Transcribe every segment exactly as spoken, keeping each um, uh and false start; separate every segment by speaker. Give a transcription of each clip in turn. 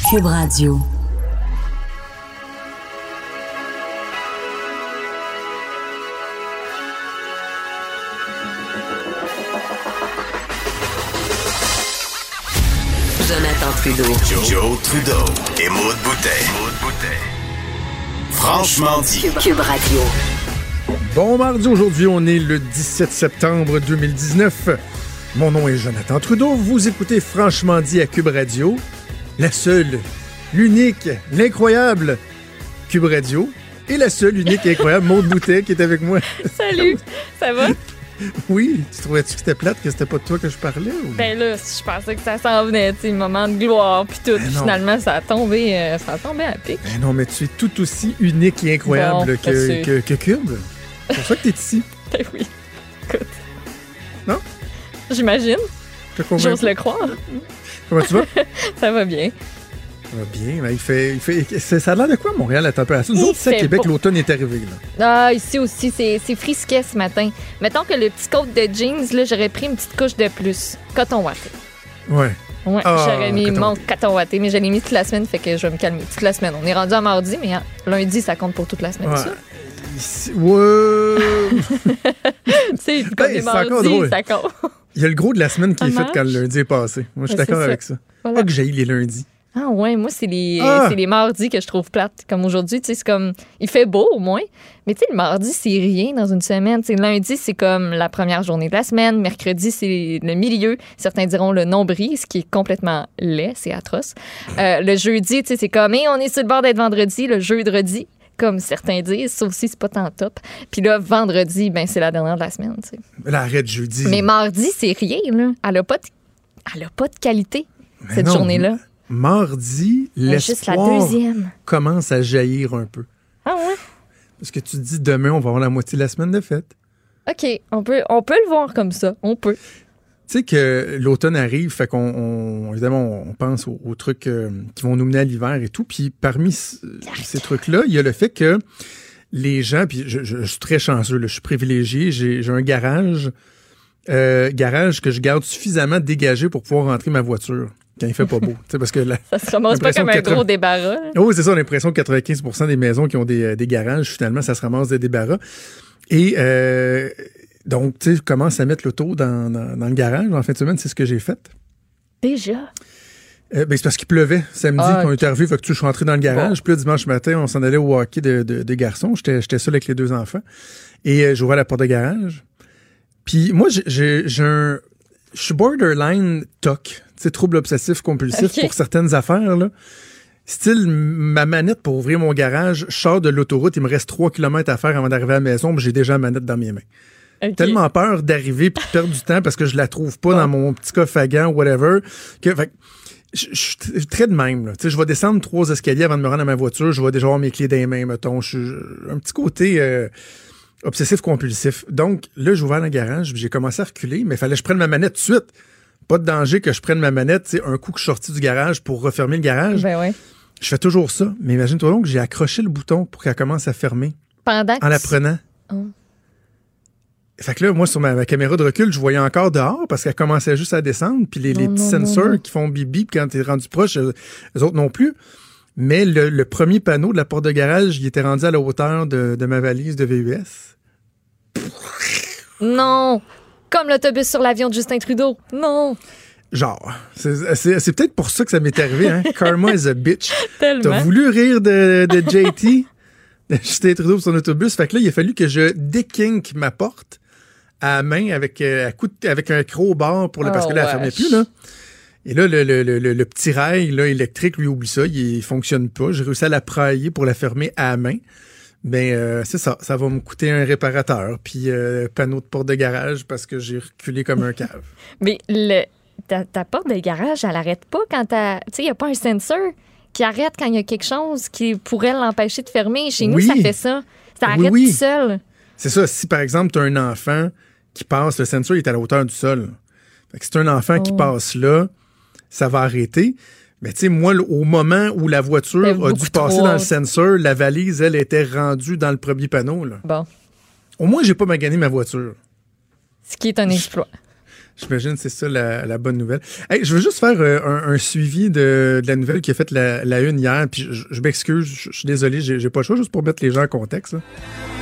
Speaker 1: Cube Radio. Jonathan Trudeau.
Speaker 2: Joe, Joe Trudeau et Maude Boutet. Franchement dit.
Speaker 1: Cube, Cube Radio.
Speaker 3: Bon mardi, aujourd'hui, on est le dix-sept septembre deux mille dix-neuf. Mon nom est Jonathan Trudeau. Vous écoutez Franchement dit à Cube Radio. La seule, l'unique, l'incroyable Cube Radio. Et la seule, l'unique et incroyable Maude Boutet qui est avec moi.
Speaker 4: Salut, ça va?
Speaker 3: Oui, tu trouvais-tu que c'était plate, que c'était pas de toi que je parlais? Ou...
Speaker 4: Ben là, je pensais que ça s'en venait, tu sais, moment de gloire, puis tout.
Speaker 3: Ben
Speaker 4: Finalement, ça a tombé, euh, ça a tombé à pic.
Speaker 3: Ben non, mais tu es tout aussi unique et incroyable
Speaker 4: bon,
Speaker 3: que, que, que Cube. C'est pour ça que t'es ici.
Speaker 4: Ben oui, écoute.
Speaker 3: Non?
Speaker 4: J'imagine. J'ose le croire.
Speaker 3: Comment tu vas?
Speaker 4: Ça va bien.
Speaker 3: Ça va bien. Ben, il fait, il fait, ça a l'air de quoi, Montréal, la température? Nous autres, ici, à Québec, beau. L'automne est arrivé. Là.
Speaker 4: Ah, ici aussi, c'est, c'est frisquet ce matin. Mettons que le petit coat de jeans, là, j'aurais pris une petite couche de plus. Coton watté.
Speaker 3: Ouais.
Speaker 4: Ouais,
Speaker 3: ah,
Speaker 4: j'aurais mis
Speaker 3: coton
Speaker 4: mon coton watté, mais je l'ai mis toute la semaine, fait que je vais me calmer toute la semaine. On est rendu à mardi, mais hein, lundi, ça compte pour toute la semaine,
Speaker 3: ouais.
Speaker 4: ça.
Speaker 3: Ici, ouais.
Speaker 4: C'est comme
Speaker 3: ben,
Speaker 4: les mardis, ça compte.
Speaker 3: Il y a le gros de la semaine qui
Speaker 4: ça
Speaker 3: est fait
Speaker 4: marche.
Speaker 3: quand le lundi est passé. Moi, je suis
Speaker 4: ben,
Speaker 3: d'accord
Speaker 4: ça.
Speaker 3: avec ça.
Speaker 4: Voilà.
Speaker 3: Pas que j'haïs les lundis.
Speaker 4: Ah ouais, moi, c'est les,
Speaker 3: ah!
Speaker 4: c'est les mardis que je trouve plates. Comme aujourd'hui, tu sais, c'est comme... Il fait beau, au moins. Mais tu sais, le mardi, c'est rien dans une semaine. T'sais, lundi, c'est comme la première journée de la semaine. Mercredi, c'est le milieu. Certains diront le nombril, ce qui est complètement laid. C'est atroce. Euh, le jeudi, tu sais, c'est comme... Hey, on est sur le bord d'être vendredi. Le jeudi, comme certains disent. Ça aussi, c'est pas tant top. Puis là, vendredi, ben c'est la dernière de la semaine, tu sais.
Speaker 3: Là, arrête jeudi.
Speaker 4: Mais mardi, c'est rien, là. Elle a pas de, Elle a pas de qualité,
Speaker 3: mais
Speaker 4: cette
Speaker 3: non,
Speaker 4: journée-là.
Speaker 3: Mardi, l'espoir
Speaker 4: juste la deuxième.
Speaker 3: commence à jaillir un peu.
Speaker 4: Ah ouais?
Speaker 3: Parce que tu te dis, demain, on va avoir la moitié de la semaine de fête.
Speaker 4: OK, on peut, on peut le voir comme ça. On peut.
Speaker 3: Tu sais que l'automne arrive, fait qu'on, on, évidemment, on pense aux, aux trucs euh, qui vont nous mener à l'hiver et tout. Puis parmi c- ces trucs-là, il y a le fait que les gens, puis je, je, je suis très chanceux, là, je suis privilégié, j'ai, j'ai un garage, euh, garage que je garde suffisamment dégagé pour pouvoir rentrer ma voiture quand il fait pas beau. Parce que la,
Speaker 4: ça se ramasse pas comme un quatre-vingts... gros débarras.
Speaker 3: Oh, oui, c'est ça, on a l'impression que quatre-vingt-quinze pour cent des maisons qui ont des, des garages, finalement, ça se ramasse des débarras. Et euh, donc, tu sais, je commence à mettre l'auto dans, dans, dans le garage. En fin de semaine, c'est ce que j'ai fait.
Speaker 4: Déjà?
Speaker 3: Euh, ben, c'est parce qu'il pleuvait samedi
Speaker 4: ah,
Speaker 3: quand on est arrivé. Fait que tu, je suis rentré dans le garage.
Speaker 4: Bon.
Speaker 3: Puis là, dimanche matin, on s'en allait au hockey de, de, de garçons. J'étais, j'étais seul avec les deux enfants. Et euh, j'ouvrais la porte de garage. Puis moi, j'ai, j'ai, j'ai un... Je suis borderline T O C. Tu sais, trouble obsessif compulsif okay. pour certaines affaires, là. Style, ma manette pour ouvrir mon garage, je sors de l'autoroute, il me reste trois kilomètres à faire avant d'arriver à la maison, mais j'ai déjà la manette dans mes mains. Okay. Tellement peur d'arriver et de perdre du temps parce que je la trouve pas bon. Dans mon petit coffre à gants, whatever, que, fait, je, je suis très de même, là. Tu sais, je vais descendre trois escaliers avant de me rendre à ma voiture, je vais déjà avoir mes clés dans les mains, mettons. Je suis un petit côté euh, obsessif-compulsif. Donc, là, j'ai ouvert le garage, j'ai commencé à reculer, mais il fallait que je prenne ma manette tout de suite. Pas de danger que je prenne ma manette, tu sais, un coup que je suis sorti du garage pour refermer le garage.
Speaker 4: Ben ouais.
Speaker 3: Je fais toujours ça. Mais imagine-toi donc que j'ai accroché le bouton pour qu'elle commence à fermer.
Speaker 4: Pendant
Speaker 3: En la prenant.
Speaker 4: Oh.
Speaker 3: Fait que là, moi, sur ma, ma caméra de recul, je voyais encore dehors parce qu'elle commençait juste à descendre. Puis les,
Speaker 4: non,
Speaker 3: les petits
Speaker 4: non,
Speaker 3: sensors
Speaker 4: non, non.
Speaker 3: qui font bip bip quand t'es rendu proche, eux, eux autres non plus. Mais le, le premier panneau de la porte de garage, il était rendu à la hauteur de, de ma valise de V U S.
Speaker 4: Non! Comme l'autobus sur l'avion de Justin Trudeau. Non!
Speaker 3: Genre, c'est, c'est, c'est peut-être pour ça que ça m'est arrivé, hein? Karma is a bitch.
Speaker 4: Tellement.
Speaker 3: T'as voulu rire de, de J T, de Justin Trudeau pour son autobus. Fait que là, il a fallu que je dékink ma porte à la main avec, euh, à coup de, avec un crowbar pour le,
Speaker 4: oh,
Speaker 3: parce que là, elle fermait plus, là. Et là, le, le, le, le petit rail là, électrique, lui, oublie ça, il, il fonctionne pas. J'ai réussi à la prailler pour la fermer à la main. Ben, euh, c'est ça. Ça va me coûter un réparateur puis euh, panneau de porte de garage parce que j'ai reculé comme un cave.
Speaker 4: Mais le... Ta, ta porte de garage, elle arrête pas quand t'as... Tu sais, il n'y a pas un sensor qui arrête quand il y a quelque chose qui pourrait l'empêcher de fermer. Chez nous,
Speaker 3: oui.
Speaker 4: ça fait ça. Ça arrête
Speaker 3: oui, oui.
Speaker 4: tout seul.
Speaker 3: C'est ça. Si, par exemple, tu as un enfant qui passe, le sensor il est à la hauteur du sol. Fait que si tu as un enfant oh. qui passe là, ça va arrêter. Mais tu sais, moi, au moment où la voiture a dû passer dans le sensor, la valise, elle, était rendue dans le premier panneau. Là.
Speaker 4: Bon.
Speaker 3: Au moins, j'ai pas magané ma voiture.
Speaker 4: Ce qui est un exploit.
Speaker 3: J'imagine que c'est ça la, la bonne nouvelle. Hey, je veux juste faire euh, un, un suivi de, de la nouvelle qui a fait la, la une hier. Puis je, je m'excuse, je, je suis désolé, j'ai, j'ai pas le choix juste pour mettre les gens en contexte. Là.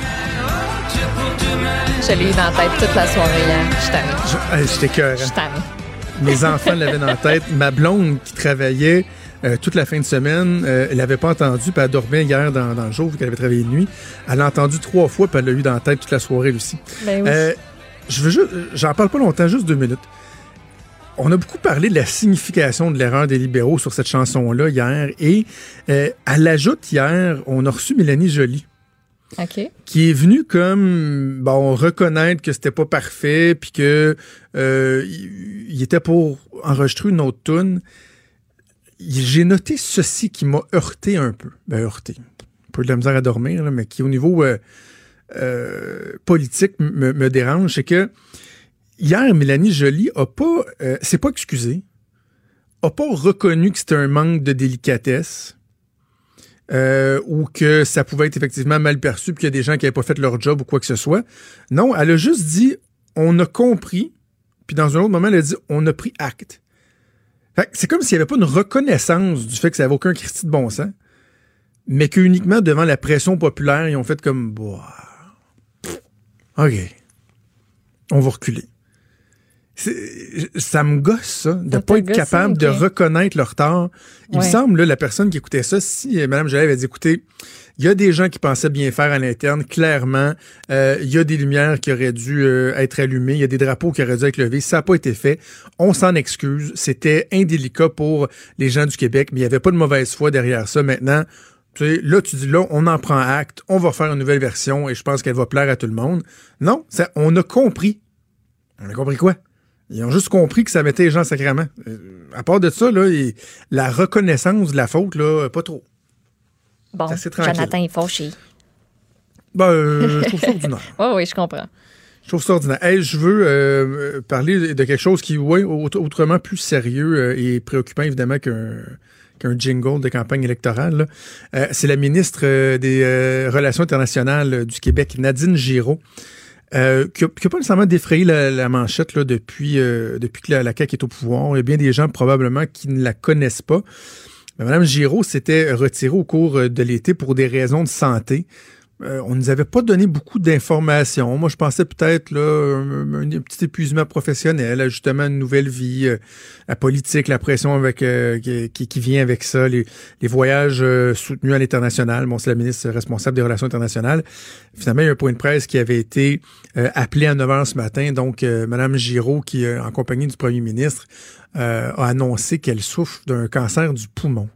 Speaker 4: Je l'ai eu dans la tête toute la soirée hier. Je suis tannée.
Speaker 3: Je- hey, J'étais cœur.
Speaker 4: Je suis tannée.
Speaker 3: Mes enfants l'avaient dans la tête. Ma blonde qui travaillait euh, toute la fin de semaine, euh, elle l'avait pas entendu, puis elle dormait hier dans, dans le jour, vu qu'elle avait travaillé de nuit. Elle l'a entendu trois fois, puis elle l'a eu dans la tête toute la soirée aussi.
Speaker 4: Ben oui.
Speaker 3: Euh, je veux juste, j'en parle pas longtemps, juste deux minutes. On a beaucoup parlé de la signification de l'erreur des libéraux sur cette chanson-là hier, et euh, à l'ajout hier, on a reçu Mélanie Joly,
Speaker 4: OK.
Speaker 3: qui est venue comme bon reconnaître que c'était pas parfait, puis que euh, il, il était pour enregistrer une autre tune. J'ai noté ceci qui m'a heurté un peu, ben heurté, un peu de la misère à dormir, là, mais qui au niveau euh, euh, politique me, me dérange, c'est que hier, Mélanie Joly a pas, euh, s'est pas excusée, a pas reconnu que c'était un manque de délicatesse. Euh, ou que ça pouvait être effectivement mal perçu puis qu'il y a des gens qui n'avaient pas fait leur job ou quoi que ce soit. Non, elle a juste dit « on a compris », puis dans un autre moment, elle a dit « on a pris acte ». Fait que c'est comme s'il n'y avait pas une reconnaissance du fait que ça n'avait aucun Christy de bon sens, mais qu'uniquement devant la pression populaire, ils ont fait comme bah, « OK, on va reculer ». C'est, ça me gosse, ça, de
Speaker 4: Ça
Speaker 3: ne pas
Speaker 4: te
Speaker 3: être
Speaker 4: gosse,
Speaker 3: capable
Speaker 4: ok.
Speaker 3: de reconnaître leur tort. Il
Speaker 4: Ouais.
Speaker 3: me semble, là, la personne qui écoutait ça, si euh, Mme Joly avait dit, écoutez, il y a des gens qui pensaient bien faire à l'interne, clairement, euh, il y a des lumières qui auraient dû euh, être allumées, il y a des drapeaux qui auraient dû être levés, ça n'a pas été fait, on s'en excuse, c'était indélicat pour les gens du Québec, mais il n'y avait pas de mauvaise foi derrière ça. Maintenant, tu sais, là, tu dis là, on en prend acte, on va faire une nouvelle version et je pense qu'elle va plaire à tout le monde. Non, ça, on a compris. On a compris quoi? Ils ont juste compris que ça mettait les gens sacrément. Euh, à part de ça, là, il- la reconnaissance de la faute, là, pas trop.
Speaker 4: Bon,
Speaker 3: c'est assez tranquille.
Speaker 4: Jonathan est fâché.
Speaker 3: Ben, euh, je trouve ça ordinaire.
Speaker 4: Oui, oui, je comprends.
Speaker 3: Je trouve ça ordinaire. Hey, je veux euh, parler de quelque chose qui, ouais, autre- autrement plus sérieux euh, et préoccupant, évidemment, qu'un qu'un jingle de campagne électorale. là. Euh, c'est la ministre euh, des euh, Relations internationales euh, du Québec, Nadine Giraud, Euh, qui n'a pas nécessairement défrayé la, la manchette là, depuis, euh, depuis que la, la C A Q est au pouvoir. Il y a bien des gens probablement qui ne la connaissent pas. Mais Mme Giraud s'était retirée au cours de l'été pour des raisons de santé. Euh, on ne nous avait pas donné beaucoup d'informations. Moi, je pensais peut-être là un, un, un petit épuisement professionnel, justement une nouvelle vie, euh, la politique, la pression avec euh, qui, qui vient avec ça, les, les voyages euh, soutenus à l'international. Bon, c'est la ministre responsable des Relations internationales. Finalement, il y a un point de presse qui avait été euh, appelé à neuf heures ce matin. Donc, euh, Mme Giraud, qui euh, en compagnie du premier ministre, euh, a annoncé qu'elle souffre d'un cancer du poumon.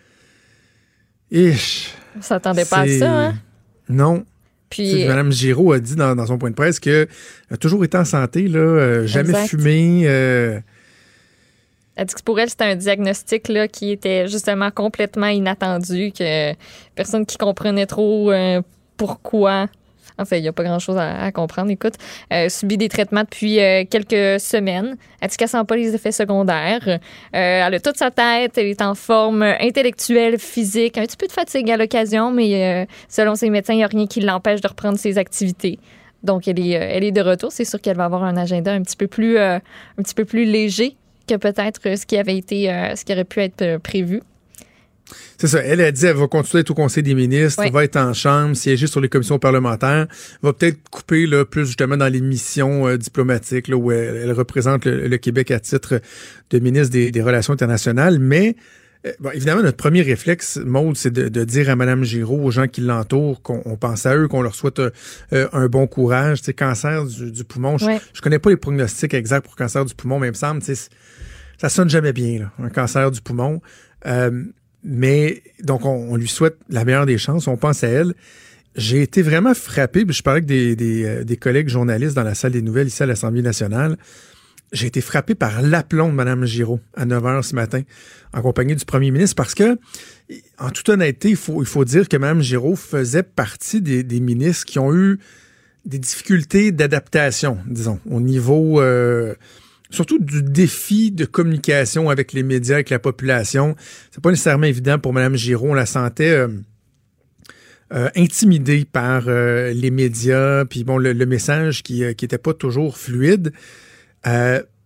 Speaker 3: Et
Speaker 4: On s'attendait pas à ça, hein?
Speaker 3: Non.
Speaker 4: Puis,
Speaker 3: Mme Giraud a dit dans, dans son point de presse qu'elle a toujours été en santé, là, euh, jamais
Speaker 4: Exact.
Speaker 3: fumé. Euh,
Speaker 4: elle dit que pour elle, c'était un diagnostic là, qui était justement complètement inattendu, que personne qui comprenait trop euh, pourquoi. Enfin, il n'y a pas grand-chose à, à comprendre. Écoute, euh, subit des traitements depuis euh, quelques semaines. Elle dit qu'elle sent pas les effets secondaires. Euh, elle a toute sa tête. Elle est en forme intellectuelle, physique. Un petit peu de fatigue à l'occasion, mais euh, selon ses médecins, il n'y a rien qui l'empêche de reprendre ses activités. Donc, elle est, euh, elle est de retour. C'est sûr qu'elle va avoir un agenda un petit peu plus, euh, un petit peu plus léger que peut-être ce qui avait été, euh, ce qui aurait pu être euh, prévu.
Speaker 3: C'est ça. Elle a dit qu'elle va continuer à être au Conseil des ministres,
Speaker 4: Oui.
Speaker 3: va être en chambre, siéger sur les commissions parlementaires, va peut-être couper là, plus justement dans les missions euh, diplomatiques là, où elle, elle représente le, le Québec à titre de ministre des, des Relations internationales. Mais euh, bon, évidemment, notre premier réflexe, Maude, c'est de, de dire à Mme Giraud, aux gens qui l'entourent, qu'on on pense à eux, qu'on leur souhaite euh, euh, un bon courage. Tu sais, cancer du, du poumon, je,
Speaker 4: Oui.
Speaker 3: je connais pas les pronostics exacts pour cancer du poumon, mais il me semble, tu sais, ça sonne jamais bien, là, un cancer du poumon. Euh, Mais, donc, on, on lui souhaite la meilleure des chances. On pense à elle. J'ai été vraiment frappé. Je parlais avec des, des, euh, des collègues journalistes dans la salle des nouvelles ici à l'Assemblée nationale. J'ai été frappé par l'aplomb de Mme Giraud à neuf heures ce matin en compagnie du premier ministre parce que, en toute honnêteté, il faut, il faut dire que Mme Giraud faisait partie des, des ministres qui ont eu des difficultés d'adaptation, disons, au niveau... Euh, surtout du défi de communication avec les médias, avec la population. C'est pas nécessairement évident pour Mme Giraud. On la sentait euh, euh, intimidée par euh, les médias, puis bon, le, le message qui euh, qui était pas toujours fluide. Euh,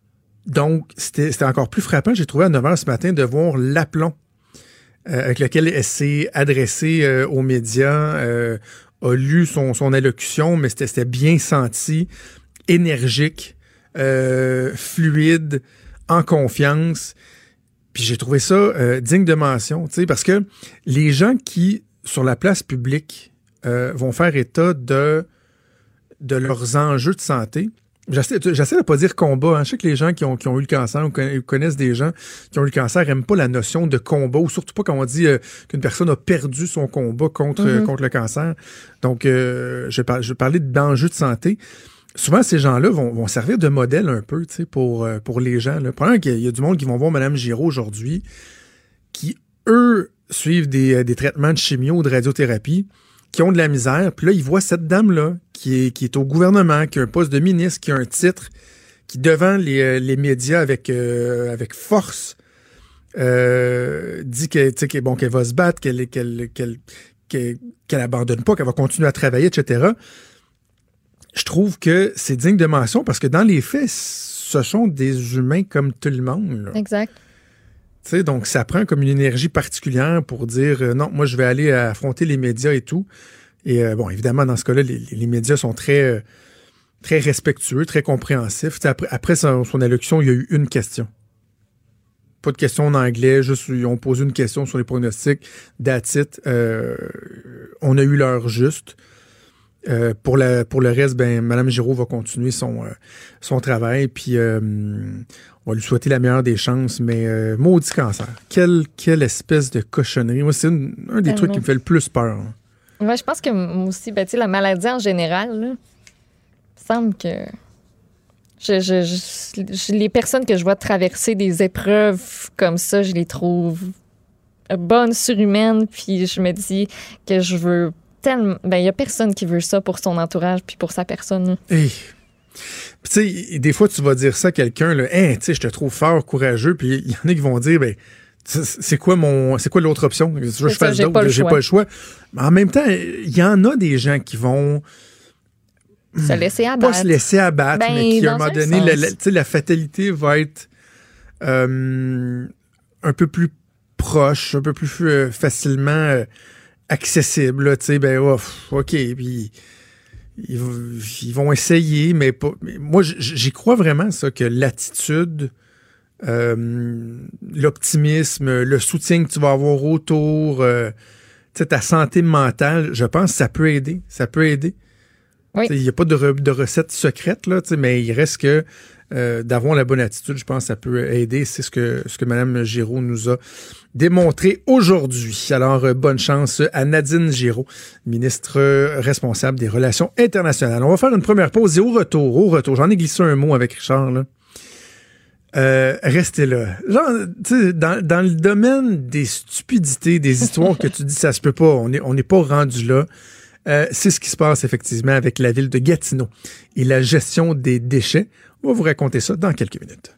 Speaker 3: donc, c'était, c'était encore plus frappant, j'ai trouvé à neuf heures ce matin, de voir l'aplomb euh, avec lequel elle s'est adressée euh, aux médias, euh, a lu son, son allocution, mais c'était, c'était bien senti, énergique, euh, fluide, en confiance. Puis j'ai trouvé ça euh, digne de mention, tu sais, parce que les gens qui, sur la place publique, euh, vont faire état de, de leurs enjeux de santé. J'essaie, j'essaie de pas dire combat. Hein. Je sais que les gens qui ont, qui ont eu le cancer ou connaissent des gens qui ont eu le cancer n'aiment pas la notion de combat, ou surtout pas quand on dit euh, qu'une personne a perdu son combat contre, mm-hmm. euh, contre le cancer. Donc, euh, je, par, je parlais d'enjeux de santé. Souvent, ces gens-là vont, vont servir de modèle un peu, tu sais, pour, euh, pour les gens. Là. Premièrement, il y a du monde qui vont voir Mme Giraud aujourd'hui, qui, eux, suivent des, des traitements de chimio ou de radiothérapie, qui ont de la misère. Puis là, ils voient cette dame-là, qui est, qui est au gouvernement, qui a un poste de ministre, qui a un titre, qui, devant les, les médias avec, euh, avec force, euh, dit que, tu sais, qu'elle, bon, qu'elle va se battre, qu'elle, qu'elle, qu'elle, qu'elle, qu'elle abandonne pas, qu'elle va continuer à travailler, et cetera. Je trouve que c'est digne de mention parce que dans les faits, ce sont des humains comme tout le monde. Là.
Speaker 4: Exact.
Speaker 3: Tu sais, donc ça prend comme une énergie particulière pour dire euh, non, moi je vais aller affronter les médias et tout. Et euh, bon, évidemment, dans ce cas-là, les, les médias sont très, euh, très respectueux, très compréhensifs. T'sais, après après son, son allocution, il y a eu une question. Pas de question en anglais, juste ils ont posé une question sur les pronostics. That's it. Euh, on a eu l'heure juste. Euh, pour, la, pour le reste, ben, Mme Giraud va continuer son, euh, son travail, puis euh, on va lui souhaiter la meilleure des chances, mais euh, maudit cancer. Quelle, quelle espèce de cochonnerie. Moi, c'est une, un des euh, trucs non. qui me fait le plus peur. Hein.
Speaker 4: Ouais, je pense que moi aussi, ben, tu sais, la maladie en général, là, il me semble que je, je, je, je, les personnes que je vois traverser des épreuves comme ça, je les trouve bonnes, surhumaines, puis je me dis que je veux tellement... Ben, il y a personne qui veut ça pour son entourage puis pour sa personne.
Speaker 3: Hey. Tu sais, des fois, tu vas dire ça à quelqu'un, là, hey, tu sais, je te trouve fort, courageux, puis il y en a qui vont dire, ben, c'est quoi mon, c'est quoi l'autre option? Tu veux que je fasse d'autres? J'ai pas le choix. Mais en même temps, il y en a des gens qui vont
Speaker 4: se laisser abattre.
Speaker 3: Pas se laisser abattre,
Speaker 4: ben,
Speaker 3: mais qui, à un moment donné, la, la, la fatalité va être euh, un peu plus proche, un peu plus euh, facilement euh, accessible. Tu sais, ben, oh, OK, puis ils, ils vont essayer, mais pas. Mais moi, j'y crois vraiment, ça, que l'attitude, euh, l'optimisme, le soutien que tu vas avoir autour, euh, tu sais, ta santé mentale, je pense que ça peut aider. Ça peut aider.
Speaker 4: Oui.
Speaker 3: Il n'y a pas de, re, de recette secrète, là, mais il reste que euh, d'avoir la bonne attitude, je pense que ça peut aider. C'est ce que, ce que Mme Giraud nous a démontré aujourd'hui. Alors, euh, bonne chance à Nadine Giraud, ministre euh, responsable des Relations internationales. On va faire une première pause et au retour, au retour, j'en ai glissé un mot avec Richard, là. Euh, restez là. Genre, tu sais, dans, dans le domaine des stupidités, des histoires que tu dis, ça se peut pas, on est, on n'est pas rendu là. Euh, c'est ce qui se passe effectivement avec la ville de Gatineau et la gestion des déchets. On va vous raconter ça dans quelques minutes.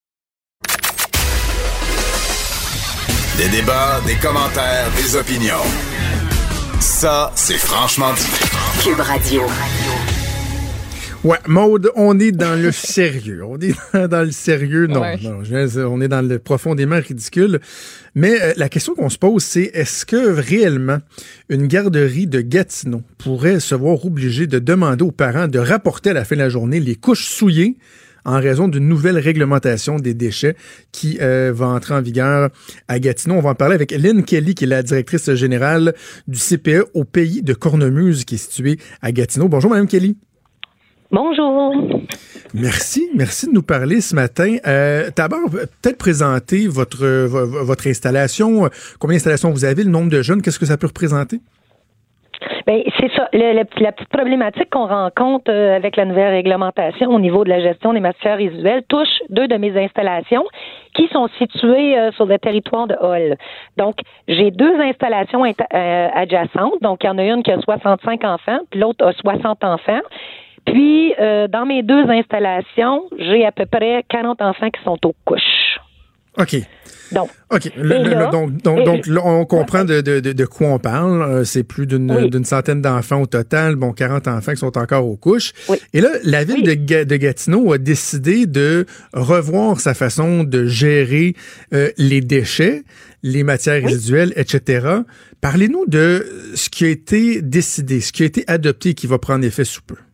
Speaker 2: Des débats, des commentaires, des opinions. Ça, c'est franchement dit.
Speaker 1: Cube Radio.
Speaker 3: Ouais, Maude, on est dans le sérieux. On est dans le sérieux. Non, ouais. non, on est dans le profondément ridicule. Mais euh, la question qu'on se pose, c'est est-ce que réellement une garderie de Gatineau pourrait se voir obligée de demander aux parents de rapporter à la fin de la journée les couches souillées en raison d'une nouvelle réglementation des déchets qui euh, va entrer en vigueur à Gatineau? On va en parler avec Lynn Kelly, qui est la directrice générale du C P E au Pays de Cornemuse, qui est situé à Gatineau. Bonjour, Mme Kelly.
Speaker 5: Bonjour.
Speaker 3: Merci, merci de nous parler ce matin. Euh, D'abord, peut-être présenter votre votre installation. Combien d'installations vous avez, le nombre de jeunes, qu'est-ce que ça peut représenter?
Speaker 5: Bien, c'est ça. Le, le, la petite problématique qu'on rencontre euh, avec la nouvelle réglementation au niveau de la gestion des matières résiduelles touche deux de mes installations qui sont situées euh, sur le territoire de Hall. Donc, j'ai deux installations int- euh, adjacentes. Donc, il y en a une qui a soixante-cinq enfants, puis l'autre a soixante enfants. Puis, euh, dans mes deux installations, j'ai à peu près quarante enfants qui sont aux couches.
Speaker 3: OK.
Speaker 5: Donc,
Speaker 3: OK. Le, le,
Speaker 5: là,
Speaker 3: le, donc, donc, donc là, on comprend de, de, de, de quoi on parle. Euh, c'est plus d'une, oui. d'une centaine d'enfants au total. Bon, quarante enfants qui sont encore aux couches.
Speaker 5: Oui.
Speaker 3: Et là, la ville
Speaker 5: oui.
Speaker 3: de, de Gatineau a décidé de revoir sa façon de gérer euh, les déchets, les matières oui. résiduelles, et cetera. Parlez-nous de ce qui a été décidé, ce qui a été adopté et qui va prendre effet sous peu.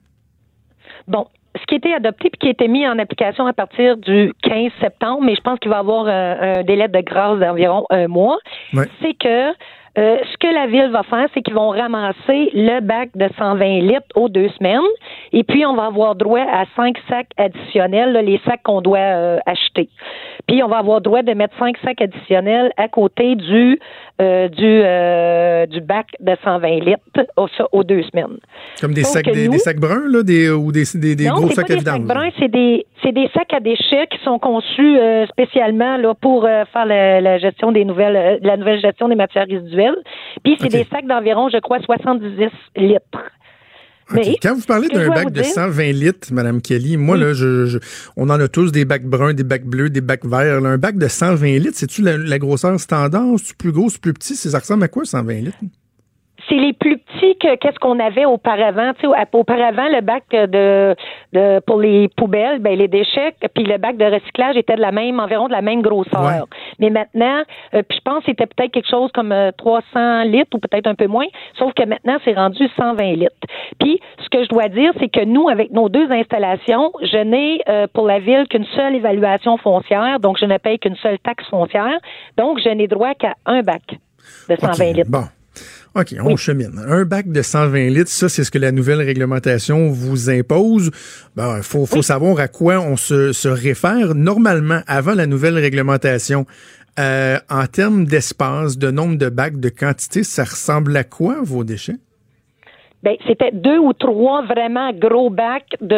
Speaker 5: Bon. Ce qui a été adopté puis qui a été mis en application à partir du quinze septembre, mais je pense qu'il va y avoir un, un délai de grâce d'environ un mois, ouais. c'est que euh, ce que la ville va faire, c'est qu'ils vont ramasser le bac de cent vingt litres aux deux semaines, et puis on va avoir droit à cinq sacs additionnels, là, les sacs qu'on doit euh, acheter. Puis on va avoir droit de mettre cinq sacs additionnels à côté du euh, du euh, du bac de cent vingt litres aux, aux deux semaines.
Speaker 3: Comme des sacs des, nous, des sacs bruns là, des ou des des, des
Speaker 5: non,
Speaker 3: gros
Speaker 5: c'est
Speaker 3: sacs
Speaker 5: pas
Speaker 3: à
Speaker 5: des
Speaker 3: vidange.
Speaker 5: Sacs bruns, c'est des c'est des sacs à déchets qui sont conçus euh, spécialement là pour euh, faire la, la gestion des nouvelles euh, la nouvelle gestion des matières résiduelles. Puis c'est okay. des sacs d'environ, je crois, soixante-dix litres.
Speaker 3: Okay. Mais, quand vous parlez d'un bac de cent vingt litres, Mme Kelly, moi, oui. là, je, je, on en a tous des bacs bruns, des bacs bleus, des bacs verts. Là, un bac de cent vingt litres, c'est-tu la, la grosseur standard? C'est-tu plus gros, c'est plus petit? Ça ressemble à quoi, cent vingt litres?
Speaker 5: C'est les plus petits que qu'est-ce qu'on avait auparavant. Tu sais, auparavant, le bac de, de pour les poubelles, ben les déchets, puis le bac de recyclage était de la même, environ de la même grosseur. Ouais. Mais maintenant, euh, puis je pense que c'était peut-être quelque chose comme euh, trois cents litres ou peut-être un peu moins, sauf que maintenant, c'est rendu cent vingt litres. Puis, ce que je dois dire, c'est que nous, avec nos deux installations, je n'ai euh, pour la ville qu'une seule évaluation foncière, donc je ne paye qu'une seule taxe foncière, donc je n'ai droit qu'à un bac de cent vingt okay. litres.
Speaker 3: Bon. OK, on oui. chemine. Un bac de cent vingt litres, ça, c'est ce que la nouvelle réglementation vous impose. Ben, il faut, faut oui. savoir à quoi on se, se réfère. Normalement, avant la nouvelle réglementation, euh, en termes d'espace, de nombre de bacs, de quantité, ça ressemble à quoi, vos déchets?
Speaker 5: Ben, c'était deux ou trois vraiment gros bacs de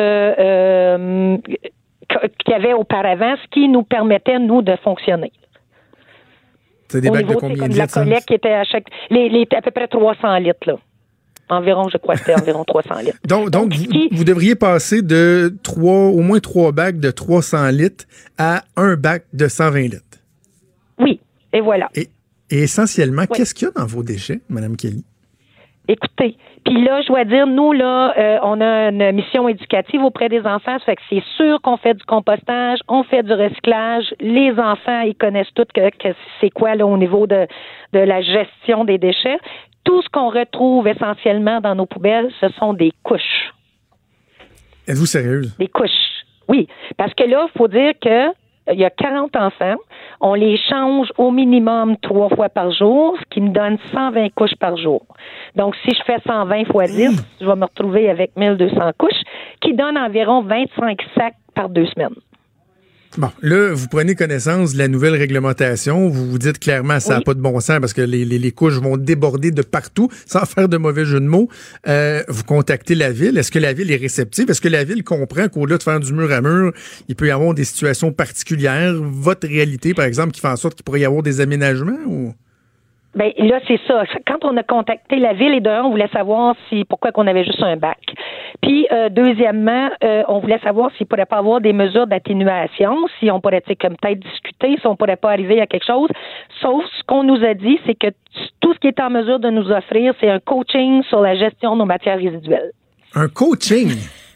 Speaker 5: euh, qu'il y avait auparavant, ce qui nous permettait, nous, de fonctionner.
Speaker 3: C'est des
Speaker 5: Au
Speaker 3: bacs
Speaker 5: niveau,
Speaker 3: de combien de
Speaker 5: litres? La
Speaker 3: litres?
Speaker 5: collecte qui était à chaque... Les, les, à peu près trois cents litres, là. Environ, je crois que c'était environ trois cents litres.
Speaker 3: Donc, donc, donc vous, qui... vous devriez passer de trois, au moins trois bacs de trois cents litres à un bac de cent vingt litres.
Speaker 5: Oui, et voilà.
Speaker 3: Et, et essentiellement, oui. qu'est-ce qu'il y a dans vos déchets, Mme Kelly?
Speaker 5: Écoutez, puis là, je dois dire, nous, là, euh, on a une mission éducative auprès des enfants, ça fait que c'est sûr qu'on fait du compostage, on fait du recyclage. Les enfants, ils connaissent tout que, que c'est quoi, là, au niveau de, de la gestion des déchets. Tout ce qu'on retrouve essentiellement dans nos poubelles, ce sont des couches.
Speaker 3: Êtes-vous sérieuse?
Speaker 5: Des couches, oui. Parce que là, il faut dire que il y a quarante enfants. On les change au minimum trois fois par jour, ce qui me donne cent vingt couches par jour. Donc, si je fais cent vingt fois dix, mmh. je vais me retrouver avec mille deux cents couches, qui donne environ vingt-cinq sacs par deux semaines.
Speaker 3: Bon, là, vous prenez connaissance de la nouvelle réglementation. Vous vous dites clairement ça n'a oui. pas de bon sens parce que les, les, les couches vont déborder de partout sans faire de mauvais jeu de mots. Euh, vous contactez la ville. Est-ce que la ville est réceptive? Est-ce que la ville comprend qu'au-delà de faire du mur à mur, il peut y avoir des situations particulières? Votre réalité, par exemple, qui fait en sorte qu'il pourrait y avoir des aménagements? Ou...
Speaker 5: Ben là, c'est ça. Quand on a contacté la ville, et d'un, on voulait savoir si pourquoi qu'on avait juste un bac. Puis, euh, deuxièmement, euh, on voulait savoir s'il ne pourrait pas avoir des mesures d'atténuation, si on pourrait, tu sais, comme peut-être discuter, si on ne pourrait pas arriver à quelque chose. Sauf ce qu'on nous a dit, c'est que tout ce qui est en mesure de nous offrir, c'est un coaching sur la gestion de nos matières résiduelles.
Speaker 3: Un coaching?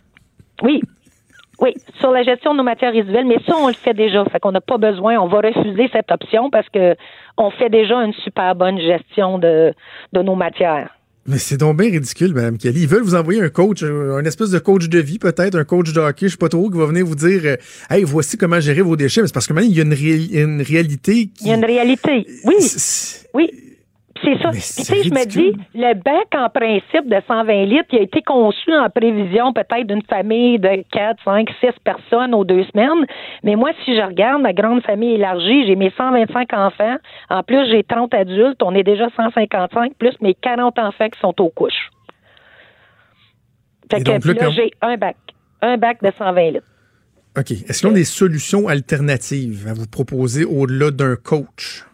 Speaker 5: Oui. Oui, sur la gestion de nos matières résiduelles, mais ça, on le fait déjà. Fait qu'on n'a pas besoin, on va refuser cette option parce que on fait déjà une super bonne gestion de, de nos matières.
Speaker 3: Mais c'est donc bien ridicule, Mme Kelly. Ils veulent vous envoyer un coach, un espèce de coach de vie, peut-être, un coach de hockey, je sais pas trop, qui va venir vous dire euh, « Hey, voici comment gérer vos déchets. » Mais c'est parce que maintenant, il y a une, ré- une réalité qui...
Speaker 5: Il y a une réalité, oui.
Speaker 3: C'est...
Speaker 5: Oui. C'est ça. Puis, tu sais, je me dis, le bac, en principe, de cent vingt litres, il a été conçu en prévision peut-être d'une famille de quatre, cinq, six personnes aux deux semaines. Mais moi, si je regarde ma grande famille élargie, j'ai mes cent vingt-cinq enfants. En plus, j'ai trente adultes. On est déjà cent cinquante-cinq, plus mes quarante enfants qui sont aux couches. Fait Et que donc, là, là j'ai un bac. Un bac de cent vingt litres.
Speaker 3: OK. Est-ce qu'il y a des solutions alternatives à vous proposer au-delà d'un coach?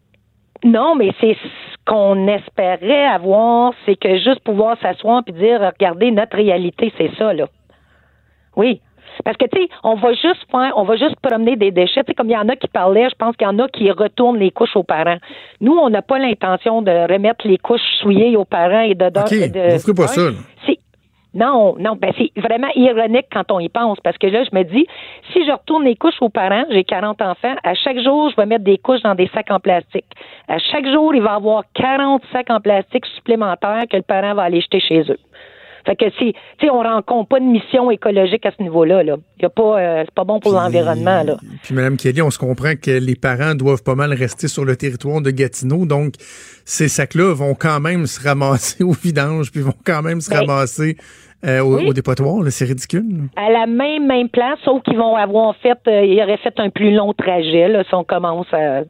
Speaker 5: Non, mais c'est ce qu'on espérait avoir, c'est que juste pouvoir s'asseoir et dire, regardez, notre réalité, c'est ça, là. Oui. Parce que, tu sais, on va juste faire, on va juste promener des déchets. Tu sais, comme il y en a qui parlaient, je pense qu'il y en a qui retournent les couches aux parents. Nous, on n'a pas l'intention de remettre les couches souillées aux parents et de...
Speaker 3: OK,
Speaker 5: de,
Speaker 3: vous ferez pas ça, là.
Speaker 5: C'est, non, non, ben c'est vraiment ironique quand on y pense, parce que là, je me dis, si je retourne les couches aux parents, j'ai quarante enfants, à chaque jour, je vais mettre des couches dans des sacs en plastique. À chaque jour, il va y avoir quarante sacs en plastique supplémentaires que le parent va aller jeter chez eux. Fait que si, tu sais, on rencontre pas de mission écologique à ce niveau-là, là. Y a pas, euh, c'est pas bon pour puis, l'environnement, là.
Speaker 3: Puis, Mme Kelly, on se comprend que les parents doivent pas mal rester sur le territoire de Gatineau, donc ces sacs-là vont quand même se ramasser au vidange, puis vont quand même se ben, ramasser euh, au, oui. au dépotoir, là. C'est ridicule, là. À
Speaker 5: la même, même place, sauf qu'ils vont avoir fait, euh, ils auraient fait un plus long trajet, là, si on commence à...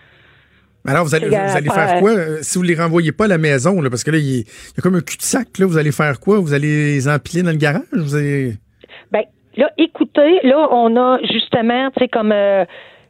Speaker 3: Alors, vous allez, vous allez faire quoi? Si vous ne les renvoyez pas à la maison, là, parce que là, il y a comme un cul-de-sac, là, vous allez faire quoi? Vous allez les empiler dans le garage? Vous allez...
Speaker 5: Ben, là, écoutez, là, on a justement, tu sais, comme... Euh,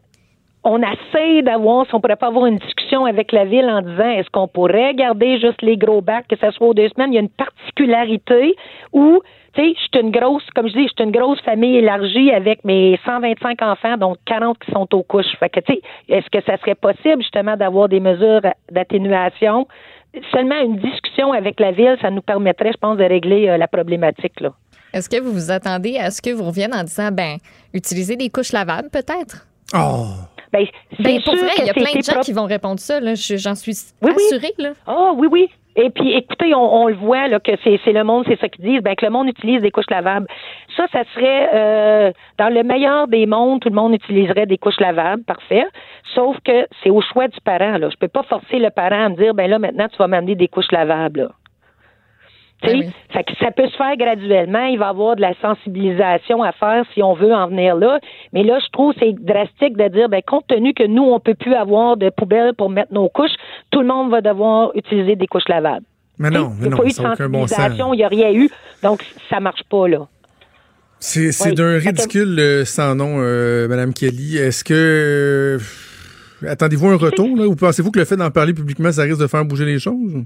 Speaker 5: on essaie d'avoir, si on pourrait pas avoir une discussion avec la ville en disant, est-ce qu'on pourrait garder juste les gros bacs, que ça soit aux deux semaines? Il y a une particularité où... Tu sais, je suis une grosse, comme je dis, je suis une grosse famille élargie avec mes cent vingt-cinq enfants, donc quarante qui sont aux couches. Fait que, tu sais, est-ce que ça serait possible, justement, d'avoir des mesures d'atténuation? Seulement une discussion avec la ville, ça nous permettrait, je pense, de régler euh, la problématique, là.
Speaker 4: Est-ce que vous vous attendez à ce que vous reviennent en disant, ben, utiliser des couches lavables, peut-être?
Speaker 3: Oh!
Speaker 5: Ben, c'est
Speaker 4: ben, pour vrai, il y a plein de gens
Speaker 5: pro-
Speaker 4: qui vont répondre ça, là. J'en suis
Speaker 5: oui,
Speaker 4: assurée,
Speaker 5: oui.
Speaker 4: là.
Speaker 5: Ah, oh, oui, oui. Et puis, écoutez, on, on le voit là que c'est, c'est le monde, c'est ça qu'ils disent, ben que le monde utilise des couches lavables. Ça, ça serait euh, dans le meilleur des mondes, tout le monde utiliserait des couches lavables, parfait. Sauf que c'est au choix du parent. Là, je peux pas forcer le parent à me dire, ben là maintenant tu vas m'amener des couches lavables. Là. Tu sais, oui. Fait que ça peut se faire graduellement. Il va y avoir de la sensibilisation à faire si on veut en venir là. Mais là, je trouve que c'est drastique de dire, ben compte tenu que nous, on peut plus avoir de poubelles pour mettre nos couches, tout le monde va devoir utiliser des couches lavables.
Speaker 3: Mais non, mais non, ça n'a aucun bon sens.
Speaker 5: Il n'y a rien eu, donc ça marche pas, là.
Speaker 3: C'est, c'est oui. d'un ridicule que... sans nom, euh, Mme Kelly. Est-ce que... Euh, attendez-vous un retour, là, ou pensez-vous que le fait d'en parler publiquement, ça risque de faire bouger les choses?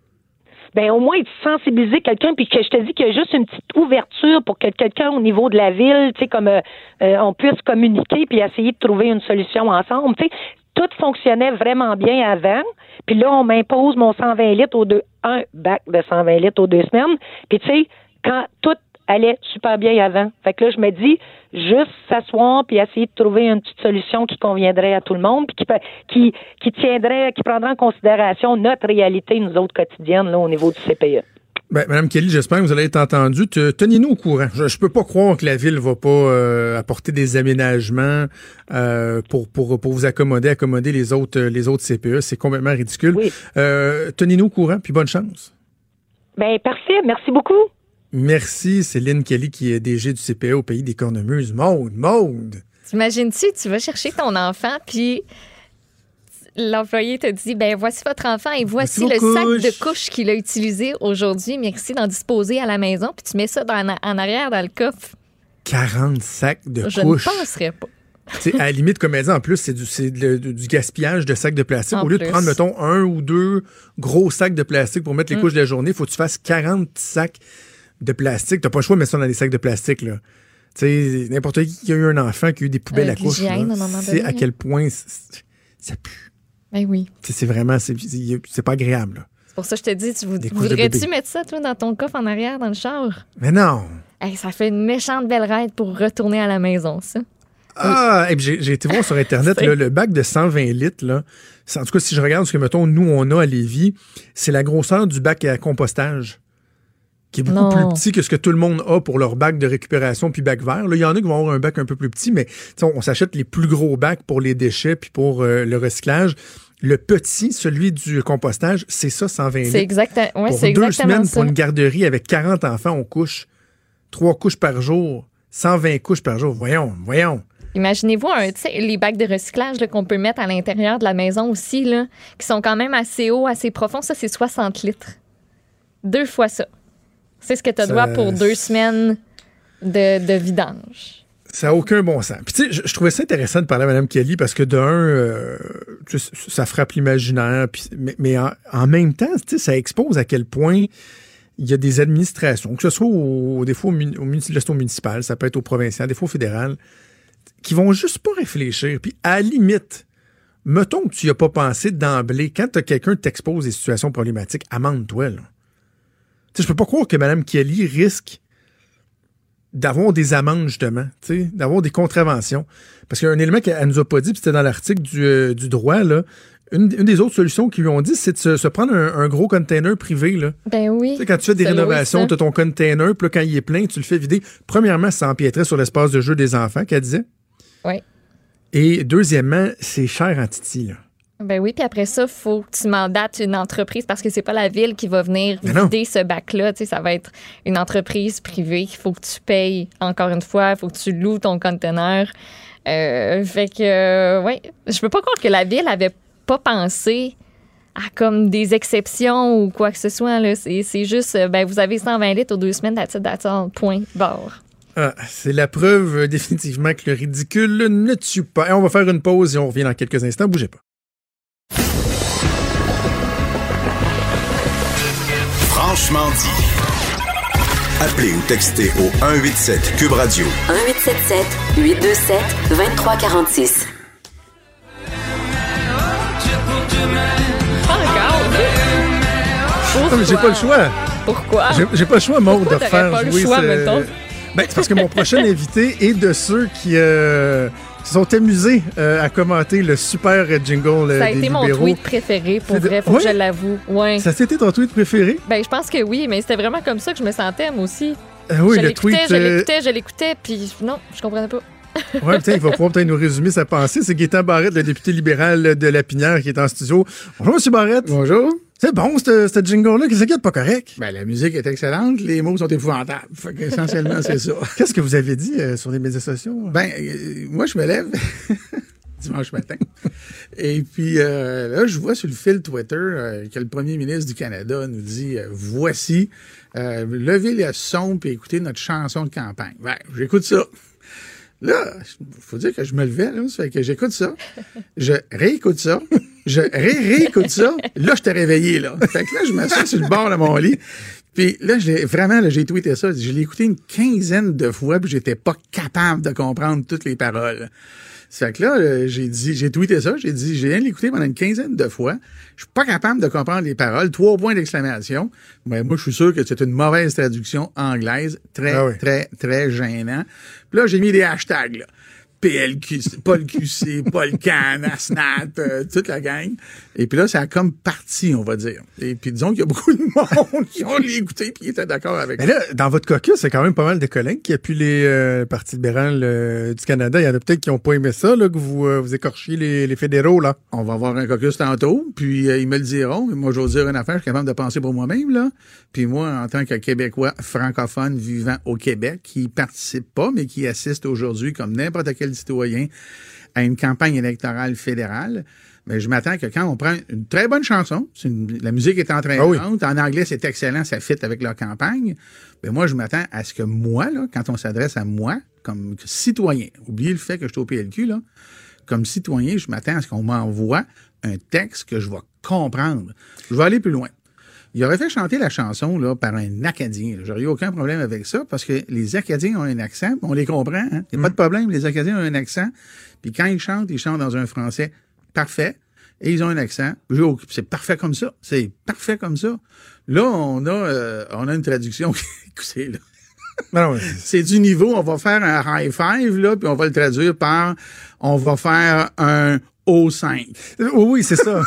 Speaker 5: Ben au moins de sensibiliser quelqu'un, puis que je te dis qu'il y a juste une petite ouverture pour que quelqu'un au niveau de la ville, tu sais, comme euh, euh, on puisse communiquer puis essayer de trouver une solution ensemble. Tu sais, tout fonctionnait vraiment bien avant, puis là on m'impose mon cent vingt litres aux deux, un bac de cent vingt litres aux deux semaines, puis tu sais, quand tout allait super bien avant. Fait que là, je me dis, juste s'asseoir puis essayer de trouver une petite solution qui conviendrait à tout le monde puis qui, qui, qui tiendrait, qui prendrait en considération notre réalité, nous autres, quotidiennes, là, au niveau du C P E.
Speaker 3: Ben, Mme Kelly, j'espère que vous allez être entendue. Tenez-nous au courant. Je, je peux pas croire que la ville va pas euh, apporter des aménagements euh, pour, pour, pour vous accommoder, accommoder les autres, les autres C P E. C'est complètement ridicule. Oui. Euh, tenez-nous au courant puis bonne chance.
Speaker 5: Ben, parfait. Merci beaucoup.
Speaker 3: Merci, Céline Kelly, qui est D G du C P E au Pays des Cornemuses. Maude, Maude!
Speaker 4: T'imagines-tu, tu vas chercher ton enfant, puis l'employé te dit, ben voici votre enfant et voici, voici le couches. sac de couches qu'il a utilisé aujourd'hui. Merci d'en disposer à la maison, puis tu mets ça dans, en arrière dans le coffre.
Speaker 3: quarante sacs de
Speaker 4: Je
Speaker 3: couches.
Speaker 4: Je ne penserais pas.
Speaker 3: T'sais, à la limite, comme elle dit, en plus, c'est du, c'est de, de, du gaspillage de sacs de plastique. En Au lieu plus. de prendre, mettons, un ou deux gros sacs de plastique pour mettre les mm. couches de la journée, il faut que tu fasses quarante sacs de plastique. T'as pas le choix de mettre ça dans des sacs de plastique, là. Tu sais, n'importe qui qui a eu un enfant qui a eu des poubelles euh, à couches, c'est à quel point c'est, ça pue.
Speaker 4: Ben oui.
Speaker 3: T'sais, c'est vraiment, c'est, c'est pas agréable, là.
Speaker 4: C'est pour ça que je te dis, tu voudrais-tu mettre ça, toi, dans ton coffre en arrière, dans le char?
Speaker 3: Mais non!
Speaker 4: Hey, ça fait une méchante belle raide pour retourner à la maison, ça.
Speaker 3: Ah, et puis j'ai, j'ai été voir sur Internet, là, le bac de cent vingt litres, là, en tout cas, si je regarde ce que, mettons, nous, on a à Lévis, c'est la grosseur du bac à compostage, qui est beaucoup non. plus petit que ce que tout le monde a pour leur bac de récupération puis bac vert. Là, il y en a qui vont avoir un bac un peu plus petit, mais on, on s'achète les plus gros bacs pour les déchets puis pour euh, le recyclage. Le petit, celui du compostage, c'est ça, cent vingt litres.
Speaker 4: C'est, exacta- ouais,
Speaker 3: pour
Speaker 4: c'est
Speaker 3: deux
Speaker 4: exactement
Speaker 3: semaines,
Speaker 4: ça.
Speaker 3: pour une garderie avec quarante enfants, on couche trois couches par jour, cent vingt couches par jour. Voyons, voyons.
Speaker 4: Imaginez-vous un, les bacs de recyclage là, qu'on peut mettre à l'intérieur de la maison aussi, là, qui sont quand même assez hauts, assez profonds. Ça, c'est soixante litres. Deux fois ça. C'est ce que tu as droit pour deux semaines de, de vidange.
Speaker 3: Ça n'a aucun bon sens. Puis tu sais, je, je trouvais ça intéressant de parler à Mme Kelly parce que d'un, euh, ça frappe l'imaginaire. Puis, mais mais en, en même temps, tu sais, ça expose à quel point il y a des administrations, que ce soit au, des fois au, au, au municipal, ça peut être au provincial, des fois au fédéral, qui vont juste pas réfléchir. Puis à la limite, mettons que tu n'y as pas pensé d'emblée, quand t'as quelqu'un qui t'expose des situations problématiques, amende-toi, là. Tu sais, je peux pas croire que Mme Kelly risque d'avoir des amendes, justement, tu sais, d'avoir des contraventions. Parce qu'il y a un élément qu'elle nous a pas dit, puis c'était dans l'article du, euh, du droit, là. Une, une des autres solutions qu'ils lui ont dit, c'est de se, se prendre un, un gros container privé, là.
Speaker 4: Ben oui.
Speaker 3: Tu sais, quand tu fais des rénovations, tu as ton container, puis là, quand il est plein, tu le fais vider. Premièrement, ça empiéterait sur l'espace de jeu des enfants, qu'elle disait.
Speaker 4: Oui.
Speaker 3: Et deuxièmement, c'est cher en titi, là.
Speaker 4: Ben oui, puis après ça, il faut que tu mandates une entreprise parce que c'est pas la ville qui va venir vider ce bac-là. Tu sais, ça va être une entreprise privée. Il faut que tu payes, encore une fois, il faut que tu loues ton conteneur. Euh, fait que, euh, ouais, je peux pas croire que la ville avait pas pensé à comme des exceptions ou quoi que ce soit. Là. C'est, c'est juste, ben vous avez cent vingt litres aux deux semaines, that's it, that's all, point, barre.
Speaker 3: Ah, c'est la preuve euh, définitivement que le ridicule ne tue pas. Et on va faire une pause et on revient dans quelques instants. Bougez pas.
Speaker 2: Franchement dit. Appelez ou textez au un huit sept Cube Radio.
Speaker 1: un huit sept sept huit deux sept deux trois quatre six.
Speaker 3: Non, mais j'ai pas le choix.
Speaker 4: Pourquoi?
Speaker 3: J'ai, j'ai pas le choix, Maud,
Speaker 4: Pourquoi
Speaker 3: de faire
Speaker 4: pas
Speaker 3: jouer
Speaker 4: le choix,
Speaker 3: ce...
Speaker 4: mettons?
Speaker 3: Ben, c'est parce que mon prochain invité est de ceux qui euh, se sont amusés euh, à commenter le super jingle euh,
Speaker 4: Ça a
Speaker 3: des
Speaker 4: été mon
Speaker 3: libéraux.
Speaker 4: tweet préféré, pour
Speaker 3: C'est de-
Speaker 4: vrai, faut
Speaker 3: Ouais?
Speaker 4: que je l'avoue. Ouais.
Speaker 3: Ça a été ton tweet préféré?
Speaker 4: Ben, je pense que oui, mais c'était vraiment comme ça que je me sentais, moi aussi.
Speaker 3: Ah oui,
Speaker 4: je
Speaker 3: le
Speaker 4: l'écoutais,
Speaker 3: tweet...
Speaker 4: je
Speaker 3: euh,
Speaker 4: l'écoutais, je l'écoutais, puis non, je comprenais pas.
Speaker 3: Ouais, putain, il va pouvoir peut-être nous résumer sa pensée. C'est Gaétan Barrette, le député libéral de Lapinière, qui est en studio. Bonjour, M. Barrette.
Speaker 6: Bonjour.
Speaker 3: C'est bon, ce ce jingle-là. Qu'est-ce qu'il y a de pas correct?
Speaker 6: Ben, la musique est excellente, les mots sont épouvantables. Fait que, essentiellement, c'est ça.
Speaker 3: Qu'est-ce que vous avez dit euh, sur les médias sociaux?
Speaker 6: Ben, euh, moi, je me lève dimanche matin. Et puis, euh, là, je vois sur le fil Twitter euh, que le premier ministre du Canada nous dit euh, voici, euh, levez le son et écoutez notre chanson de campagne. Ben, j'écoute ça. Là, il faut dire que je me levais, là, ça fait que j'écoute ça, je réécoute ça, je ré-réécoute ça, là, je t'ai réveillé, là. Fait que là, je m'assois sur le bord de mon lit, puis là, j'ai, vraiment, là, j'ai tweeté ça, je l'ai écouté une quinzaine de fois, puis j'étais pas capable de comprendre toutes les paroles. Ça fait que là, euh, j'ai dit, j'ai tweeté ça, j'ai dit, j'ai viens de l'écouter pendant une quinzaine de fois. Je suis pas capable de comprendre les paroles. Trois points d'exclamation. Mais moi, je suis sûr que c'est une mauvaise traduction anglaise. Très,
Speaker 3: Ah oui.
Speaker 6: très, très gênant. Puis là, j'ai mis des hashtags, là. P L Q C, pas le Q C, pas le C A N, ASNAT, euh, toute la gang. Et puis là, ça a comme parti, on va dire. Et puis disons qu'il y a beaucoup de monde qui ont écouté et qui étaient d'accord avec
Speaker 3: Mais
Speaker 6: ça.
Speaker 3: là, dans votre caucus, c'est quand même pas mal de collègues qui appuient les euh, partis libéraux euh, du Canada. Il y en a peut-être qui n'ont pas aimé ça, là, que vous, euh, vous écorchiez les, les fédéraux, là.
Speaker 6: On va avoir un caucus tantôt, puis euh, ils me le diront. Mais moi, j'ose dire une affaire, je suis capable de penser pour moi-même, là. Puis moi, en tant que Québécois francophone vivant au Québec, qui participe pas, mais qui assiste aujourd'hui, comme n'importe quel citoyen, à une campagne électorale fédérale, mais je m'attends que quand on prend une très bonne chanson, c'est une- la musique est entraînante,
Speaker 3: Ah oui.
Speaker 6: en anglais, c'est excellent, ça fit avec leur campagne, mais moi, je m'attends à ce que moi, là, quand on s'adresse à moi, comme citoyen, oubliez le fait que je suis au P L Q, là, comme citoyen, je m'attends à ce qu'on m'envoie un texte que je vais comprendre. Je vais aller plus loin. Il aurait fait chanter la chanson là, par un Acadien. J'aurais eu aucun problème avec ça parce que les Acadiens ont un accent, on les comprend. Hein? Il n'y a pas de problème, les Acadiens ont un accent. Puis quand ils chantent, ils chantent dans un français parfait et ils ont un accent. J'ai aucun- C'est parfait comme ça. C'est parfait comme ça. Là, on a, euh, on a une traduction qui c'est là.
Speaker 3: Non, non,
Speaker 6: C'est du niveau, on va faire un high five, là, puis on va le traduire par on va faire un O cinq.
Speaker 3: Oui, oui, c'est ça.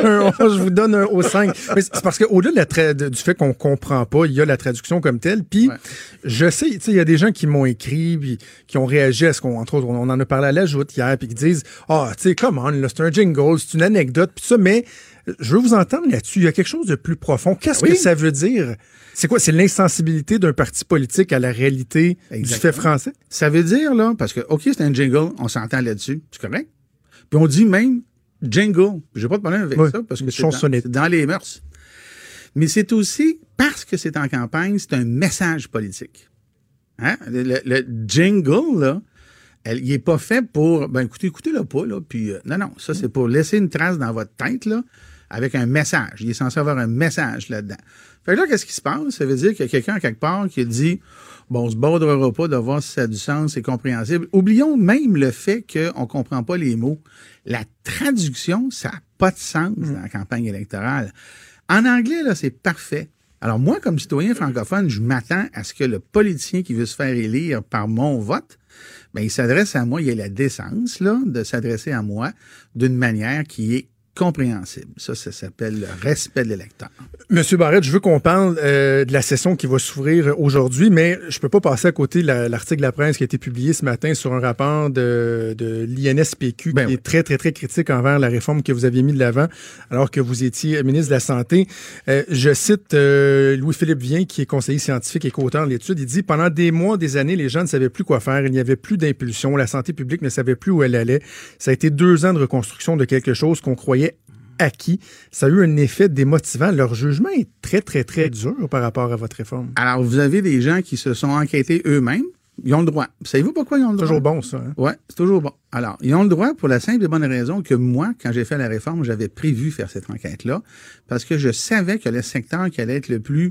Speaker 3: Je vous donne un O cinq. Mais c'est parce qu'au-delà de la tra- de- du fait qu'on comprend pas, il y a la traduction comme telle. Puis,
Speaker 6: Ouais.
Speaker 3: je sais, tu sais, il y a des gens qui m'ont écrit, puis qui ont réagi à ce qu'on, entre autres, on en a parlé à la joute hier, puis qui disent, ah, tu sais, come on, là, c'est un jingle, c'est une anecdote, puis ça, mais je veux vous entendre là-dessus. Il y a quelque chose de plus profond. Qu'est-ce
Speaker 6: Oui.
Speaker 3: que ça veut dire? C'est quoi? C'est l'insensibilité d'un parti politique à la réalité du
Speaker 6: Exactement.
Speaker 3: fait français?
Speaker 6: Ça veut dire, là, parce que, OK, c'est un jingle, on s'entend là-dessus, c'est correct. Puis on dit même jingle. J'ai pas de problème avec
Speaker 3: Oui,
Speaker 6: ça, parce
Speaker 3: une
Speaker 6: que c'est
Speaker 3: chanson
Speaker 6: dans, c'est dans les mœurs. Mais c'est aussi, parce que c'est en campagne, c'est un message politique. Hein? Le, le- le jingle, là, elle, il est pas fait pour, ben écoutez, écoutez-le pas, là, puis euh, non, non, ça, c'est pour laisser une trace dans votre tête, là. avec un message. Il est censé avoir un message là-dedans. Fait que là, qu'est-ce qui se passe? Ça veut dire qu'il y a quelqu'un quelque part qui a dit bon, on se bordera pas de voir si ça a du sens, c'est compréhensible. Oublions même le fait qu'on ne comprend pas les mots. La traduction, ça n'a pas de sens mmh. dans la campagne électorale. En anglais, là, c'est parfait. Alors moi, comme citoyen francophone, je m'attends à ce que le politicien qui veut se faire élire par mon vote, ben, il s'adresse à moi, il a la décence là, de s'adresser à moi d'une manière qui est compréhensible. Ça, ça s'appelle le respect de l'électeur.
Speaker 3: Monsieur Barrette, je veux qu'on parle euh, de la session qui va s'ouvrir aujourd'hui, mais je peux pas passer à côté de la, l'article de la presse qui a été publié ce matin sur un rapport de, de l'I N S P Q ben qui oui. est très, très, très critique envers la réforme que vous aviez mis de l'avant alors que vous étiez ministre de la Santé. Euh, je cite euh, Louis-Philippe Vien, qui est conseiller scientifique et co-auteur de l'étude. Il dit « Pendant des mois, des années, les gens ne savaient plus quoi faire. Il n'y avait plus d'impulsion. La santé publique ne savait plus où elle allait. Ça a été deux ans de reconstruction de quelque chose qu'on croyait acquis. Ça a eu un effet démotivant. Leur jugement est très, très, très dur par rapport à votre réforme. »
Speaker 6: Alors, vous avez des gens qui se sont enquêtés eux-mêmes. Ils ont le droit. Savez-vous pourquoi ils ont le droit?
Speaker 3: C'est toujours bon, ça. Hein?
Speaker 6: Oui, c'est toujours bon. Alors, ils ont le droit pour la simple et bonne raison que moi, quand j'ai fait la réforme, j'avais prévu faire cette enquête-là parce que je savais que le secteur qui allait être le plus,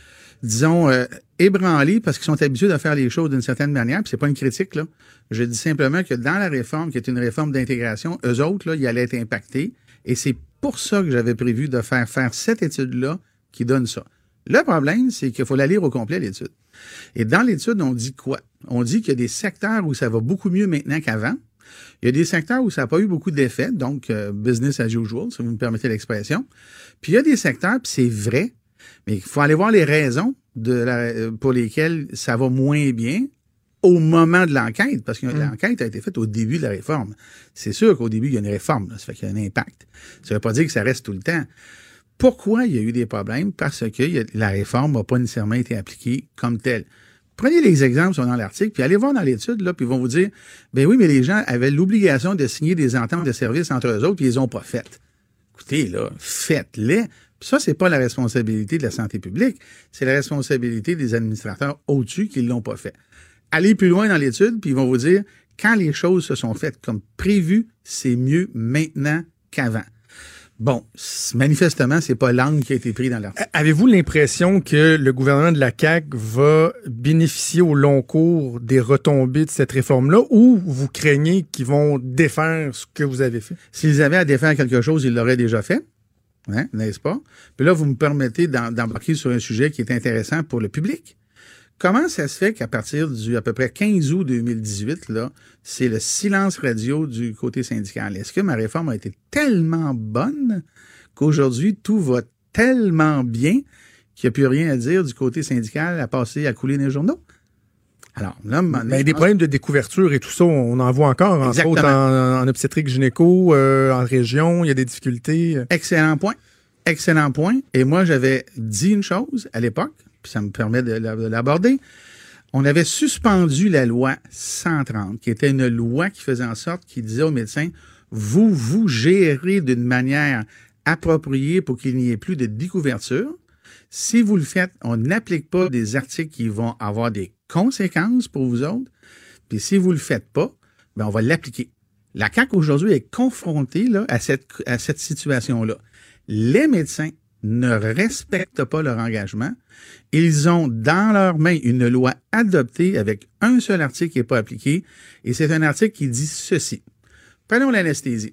Speaker 6: disons, euh, ébranlé parce qu'ils sont habitués de faire les choses d'une certaine manière, puis c'est pas une critique, là. Je dis simplement que dans la réforme, qui est une réforme d'intégration, eux autres, là, ils allaient être impactés. Et c'est pour ça que j'avais prévu de faire faire cette étude-là qui donne ça. Le problème, c'est qu'il faut la lire au complet, l'étude. Et dans l'étude, on dit quoi? On dit qu'il y a des secteurs où ça va beaucoup mieux maintenant qu'avant. Il y a des secteurs où ça n'a pas eu beaucoup d'effet, donc euh, business as usual, si vous me permettez l'expression. Puis il y a des secteurs, puis c'est vrai, mais il faut aller voir les raisons de la, pour lesquelles ça va moins bien au moment de l'enquête, parce que mmh. l'enquête a été faite au début de la réforme. C'est sûr qu'au début, il y a une réforme, là, ça fait qu'il y a un impact. Ça ne veut pas dire que ça reste tout le temps. Pourquoi il y a eu des problèmes? Parce que y a, la réforme n'a pas nécessairement été appliquée comme telle. Prenez les exemples qui sont dans l'article, puis allez voir dans l'étude, là, puis ils vont vous dire, ben oui, mais les gens avaient l'obligation de signer des ententes de services entre eux autres, puis ils les ont pas faites. Écoutez, là, faites-les. Puis ça, c'est pas la responsabilité de la santé publique, c'est la responsabilité des administrateurs au-dessus qui l'ont pas fait. Allez plus loin dans l'étude, puis ils vont vous dire, quand les choses se sont faites comme prévu, c'est mieux maintenant qu'avant. Bon, manifestement, c'est pas l'angle qui a été pris dans l'article.
Speaker 3: Avez-vous l'impression que le gouvernement de la C A Q va bénéficier au long cours des retombées de cette réforme-là ou vous craignez qu'ils vont défaire ce que vous avez fait?
Speaker 6: S'ils avaient à défaire quelque chose, ils l'auraient déjà fait, hein, n'est-ce pas? Puis là, vous me permettez d'embarquer sur un sujet qui est intéressant pour le public. Comment ça se fait qu'à partir du à peu près quinze août deux mille dix-huit, là, c'est le silence radio du côté syndical? Est-ce que ma réforme a été tellement bonne qu'aujourd'hui, tout va tellement bien qu'il n'y a plus rien à dire du côté syndical à passer à couler dans les journaux? Alors, là,
Speaker 3: ben, des problèmes de découverture et tout ça, on en voit encore, entre autres en, en obstétrique gynéco, euh, en région, il y a des difficultés.
Speaker 6: Excellent point. Excellent point. Et moi, j'avais dit une chose à l'époque, puis ça me permet de l'aborder. On avait suspendu la loi cent trente, qui était une loi qui faisait en sorte qu'il disait aux médecins, vous vous gérez d'une manière appropriée pour qu'il n'y ait plus de découverture. Si vous le faites, on n'applique pas des articles qui vont avoir des conséquences pour vous autres. Puis si vous le faites pas, ben on va l'appliquer. La C A Q aujourd'hui est confrontée là, à cette, à cette situation-là. Les médecins ne respectent pas leur engagement. Ils ont dans leurs mains une loi adoptée avec un seul article qui n'est pas appliqué, et c'est un article qui dit ceci. Prenons l'anesthésie.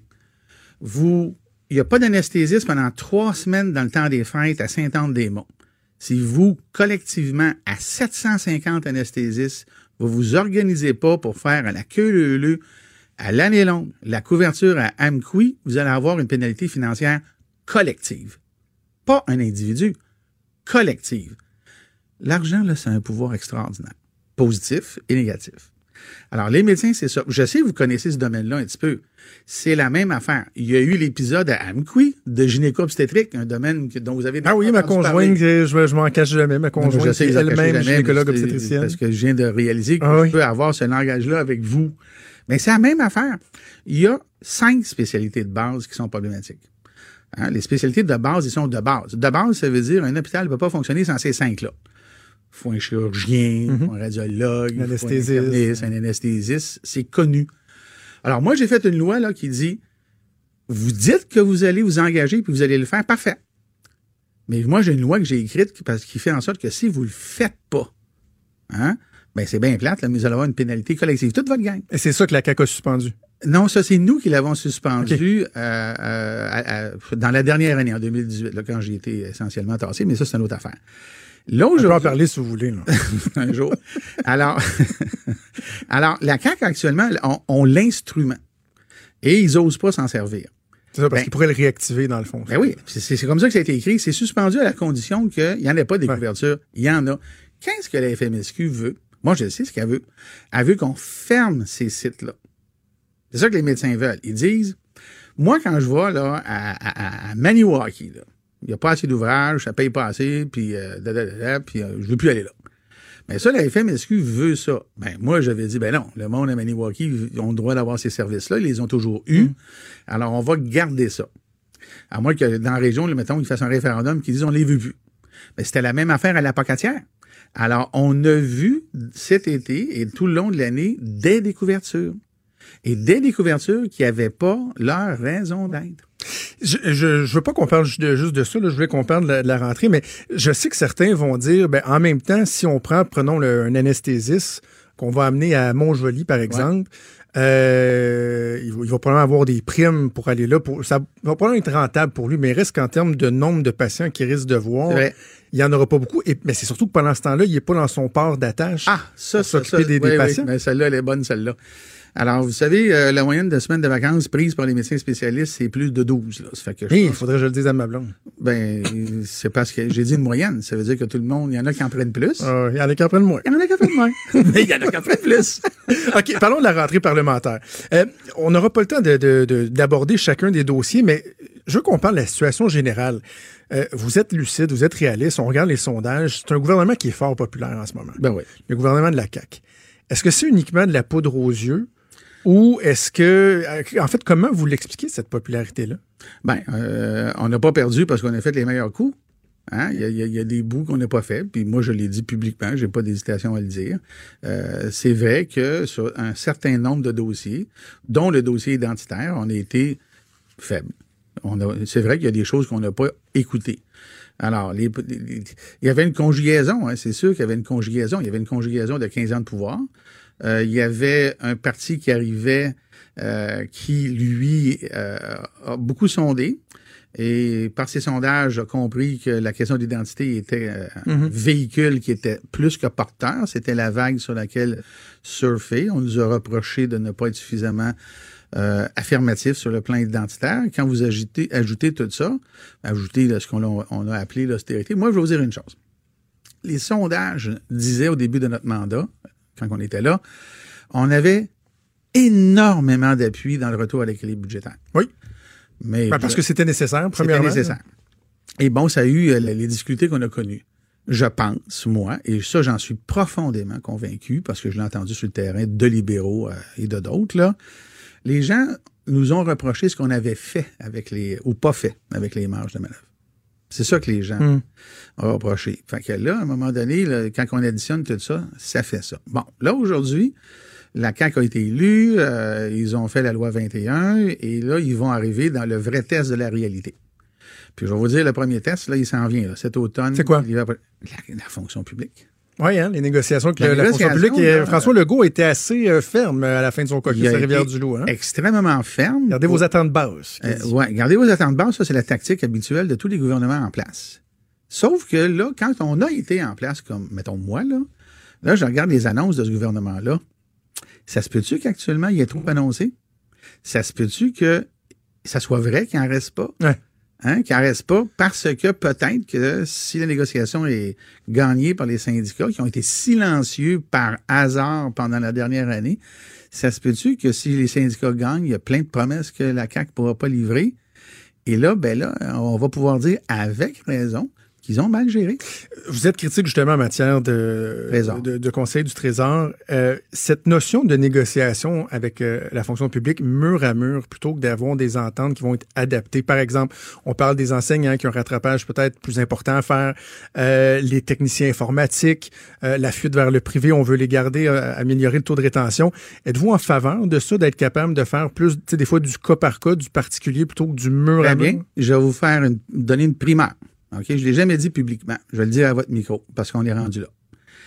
Speaker 6: Vous, il n'y a pas d'anesthésiste pendant trois semaines dans le temps des fêtes à Sainte-Anne-des-Monts. Si vous, collectivement, à sept cent cinquante anesthésistes, vous vous organisez pas pour faire à la queue leu-leu, à l'année longue, la couverture à Amqui, vous allez avoir une pénalité financière collective. Pas un individu, collective. L'argent, là, c'est un pouvoir extraordinaire, positif et négatif. Alors, les médecins, c'est ça. Je sais que vous connaissez ce domaine-là un petit peu. C'est la même affaire. Il y a eu l'épisode à Amqui de gynéco-obstétrique, un domaine que, dont vous avez...
Speaker 3: Ah oui, ma conjointe, je, je m'en cache jamais, ma conjointe, c'est elle-même gynécologue obstétricienne.
Speaker 6: Parce que je viens de réaliser que ah, je oui. peux avoir ce langage-là avec vous. Mais c'est la même affaire. Il y a cinq spécialités de base qui sont problématiques. Hein? Les spécialités de base, ils sont de base. De base, ça veut dire qu'un hôpital ne peut pas fonctionner sans ces cinq-là. Il faut un chirurgien, mm-hmm. un radiologue, un anesthésiste. Un anesthésiste. C'est connu. Alors, moi, j'ai fait une loi là qui dit vous dites que vous allez vous engager puis vous allez le faire, parfait. Mais moi, j'ai une loi que j'ai écrite qui, parce, qui fait en sorte que si vous le faites pas, hein, ben c'est bien plate, là, mais vous allez avoir une pénalité collective. Toute votre gang.
Speaker 3: Et c'est ça que la C A Q a suspendu.
Speaker 6: Non, ça, c'est nous qui l'avons suspendu
Speaker 3: okay.
Speaker 6: euh, euh, à, à, dans la dernière année, en deux mille dix-huit, là, quand j'ai été essentiellement tassé, mais ça, c'est une autre affaire. Là,
Speaker 3: on peut en parler si vous voulez. Là.
Speaker 6: Un jour. Alors, alors, la C A Q, actuellement, on, on l'instrument. Et ils n'osent pas s'en servir.
Speaker 3: C'est ça, parce
Speaker 6: ben,
Speaker 3: qu'ils pourraient le réactiver, dans le fond.
Speaker 6: Ben oui, c'est, c'est comme ça que ça a été écrit. C'est suspendu à la condition qu'il n'y en ait pas des ouais. couvertures. Il y en a. Qu'est-ce que la F M S Q veut? Moi, je sais ce qu'elle veut. Elle veut qu'on ferme ces sites-là. C'est ça que les médecins veulent. Ils disent, moi, quand je vais là, à, à, à Maniwaki, là, il n'y a pas assez d'ouvrages, ça ne paye pas assez, puis, euh, da, da, da, da, puis euh, je ne veux plus aller là. Mais ça, la F M S Q veut ça. Ben moi, j'avais dit, ben non, le monde à Maniwaki, ils ont le droit d'avoir ces services-là. Ils les ont toujours eus. Mmh. Alors, on va garder ça. À moins que dans la région, mettons, ils fassent un référendum qui disent, on ne les veut plus. Mais c'était la même affaire à la Pocatière. Alors, on a vu cet été et tout le long de l'année des découvertures. Et des découvertures qui n'avaient pas leur raison d'être.
Speaker 3: Je, je, je veux pas qu'on parle juste de, juste de ça, là, je voulais qu'on parle de la, de la rentrée, mais je sais que certains vont dire, ben, en même temps, si on prend, prenons le, un anesthésiste qu'on va amener à Montjoly, par exemple, ouais. euh, il, va, il va probablement avoir des primes pour aller là. Pour, ça va probablement être rentable pour lui, mais il reste qu'en termes de nombre de patients qu'il risque de voir, il n'y en aura pas beaucoup. Et, mais c'est surtout que pendant ce temps-là, il n'est pas dans son port d'attache
Speaker 6: ah, ça, pour
Speaker 3: s'occuper
Speaker 6: ça,
Speaker 3: des,
Speaker 6: oui,
Speaker 3: des patients.
Speaker 6: Oui, mais celle-là, elle est bonne, celle-là. Alors, vous savez, euh, la moyenne de semaines de vacances prises par les médecins spécialistes, c'est plus de douze. Là. Ça fait que je
Speaker 3: oui, il
Speaker 6: pense...
Speaker 3: faudrait que je le dise à ma blonde.
Speaker 6: Ben, c'est parce que j'ai dit une moyenne. Ça veut dire que tout le monde, il y en a qui en prennent plus.
Speaker 3: Euh, il y en a qui en prennent moins.
Speaker 6: Il y en a qui en prennent moins. Mais il y en a qui en prennent plus.
Speaker 3: OK, parlons de la rentrée parlementaire. Euh, on n'aura pas le temps de, de, de, d'aborder chacun des dossiers, mais je veux qu'on parle de la situation générale. Euh, vous êtes lucide, vous êtes réaliste, on regarde les sondages. C'est un gouvernement qui est fort populaire en ce moment.
Speaker 6: Ben oui.
Speaker 3: Le gouvernement de la C A Q. Est-ce que c'est uniquement de la poudre aux yeux? Ou est-ce que... En fait, comment vous l'expliquez, cette popularité-là?
Speaker 6: Bien, euh, on n'a pas perdu parce qu'on a fait les meilleurs coups. Hein? Il, y a, il y a des bouts qu'on n'a pas fait. Puis moi, je l'ai dit publiquement, j'ai pas d'hésitation à le dire. Euh, c'est vrai que sur un certain nombre de dossiers, dont le dossier identitaire, on a été faible. On a, c'est vrai qu'il y a des choses qu'on n'a pas écoutées. Alors, les, les, il y avait une conjugaison, hein, c'est sûr qu'il y avait une conjugaison. Il y avait une conjugaison de quinze ans de pouvoir. Euh, il y avait un parti qui arrivait euh, qui, lui, euh, a beaucoup sondé et par ses sondages a compris que la question d'identité était euh, mm-hmm. un véhicule qui était plus que porteur. C'était la vague sur laquelle surfer. On nous a reproché de ne pas être suffisamment euh, affirmatif sur le plan identitaire. Quand vous ajoutez, ajoutez tout ça, ajoutez là, ce qu'on a, on a appelé l'austérité, moi, je vais vous dire une chose. Les sondages disaient au début de notre mandat, quand on était là, on avait énormément d'appui dans le retour à l'équilibre budgétaire.
Speaker 3: Oui.
Speaker 6: Mais
Speaker 3: ben, parce que c'était nécessaire, premièrement.
Speaker 6: C'était nécessaire. Et bon, ça a eu euh, les difficultés qu'on a connues. Je pense, moi, et ça, j'en suis profondément convaincu, parce que je l'ai entendu sur le terrain de libéraux euh, et de d'autres, là. Les gens nous ont reproché ce qu'on avait fait avec les, ou pas fait avec les marges de manœuvre. C'est ça que les gens mm. ont reproché. Fait que là, à un moment donné, là, quand on additionne tout ça, ça fait ça. Bon, là, aujourd'hui, la C A Q a été élue, euh, ils ont fait la loi vingt et un, et là, ils vont arriver dans le vrai test de la réalité. Puis je vais vous dire, le premier test, là, il s'en vient, là, cet automne.
Speaker 3: C'est quoi?
Speaker 6: Il va... la, la fonction publique.
Speaker 3: Oui, hein, les négociations avec
Speaker 6: la,
Speaker 3: la fonction publique. Et
Speaker 6: là,
Speaker 3: François Legault était assez euh, ferme à la fin de son caucus à Rivière-du-Loup. Hein?
Speaker 6: Extrêmement ferme.
Speaker 3: Gardez
Speaker 6: pour...
Speaker 3: vos attentes basses.
Speaker 6: Euh, oui, gardez vos attentes basses, ça, c'est la tactique habituelle de tous les gouvernements en place. Sauf que là, quand on a été en place, comme, mettons, moi, là, là, je regarde les annonces de ce gouvernement-là. Ça se peut-tu qu'actuellement, il y ait trop annoncé? Ça se peut-tu que ça soit vrai qu'il n'en reste pas?
Speaker 3: Ouais.
Speaker 6: Hein, qu'il n'en reste pas parce que peut-être que si la négociation est gagnée par les syndicats qui ont été silencieux par hasard pendant la dernière année, ça se peut-tu que si les syndicats gagnent, il y a plein de promesses que la C A Q ne pourra pas livrer? Et là, ben là, on va pouvoir dire avec raison qu'ils ont mal géré.
Speaker 3: Vous êtes critique justement en matière de, de, de conseil du Trésor. Euh, cette notion de négociation avec euh, la fonction publique mur à mur, plutôt que d'avoir des ententes qui vont être adaptées. Par exemple, on parle des enseignants qui ont un rattrapage peut-être plus important à faire, euh, les techniciens informatiques, euh, la fuite vers le privé, on veut les garder, euh, améliorer le taux de rétention. Êtes-vous en faveur de ça, d'être capable de faire plus, tu sais, des fois du cas par cas, du particulier plutôt que du mur
Speaker 6: Très
Speaker 3: à
Speaker 6: bien.
Speaker 3: mur?
Speaker 6: Je vais vous faire une, donner une primaire. OK? Je ne l'ai jamais dit publiquement. Je vais le dire à votre micro parce qu'on est rendu là.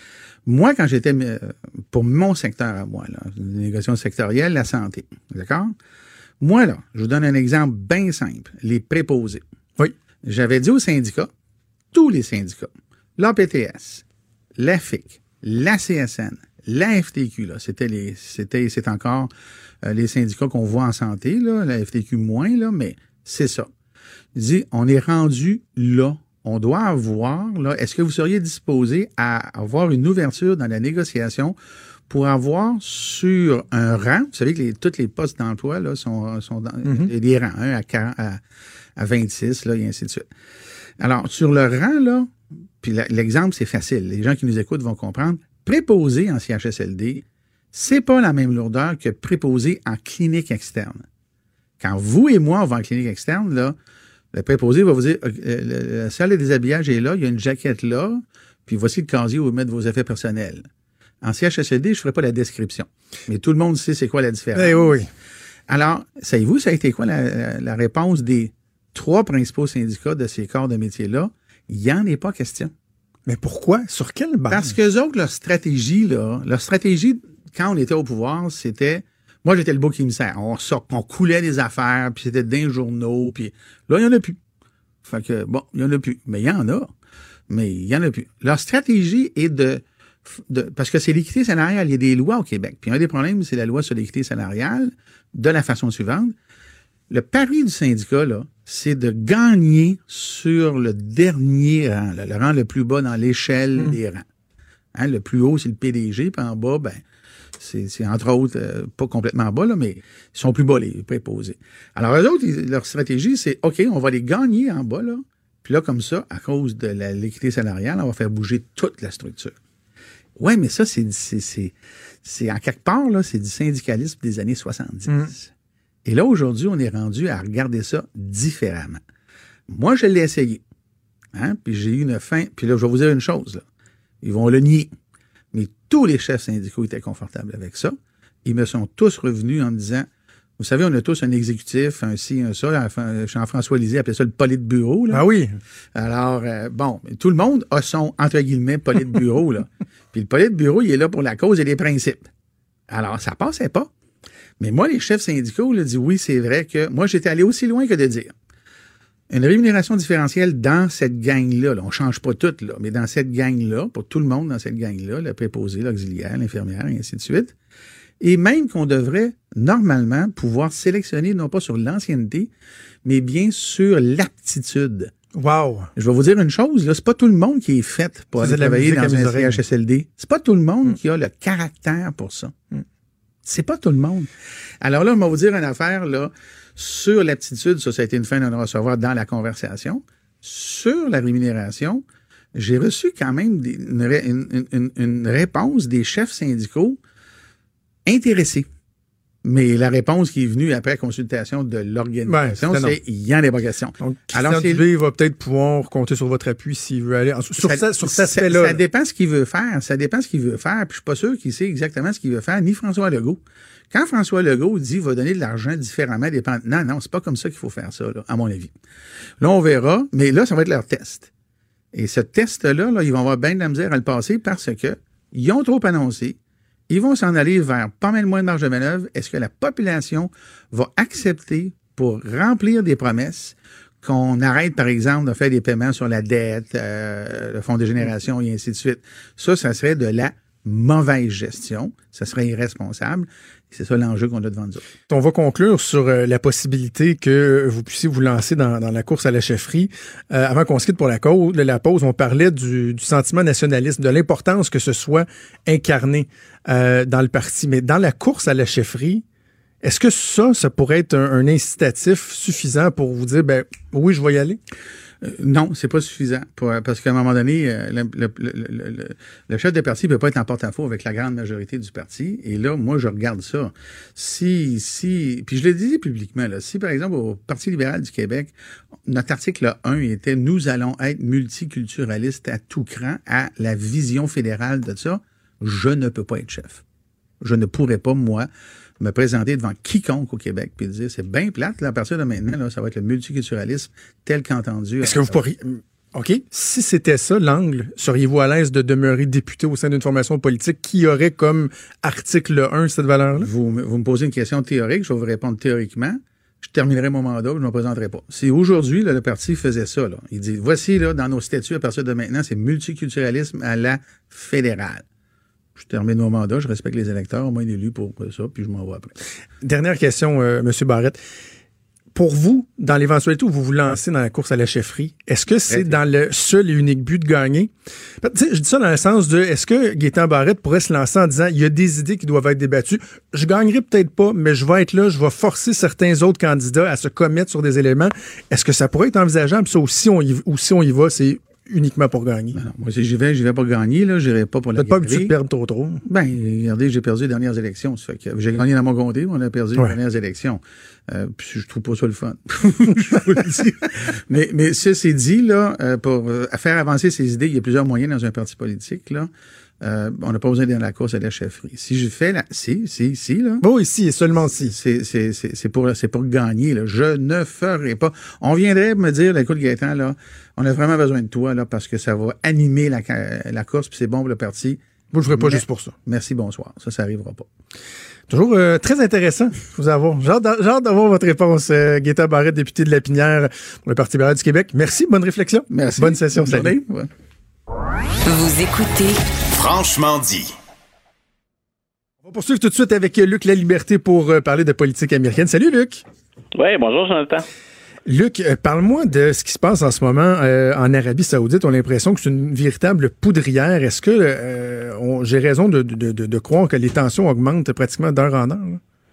Speaker 6: Moi, quand j'étais pour mon secteur à moi, là, une négociation sectorielle, la santé. D'accord? Moi, là, je vous donne un exemple bien simple. Les préposés.
Speaker 3: Oui.
Speaker 6: J'avais dit aux syndicats, tous les syndicats, l'A P T S, la F I C, la C S N, la F T Q, là, c'était les, c'était, c'est encore euh, les syndicats qu'on voit en santé, là, la F T Q moins, là, mais c'est ça. Il dit, on est rendu là. On doit avoir, là, est-ce que vous seriez disposé à avoir une ouverture dans la négociation pour avoir sur un rang, vous savez que les, tous les postes d'emploi, là, sont, sont dans mm-hmm. des rangs, un à, quarante, à, à vingt-six, là, et ainsi de suite. Alors, sur le rang, là, puis la, l'exemple, c'est facile. Les gens qui nous écoutent vont comprendre. Préposé en C H S L D, c'est pas la même lourdeur que préposé en clinique externe. Quand vous et moi, on va en clinique externe, là, le préposé va vous dire, euh, la salle de déshabillage est là, il y a une jaquette là, puis voici le casier où vous mettez vos effets personnels. En C H S L D, je ne ferai pas la description. Mais tout le monde sait c'est quoi la différence.
Speaker 3: Eh oui, oui.
Speaker 6: Alors, savez-vous, ça a été quoi la, la, la réponse des trois principaux syndicats de ces corps de métiers-là? Il n'y en est pas question.
Speaker 3: Mais pourquoi? Sur quelle base?
Speaker 6: Parce qu'eux autres, leur stratégie, là, leur stratégie, quand on était au pouvoir, c'était... Moi, j'étais le bouc émissaire. On, sort, on coulait des affaires, puis c'était dans les journaux, puis là, il n'y en a plus. Fait que, bon, il n'y en a plus. Mais il y en a. Mais il n'y en a plus. Leur stratégie est de... de parce que c'est l'équité salariale. Il y a des lois au Québec. Puis un des problèmes, c'est la loi sur l'équité salariale de la façon suivante. Le pari du syndicat, là, c'est de gagner sur le dernier rang, là, le rang le plus bas dans l'échelle mmh. des rangs. Hein, le plus haut, c'est le P D G, puis en bas, ben, c'est, c'est entre autres, euh, pas complètement bas, là, mais ils sont plus bas, les préposés. Alors, eux autres, ils, leur stratégie, c'est, OK, on va les gagner en bas, là, puis là, comme ça, à cause de la, l'équité salariale, on va faire bouger toute la structure. Ouais, mais ça, c'est, c'est, c'est, c'est en quelque part, là, c'est du syndicalisme des années soixante-dix. Mmh. Et là, aujourd'hui, on est rendu à regarder ça différemment. Moi, je l'ai essayé. Hein? Puis j'ai eu une fin. Puis là, je vais vous dire une chose. Là. Ils vont le nier. Mais tous les chefs syndicaux étaient confortables avec ça. Ils me sont tous revenus en me disant, vous savez, on a tous un exécutif, un ci, un ça. Jean-François Lisée appelait ça le politburo. Là.
Speaker 3: Ah oui.
Speaker 6: Alors, euh, bon, tout le monde a son, entre guillemets, politburo. Là. Puis le politburo, il est là pour la cause et les principes. Alors, ça passait pas. Mais moi, les chefs syndicaux ont dit oui, c'est vrai que moi, j'étais allé aussi loin que de dire une rémunération différentielle dans cette gang-là, là, on ne change pas tout, là, mais dans cette gang-là, pour tout le monde dans cette gang-là, le préposé, l'auxiliaire, l'infirmière, et ainsi de suite, et même qu'on devrait normalement pouvoir sélectionner non pas sur l'ancienneté, mais bien sur l'aptitude.
Speaker 3: Wow!
Speaker 6: Je vais vous dire une chose, là, c'est pas tout le monde qui est fait pour aller travailler dans un C H S L D. C'est pas tout le monde mm. qui a le caractère pour ça. Mm. C'est pas tout le monde. Alors là, on va vous dire une affaire, là, sur l'aptitude, ça, ça a été une fin de recevoir dans la conversation. Sur la rémunération, j'ai reçu quand même des, une, une, une, une réponse des chefs syndicaux intéressés. Mais la réponse qui est venue après consultation de l'organisation, ben, c'est il y en a pas question.
Speaker 3: Donc, Christian Alors, Dubé va peut-être pouvoir compter sur votre appui s'il veut aller. Sur, ça, ça, sur cet aspect-là.
Speaker 6: Ça dépend ce qu'il veut faire. Ça dépend ce qu'il veut faire. Puis je suis pas sûr qu'il sait exactement ce qu'il veut faire, ni François Legault. Quand François Legault dit qu'il va donner de l'argent différemment dépend. Non, non, c'est pas comme ça qu'il faut faire ça, là, à mon avis. Là, on verra, mais là, ça va être leur test. Et ce test-là, là, ils vont avoir bien de la misère à le passer parce que ils ont trop annoncé. Ils vont s'en aller vers pas mal moins de marge de manœuvre. Est-ce que la population va accepter pour remplir des promesses qu'on arrête, par exemple, de faire des paiements sur la dette, euh, le fonds de génération et ainsi de suite? Ça, ça serait de la mauvaise gestion. Ça serait irresponsable. C'est ça l'enjeu qu'on a devant nous.
Speaker 3: On va conclure sur euh, la possibilité que vous puissiez vous lancer dans, dans la course à la chefferie. Euh, avant qu'on se quitte pour la, cause, la pause, on parlait du, du sentiment nationaliste, de l'importance que ce soit incarné euh, dans le parti. Mais dans la course à la chefferie, Est-ce que ça, ça pourrait être un, un incitatif suffisant pour vous dire, ben oui, je vais y aller?
Speaker 6: Euh, non, c'est pas suffisant. Pour, parce qu'à un moment donné, euh, le, le, le, le, le chef de parti ne peut pas être en porte-à-faux avec la grande majorité du parti. Et là, moi, je regarde ça. Si, si, puis je le dis publiquement, là, si par exemple au Parti libéral du Québec, notre article un était « Nous allons être multiculturalistes à tout cran » à la vision fédérale de ça, je ne peux pas être chef. Je ne pourrais pas, moi, me présenter devant quiconque au Québec puis dire c'est bien plate, là, à partir de maintenant, là, ça va être le multiculturalisme tel qu'entendu.
Speaker 3: Est-ce que vous pourriez... OK. Si c'était ça, l'angle, seriez-vous à l'aise de demeurer député au sein d'une formation politique qui aurait comme article un cette valeur-là?
Speaker 6: Vous, vous me posez une question théorique, je vais vous répondre théoriquement. Je terminerai mon mandat, je ne me présenterai pas. Si aujourd'hui, là, le parti faisait ça, là, il dit voici, là, dans nos statuts, à partir de maintenant, c'est multiculturalisme à la fédérale. Je termine mon mandat, je respecte les électeurs, au moins élu pour ça, puis je m'en vais après. Dernière
Speaker 3: question, euh, M. Barrette. Pour vous, dans l'éventualité où vous vous lancez dans la course à la chefferie, est-ce que c'est dans le seul et unique but de gagner? Tu sais, je dis ça dans le sens de, est-ce que Gaétan Barrette pourrait se lancer en disant, il y a des idées qui doivent être débattues, je gagnerai peut-être pas, mais je vais être là, je vais forcer certains autres candidats à se commettre sur des éléments. Est-ce que ça pourrait être envisageable? Ça, ou si on y, ou si on y va, c'est uniquement pour gagner.
Speaker 6: Non, moi, si j'y vais, j'y vais pour gagner, là, j'irai pas pour la
Speaker 3: gagner. Peut-être pas que tu te perdes trop trop.
Speaker 6: Ben, regardez, j'ai perdu les dernières élections. Ça fait que j'ai gagné dans mon comté, mais on a perdu ouais. les dernières élections. Euh, puis je trouve pas ça le fun. Je vous le dis. Mais, mais ça, c'est dit, là, euh, pour euh, faire avancer ces idées, il y a plusieurs moyens dans un parti politique, là. Euh, on n'a pas besoin d'aller dans la course à la chefferie. Si je fais la, si, si, si, là.
Speaker 3: Bon, ici, et seulement si.
Speaker 6: C'est, c'est, c'est, c'est pour, c'est pour gagner, là. Je ne ferai pas. On viendrait me dire, là, écoute, Gaétan, là, on a vraiment besoin de toi, là, parce que ça va animer la, la course, puis c'est bon pour le parti.
Speaker 3: Moi, je ne ferai pas Mais, juste pour ça.
Speaker 6: Merci, bonsoir. Ça, ça arrivera pas.
Speaker 3: Toujours euh, très intéressant de vous avoir. J'ai hâte d'avoir votre réponse, euh, Gaétan Barrette, député de Lapinière pour le Parti libéral du Québec. Merci, bonne réflexion.
Speaker 6: Merci.
Speaker 3: Bonne session.
Speaker 6: Bonne
Speaker 3: salut.
Speaker 6: Ouais.
Speaker 1: Vous écoutez
Speaker 2: Franchement dit.
Speaker 3: On va poursuivre tout de suite avec Luc Laliberté pour euh, parler de politique américaine. Salut, Luc.
Speaker 7: Oui, bonjour, Jonathan.
Speaker 3: Luc, euh, parle-moi de ce qui se passe en ce moment euh, en Arabie Saoudite. On a l'impression que c'est une véritable poudrière. Est-ce que euh, on, j'ai raison de, de, de, de croire que les tensions augmentent pratiquement d'heure en heure? Là?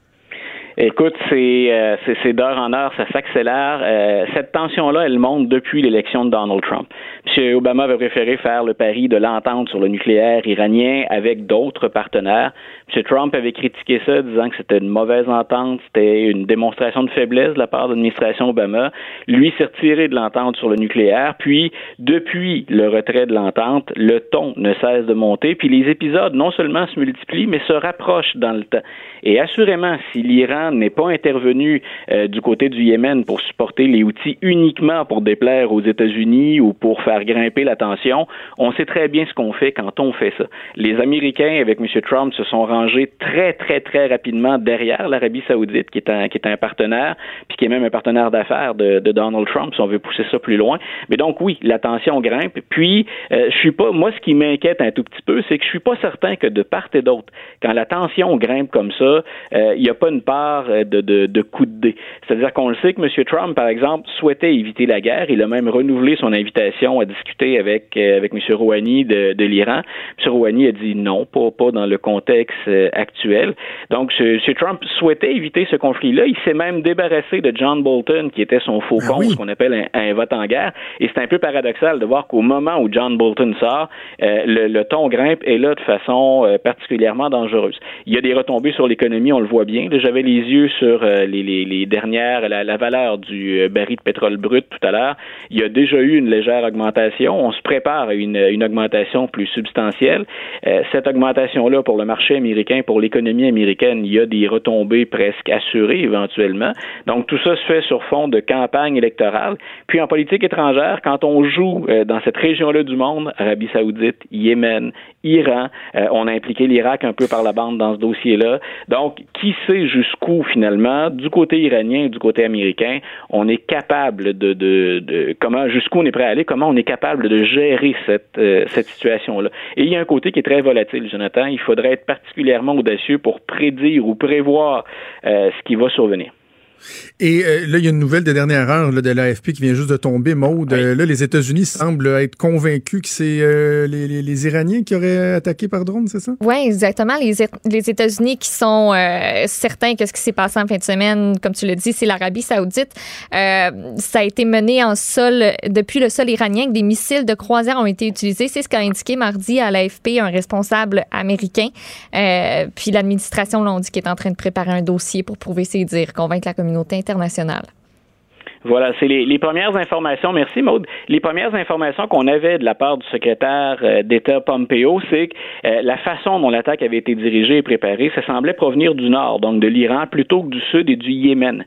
Speaker 7: Écoute, c'est, euh, c'est, c'est d'heure en heure, ça s'accélère. Euh, cette tension-là, elle monte depuis l'élection de Donald Trump. M. Obama avait préféré faire le pari de l'entente sur le nucléaire iranien avec d'autres partenaires. M. Trump avait critiqué ça, disant que c'était une mauvaise entente, c'était une démonstration de faiblesse de la part de l'administration Obama. Lui s'est retiré de l'entente sur le nucléaire. Puis, depuis le retrait de l'entente, le ton ne cesse de monter. Puis les épisodes, non seulement se multiplient, mais se rapprochent dans le temps. Et assurément, si l'Iran n'est pas intervenu euh, du côté du Yémen pour supporter les Houthis uniquement pour déplaire aux États-Unis ou pour faire grimper la tension, on sait très bien ce qu'on fait quand on fait ça. Les Américains, avec M. Trump, se sont rangés très, très, très rapidement derrière l'Arabie Saoudite, qui est un, qui est un partenaire, puis qui est même un partenaire d'affaires de, de Donald Trump, si on veut pousser ça plus loin. Mais donc, oui, la tension grimpe. Puis, euh, je suis pas, moi, ce qui m'inquiète un tout petit peu, c'est que je suis pas certain que de part et d'autre, quand la tension grimpe comme ça, il euh, n'y a pas une part de, de, de coup de dé. C'est-à-dire qu'on le sait que M. Trump, par exemple, souhaitait éviter la guerre. Il a même renouvelé son invitation à discuter avec, euh, avec M. Rouhani de, de l'Iran. M. Rouhani a dit non, pas, pas dans le contexte euh, actuel. Donc, M. Trump souhaitait éviter ce conflit-là. Il s'est même débarrassé de John Bolton, qui était son faucon, oui. ce qu'on appelle un, un vote en guerre. Et c'est un peu paradoxal de voir qu'au moment où John Bolton sort, euh, le, le ton grimpe est là de façon euh, particulièrement dangereuse. Il y a des retombées sur l'économie, on le voit bien. J'avais les yeux sur euh, les, les, les dernières, la, la valeur du euh, baril de pétrole brut tout à l'heure. Il y a déjà eu une légère augmentation. On se prépare à une, une augmentation plus substantielle. Euh, cette augmentation-là, pour le marché américain, pour l'économie américaine, il y a des retombées presque assurées éventuellement. Donc, tout ça se fait sur fond de campagne électorale. Puis, en politique étrangère, quand on joue euh, dans cette région-là du monde, Arabie Saoudite, Yémen, Iran, euh, on a impliqué l'Irak un peu par la bande dans ce dossier-là. Donc, qui sait jusqu'où, finalement, du côté iranien et du côté américain, on est capable de, de, de comment, jusqu'où on est prêt à aller, comment on est capable de gérer cette, euh, cette situation-là. Et il y a un côté qui est très volatile, Jonathan. Il faudrait être particulièrement audacieux pour prédire ou prévoir euh, ce qui va survenir.
Speaker 3: Et euh, là, il y a une nouvelle de dernière heure là, de l'A F P qui vient juste de tomber, Maude. Oui. Euh, là, les États-Unis semblent être convaincus que c'est euh, les, les, les Iraniens qui auraient attaqué par drone, c'est ça?
Speaker 4: Oui, exactement. Les, les États-Unis qui sont euh, certains que ce qui s'est passé en fin de semaine, comme tu le dis, c'est l'Arabie saoudite. Euh, ça a été mené en sol, depuis le sol iranien, que des missiles de croisière ont été utilisés. C'est ce qu'a indiqué mardi à l'A F P un responsable américain. Euh, puis l'administration l'a dit qu'il est en train de préparer un dossier pour prouver ses dires, convaincre la communauté internationale.
Speaker 7: Voilà, c'est les, les premières informations. Merci, Maude. Les premières informations qu'on avait de la part du secrétaire euh, d'État Pompeo, c'est que euh, la façon dont l'attaque avait été dirigée et préparée, ça semblait provenir du nord, donc de l'Iran, plutôt que du sud et du Yémen.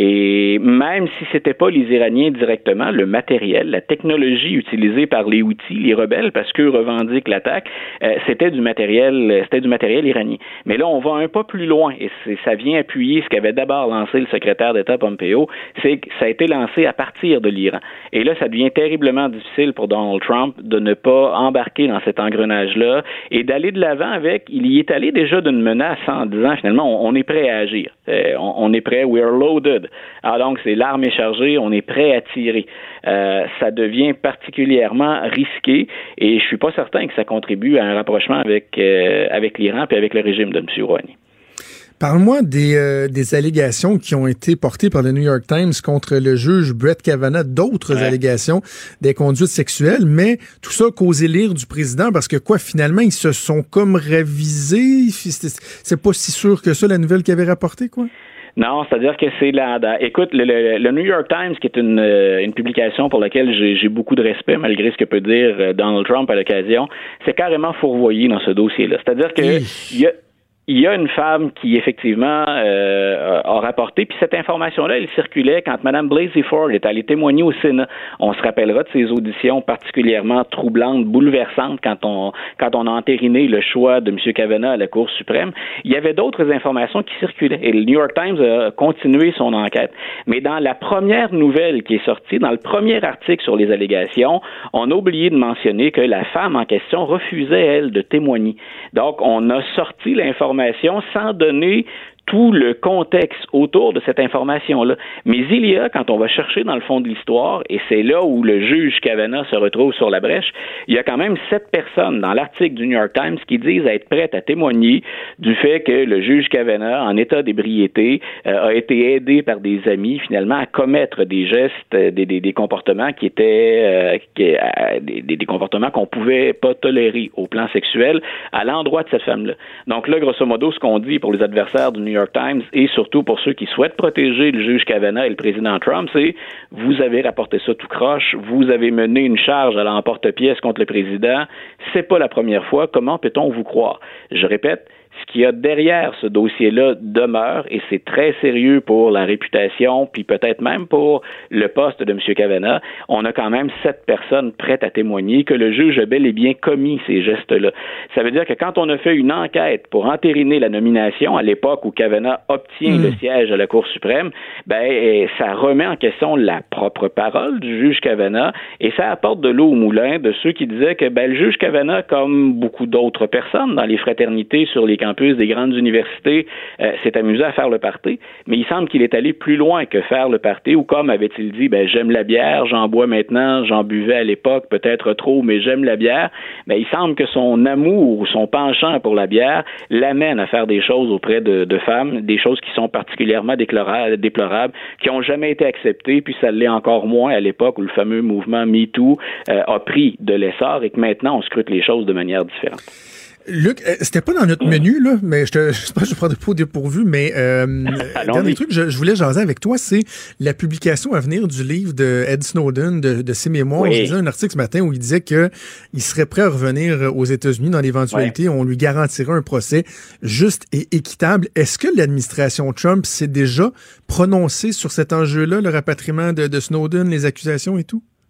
Speaker 7: Et même si c'était pas les Iraniens directement, le matériel, la technologie utilisée par les Houthis, les rebelles, parce qu'eux revendiquent l'attaque, euh, c'était du matériel, c'était du matériel iranien. Mais là, on va un pas plus loin, et c'est, ça vient appuyer ce qu'avait d'abord lancé le secrétaire d'État Pompeo, c'est que ça a été lancé à partir de l'Iran. Et là, ça devient terriblement difficile pour Donald Trump de ne pas embarquer dans cet engrenage-là et d'aller de l'avant avec, il y est allé déjà d'une menace en disant, finalement, on, on est prêt à agir. Euh, on, on est prêt, we're loaded. Alors donc, c'est l'arme est chargée, on est prêt à tirer. Euh, ça devient particulièrement risqué et je suis pas certain que ça contribue à un rapprochement avec, euh, avec l'Iran et avec le régime de M. Rouhani.
Speaker 3: Parle-moi des, euh, des allégations qui ont été portées par le New York Times contre le juge Brett Kavanaugh, d'autres ouais. allégations des conduites sexuelles, mais tout ça a causé l'ire du président parce que quoi, finalement, ils se sont comme ravisés. C'est, c'est pas si sûr que ça, la nouvelle qu'il avait rapportée, quoi?
Speaker 7: Non, c'est-à-dire que c'est la... la écoute, le, le, le New York Times, qui est une, une publication pour laquelle j'ai, j'ai beaucoup de respect, malgré ce que peut dire Donald Trump à l'occasion, c'est carrément fourvoyé dans ce dossier-là. C'est-à-dire que oui. il y a... Il y a une femme qui, effectivement, euh, a rapporté, puis cette information-là, elle circulait quand Mme Blasey Ford est allée témoigner au Sénat. On se rappellera de ces auditions particulièrement troublantes, bouleversantes, quand on quand on a entériné le choix de M. Kavanaugh à la Cour suprême. Il y avait d'autres informations qui circulaient, et le New York Times a continué son enquête. Mais dans la première nouvelle qui est sortie, dans le premier article sur les allégations, on a oublié de mentionner que la femme en question refusait, elle, de témoigner. Donc, on a sorti l'information sans donner tout le contexte autour de cette information-là. Mais il y a, quand on va chercher dans le fond de l'histoire, et c'est là où le juge Kavanaugh se retrouve sur la brèche, il y a quand même sept personnes dans l'article du New York Times qui disent être prêtes à témoigner du fait que le juge Kavanaugh, en état d'ébriété, euh, a été aidé par des amis, finalement, à commettre des gestes, des, des, des comportements qui étaient euh, qui, euh, des, des comportements qu'on pouvait pas tolérer au plan sexuel à l'endroit de cette femme-là. Donc là, grosso modo, ce qu'on dit pour les adversaires du New York Times et surtout pour ceux qui souhaitent protéger le juge Kavanaugh et le président Trump, c'est vous avez rapporté ça tout croche, vous avez mené une charge à l'emporte-pièce contre le président, c'est pas la première fois, comment peut-on vous croire? Je répète, ce qu'il y a derrière ce dossier-là demeure et c'est très sérieux pour la réputation puis peut-être même pour le poste de M. Kavanaugh. On a quand même sept personnes prêtes à témoigner que le juge a bel et bien commis ces gestes-là. Ça veut dire que quand on a fait une enquête pour entériner la nomination à l'époque où Kavanaugh obtient mmh. le siège à la Cour suprême, ben ça remet en question la propre parole du juge Kavanaugh et ça apporte de l'eau au moulin de ceux qui disaient que ben, le juge Kavanaugh, comme beaucoup d'autres personnes dans les fraternités sur les campus des grandes universités, euh, s'est amusé à faire le party, mais il semble qu'il est allé plus loin que faire le party, ou comme avait-il dit, ben j'aime la bière, j'en bois maintenant, j'en buvais à l'époque, peut-être trop, mais j'aime la bière. Ben il semble que son amour ou son penchant pour la bière l'amène à faire des choses auprès de, de femmes, des choses qui sont particulièrement déplorables, déplorables qui n'ont jamais été acceptées, puis ça l'est encore moins à l'époque où le fameux mouvement MeToo euh, a pris de l'essor et que maintenant on scrute les choses de manière différente.
Speaker 3: Luc, c'était pas dans notre menu, là, mais je te, je sais pas, je prends de peau dépourvu, mais euh, dernier truc, je, je voulais jaser avec toi, c'est la publication à venir du livre de Ed Snowden, de, de ses mémoires. Oui. Je lisais un article ce matin où il disait que il serait prêt à revenir aux États-Unis dans l'éventualité, ouais. on lui garantirait un procès juste et équitable. Est-ce que l'administration Trump s'est déjà prononcée sur cet enjeu-là, le rapatriement de, de Snowden, les accusations et tout?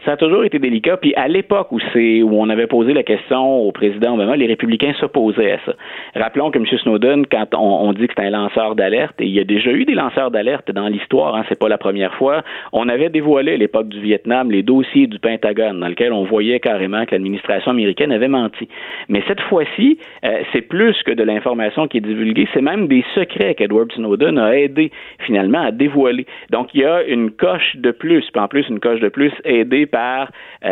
Speaker 7: Ça a toujours été délicat. Puis à l'époque où c'est où on avait posé la question au président Obama, les républicains s'opposaient à ça. Rappelons que M. Snowden, quand on, on dit que c'est un lanceur d'alerte, et il y a déjà eu des lanceurs d'alerte dans l'histoire, hein, c'est pas la première fois, on avait dévoilé à l'époque du Vietnam les dossiers du Pentagone dans lesquels on voyait carrément que l'administration américaine avait menti. Mais cette fois-ci, euh, c'est plus que de l'information qui est divulguée, c'est même des secrets qu'Edward Snowden a aidé finalement à dévoiler. Donc il y a une coche de plus, puis en plus une coche de plus aidée par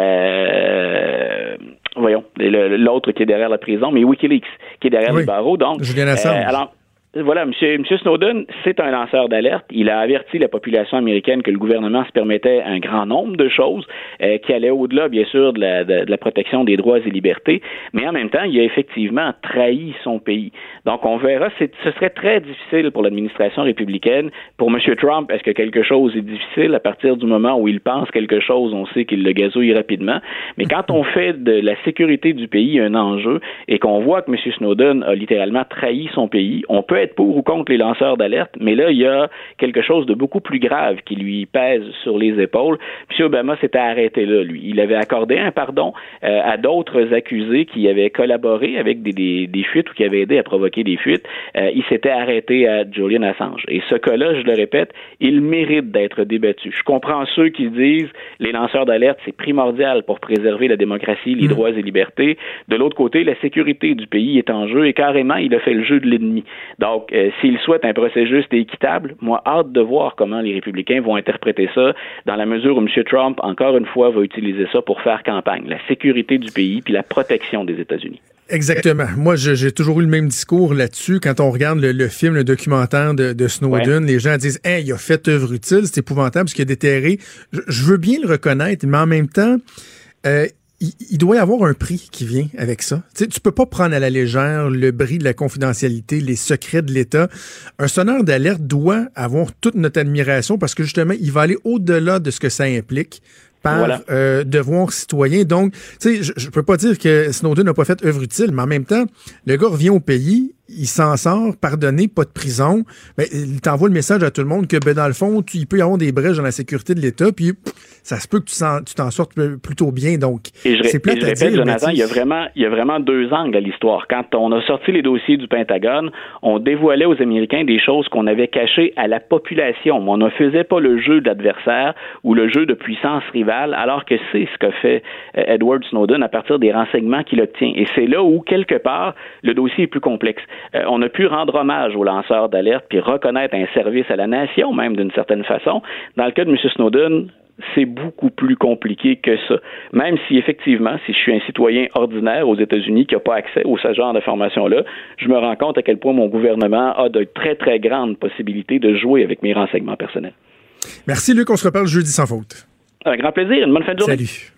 Speaker 7: euh, voyons, l'autre qui est derrière la prison, mais WikiLeaks, qui est derrière oui. les barreaux. Donc,
Speaker 3: Julian Assange.
Speaker 7: Euh, alors, voilà, M. Snowden, c'est un lanceur d'alerte. Il a averti la population américaine que le gouvernement se permettait un grand nombre de choses euh, qui allaient au-delà, bien sûr, de la, de, de la protection des droits et libertés. Mais en même temps, il a effectivement trahi son pays. Donc, on verra. C'est, ce serait très difficile pour l'administration républicaine. Pour M. Trump, est-ce que quelque chose est difficile? À partir du moment où il pense quelque chose, on sait qu'il le gazouille rapidement. Mais quand on fait de la sécurité du pays un enjeu et qu'on voit que M. Snowden a littéralement trahi son pays, on peut être pour ou contre les lanceurs d'alerte, mais là, il y a quelque chose de beaucoup plus grave qui lui pèse sur les épaules. M. Obama s'était arrêté là, lui. Il avait accordé un pardon euh, à d'autres accusés qui avaient collaboré avec des, des, des fuites ou qui avaient aidé à provoquer des fuites. Euh, il s'était arrêté à Julian Assange. Et ce cas-là, je le répète, il mérite d'être débattu. Je comprends ceux qui disent les lanceurs d'alerte, c'est primordial pour préserver la démocratie, les mmh. droits et libertés. De l'autre côté, la sécurité du pays est en jeu et carrément, il a fait le jeu de l'ennemi. Donc, Donc, euh, s'ils souhaitent un procès juste et équitable, moi, hâte de voir comment les républicains vont interpréter ça dans la mesure où M. Trump, encore une fois, va utiliser ça pour faire campagne. La sécurité du pays puis la protection des États-Unis.
Speaker 3: Exactement. Moi, je, j'ai toujours eu le même discours là-dessus. Quand on regarde le, le film, le documentaire de, de Snowden, ouais. les gens disent « Hey, il a fait œuvre utile, c'est épouvantable ce qu'il a déterré. » Je, je veux bien le reconnaître, mais en même temps... Euh, Il, il doit y avoir un prix qui vient avec ça. Tu sais, tu peux pas prendre à la légère le bris de la confidentialité, les secrets de l'État. Un sonneur d'alerte doit avoir toute notre admiration parce que justement, il va aller au-delà de ce que ça implique par voilà. euh, devoir citoyen. Donc, tu sais, je, je peux pas dire que Snowden n'a pas fait œuvre utile, mais en même temps, le gars revient au pays, il s'en sort, pardonné, pas de prison. Ben, il t'envoie le message à tout le monde que, ben, dans le fond, tu, il peut y avoir des brèches dans la sécurité de l'État, puis pff, ça se peut que tu, s'en, tu t'en sortes plutôt bien. Donc,
Speaker 7: et je,
Speaker 3: c'est plate
Speaker 7: et je
Speaker 3: à
Speaker 7: répète,
Speaker 3: dire,
Speaker 7: Jonathan, il y a vraiment, il y a vraiment deux angles à l'histoire. Quand on a sorti les dossiers du Pentagone, on dévoilait aux Américains des choses qu'on avait cachées à la population. On ne faisait pas le jeu de l'adversaire ou le jeu de puissance rivale, alors que c'est ce qu'a fait Edward Snowden à partir des renseignements qu'il obtient. Et c'est là où, quelque part, le dossier est plus complexe. Euh, on a pu rendre hommage aux lanceurs d'alerte puis reconnaître un service à la nation, même d'une certaine façon. Dans le cas de M. Snowden, c'est beaucoup plus compliqué que ça. Même si, effectivement, si je suis un citoyen ordinaire aux États-Unis qui n'a pas accès à ce genre d'informations-là, je me rends compte à quel point mon gouvernement a de très, très grandes possibilités de jouer avec mes renseignements personnels.
Speaker 3: Merci, Luc. On se reparle jeudi sans faute.
Speaker 7: Un grand plaisir. Une bonne fin de journée.
Speaker 3: Salut.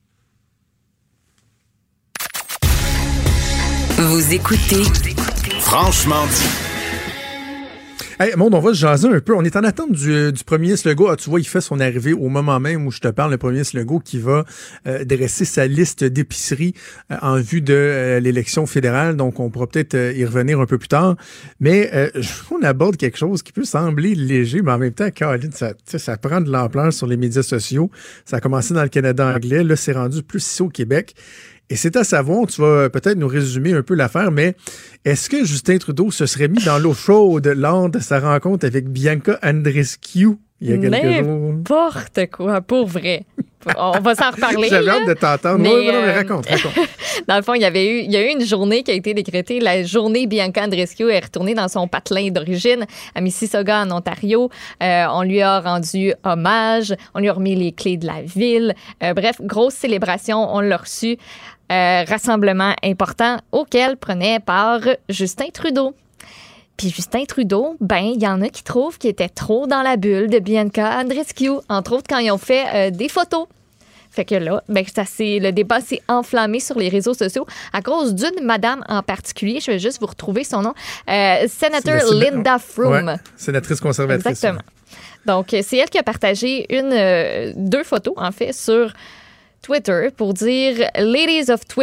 Speaker 1: Vous écoutez
Speaker 2: Franchement dit.
Speaker 3: Hey, Maud, on va se jaser un peu. On est en attente du, du premier ministre Legault. Ah, tu vois, il fait son arrivée au moment même où je te parle, le premier ministre Legault qui va euh, dresser sa liste d'épiceries euh, en vue de euh, l'élection fédérale. Donc, on pourra peut-être euh, y revenir un peu plus tard. Mais euh, on aborde quelque chose qui peut sembler léger, mais en même temps, Caroline, ça, ça prend de l'ampleur sur les médias sociaux. Ça a commencé dans le Canada anglais. Là, c'est rendu plus ici au Québec. Et c'est à savoir, tu vas peut-être nous résumer un peu l'affaire, mais est-ce que Justin Trudeau se serait mis dans l'eau chaude lors de sa rencontre avec Bianca Andreescu il y a quelques jours?
Speaker 4: N'importe quoi, pour vrai. On va s'en reparler.
Speaker 3: J'avais hâte de t'entendre.
Speaker 4: Mais,
Speaker 3: oui, non, mais
Speaker 4: euh,
Speaker 3: raconte, raconte.
Speaker 4: Dans le fond, il y avait eu, il y a eu une journée qui a été décrétée. La journée Bianca Andreescu est retournée dans son patelin d'origine à Mississauga, en Ontario. Euh, on lui a rendu hommage. On lui a remis les clés de la ville. Euh, bref, grosse célébration. On l'a reçu. Euh, rassemblement important auquel prenait part Justin Trudeau. Puis Justin Trudeau, ben, il y en a qui trouvent qu'il était trop dans la bulle de Bianca Andreescu, entre autres quand ils ont fait euh, des photos. Fait que là, ben, ça, c'est, le débat s'est enflammé sur les réseaux sociaux à cause d'une madame en particulier. Je vais juste vous retrouver son nom. Euh, Sénateur Linda Froome.
Speaker 3: Ouais, sénatrice conservatrice.
Speaker 4: Exactement. Ouais. Donc, c'est elle qui a partagé une, euh, deux photos, en fait, sur Twitter pour dire « Ladies of Twitter ».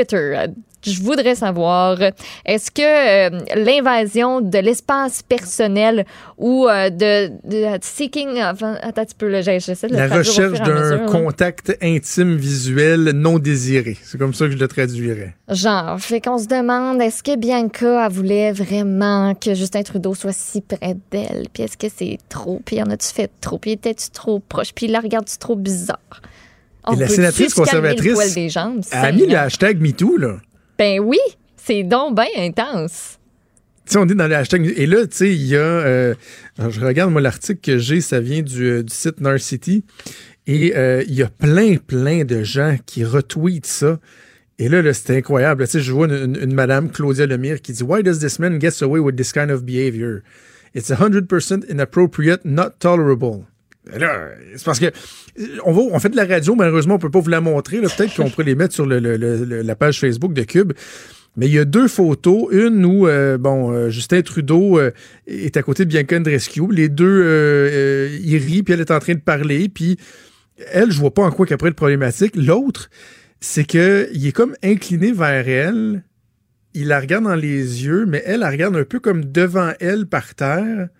Speaker 4: Je voudrais savoir, est-ce que euh, l'invasion de l'espace personnel ou euh, de, de seeking... Enfin, attends un petit peu, là, j'essaie de le
Speaker 3: La
Speaker 4: traduire
Speaker 3: recherche
Speaker 4: au fur et à
Speaker 3: d'un
Speaker 4: mesure,
Speaker 3: contact intime visuel non désiré. C'est comme ça que je le traduirais.
Speaker 4: Genre, fait qu'on se demande, est-ce que Bianca elle voulait vraiment que Justin Trudeau soit si près d'elle? Puis est-ce que c'est trop? Puis en as-tu fait trop? Puis étais-tu trop proche? Puis la regardes-tu trop bizarre? On
Speaker 3: Et la
Speaker 4: peut-tu
Speaker 3: sénatrice
Speaker 4: se calmer
Speaker 3: conservatrice
Speaker 4: le poil des jambes,
Speaker 3: a mis le
Speaker 4: Seigneur?
Speaker 3: hashtag MeToo, là.
Speaker 4: Ben oui, c'est donc bien intense.
Speaker 3: Tu sais, on est dans le hashtag. Et là, tu sais, il y a. Euh, alors, je regarde, moi, l'article que j'ai, ça vient du, euh, du site Narcity. Et euh, il y a plein, plein de gens qui retweetent ça. Et là, là c'était incroyable. Tu sais, je vois une, une, une madame, Claudia Lemire, qui dit Why does this man get away with this kind of behavior? It's one hundred percent inappropriate, not tolerable. Là, c'est parce que on, va, on fait de la radio, malheureusement, on peut pas vous la montrer. Là. Peut-être qu'on pourrait les mettre sur le, le, le, la page Facebook de Cube. Mais il y a deux photos. Une où euh, bon, euh, Justin Trudeau euh, est à côté de Bianca Andreescu. Les deux, euh, euh, ils rient, puis elle est en train de parler. Puis elle, je vois pas en quoi qu'après le problématique. L'autre, c'est que il est comme incliné vers elle. Il la regarde dans les yeux, mais elle, elle regarde un peu comme devant elle par terre.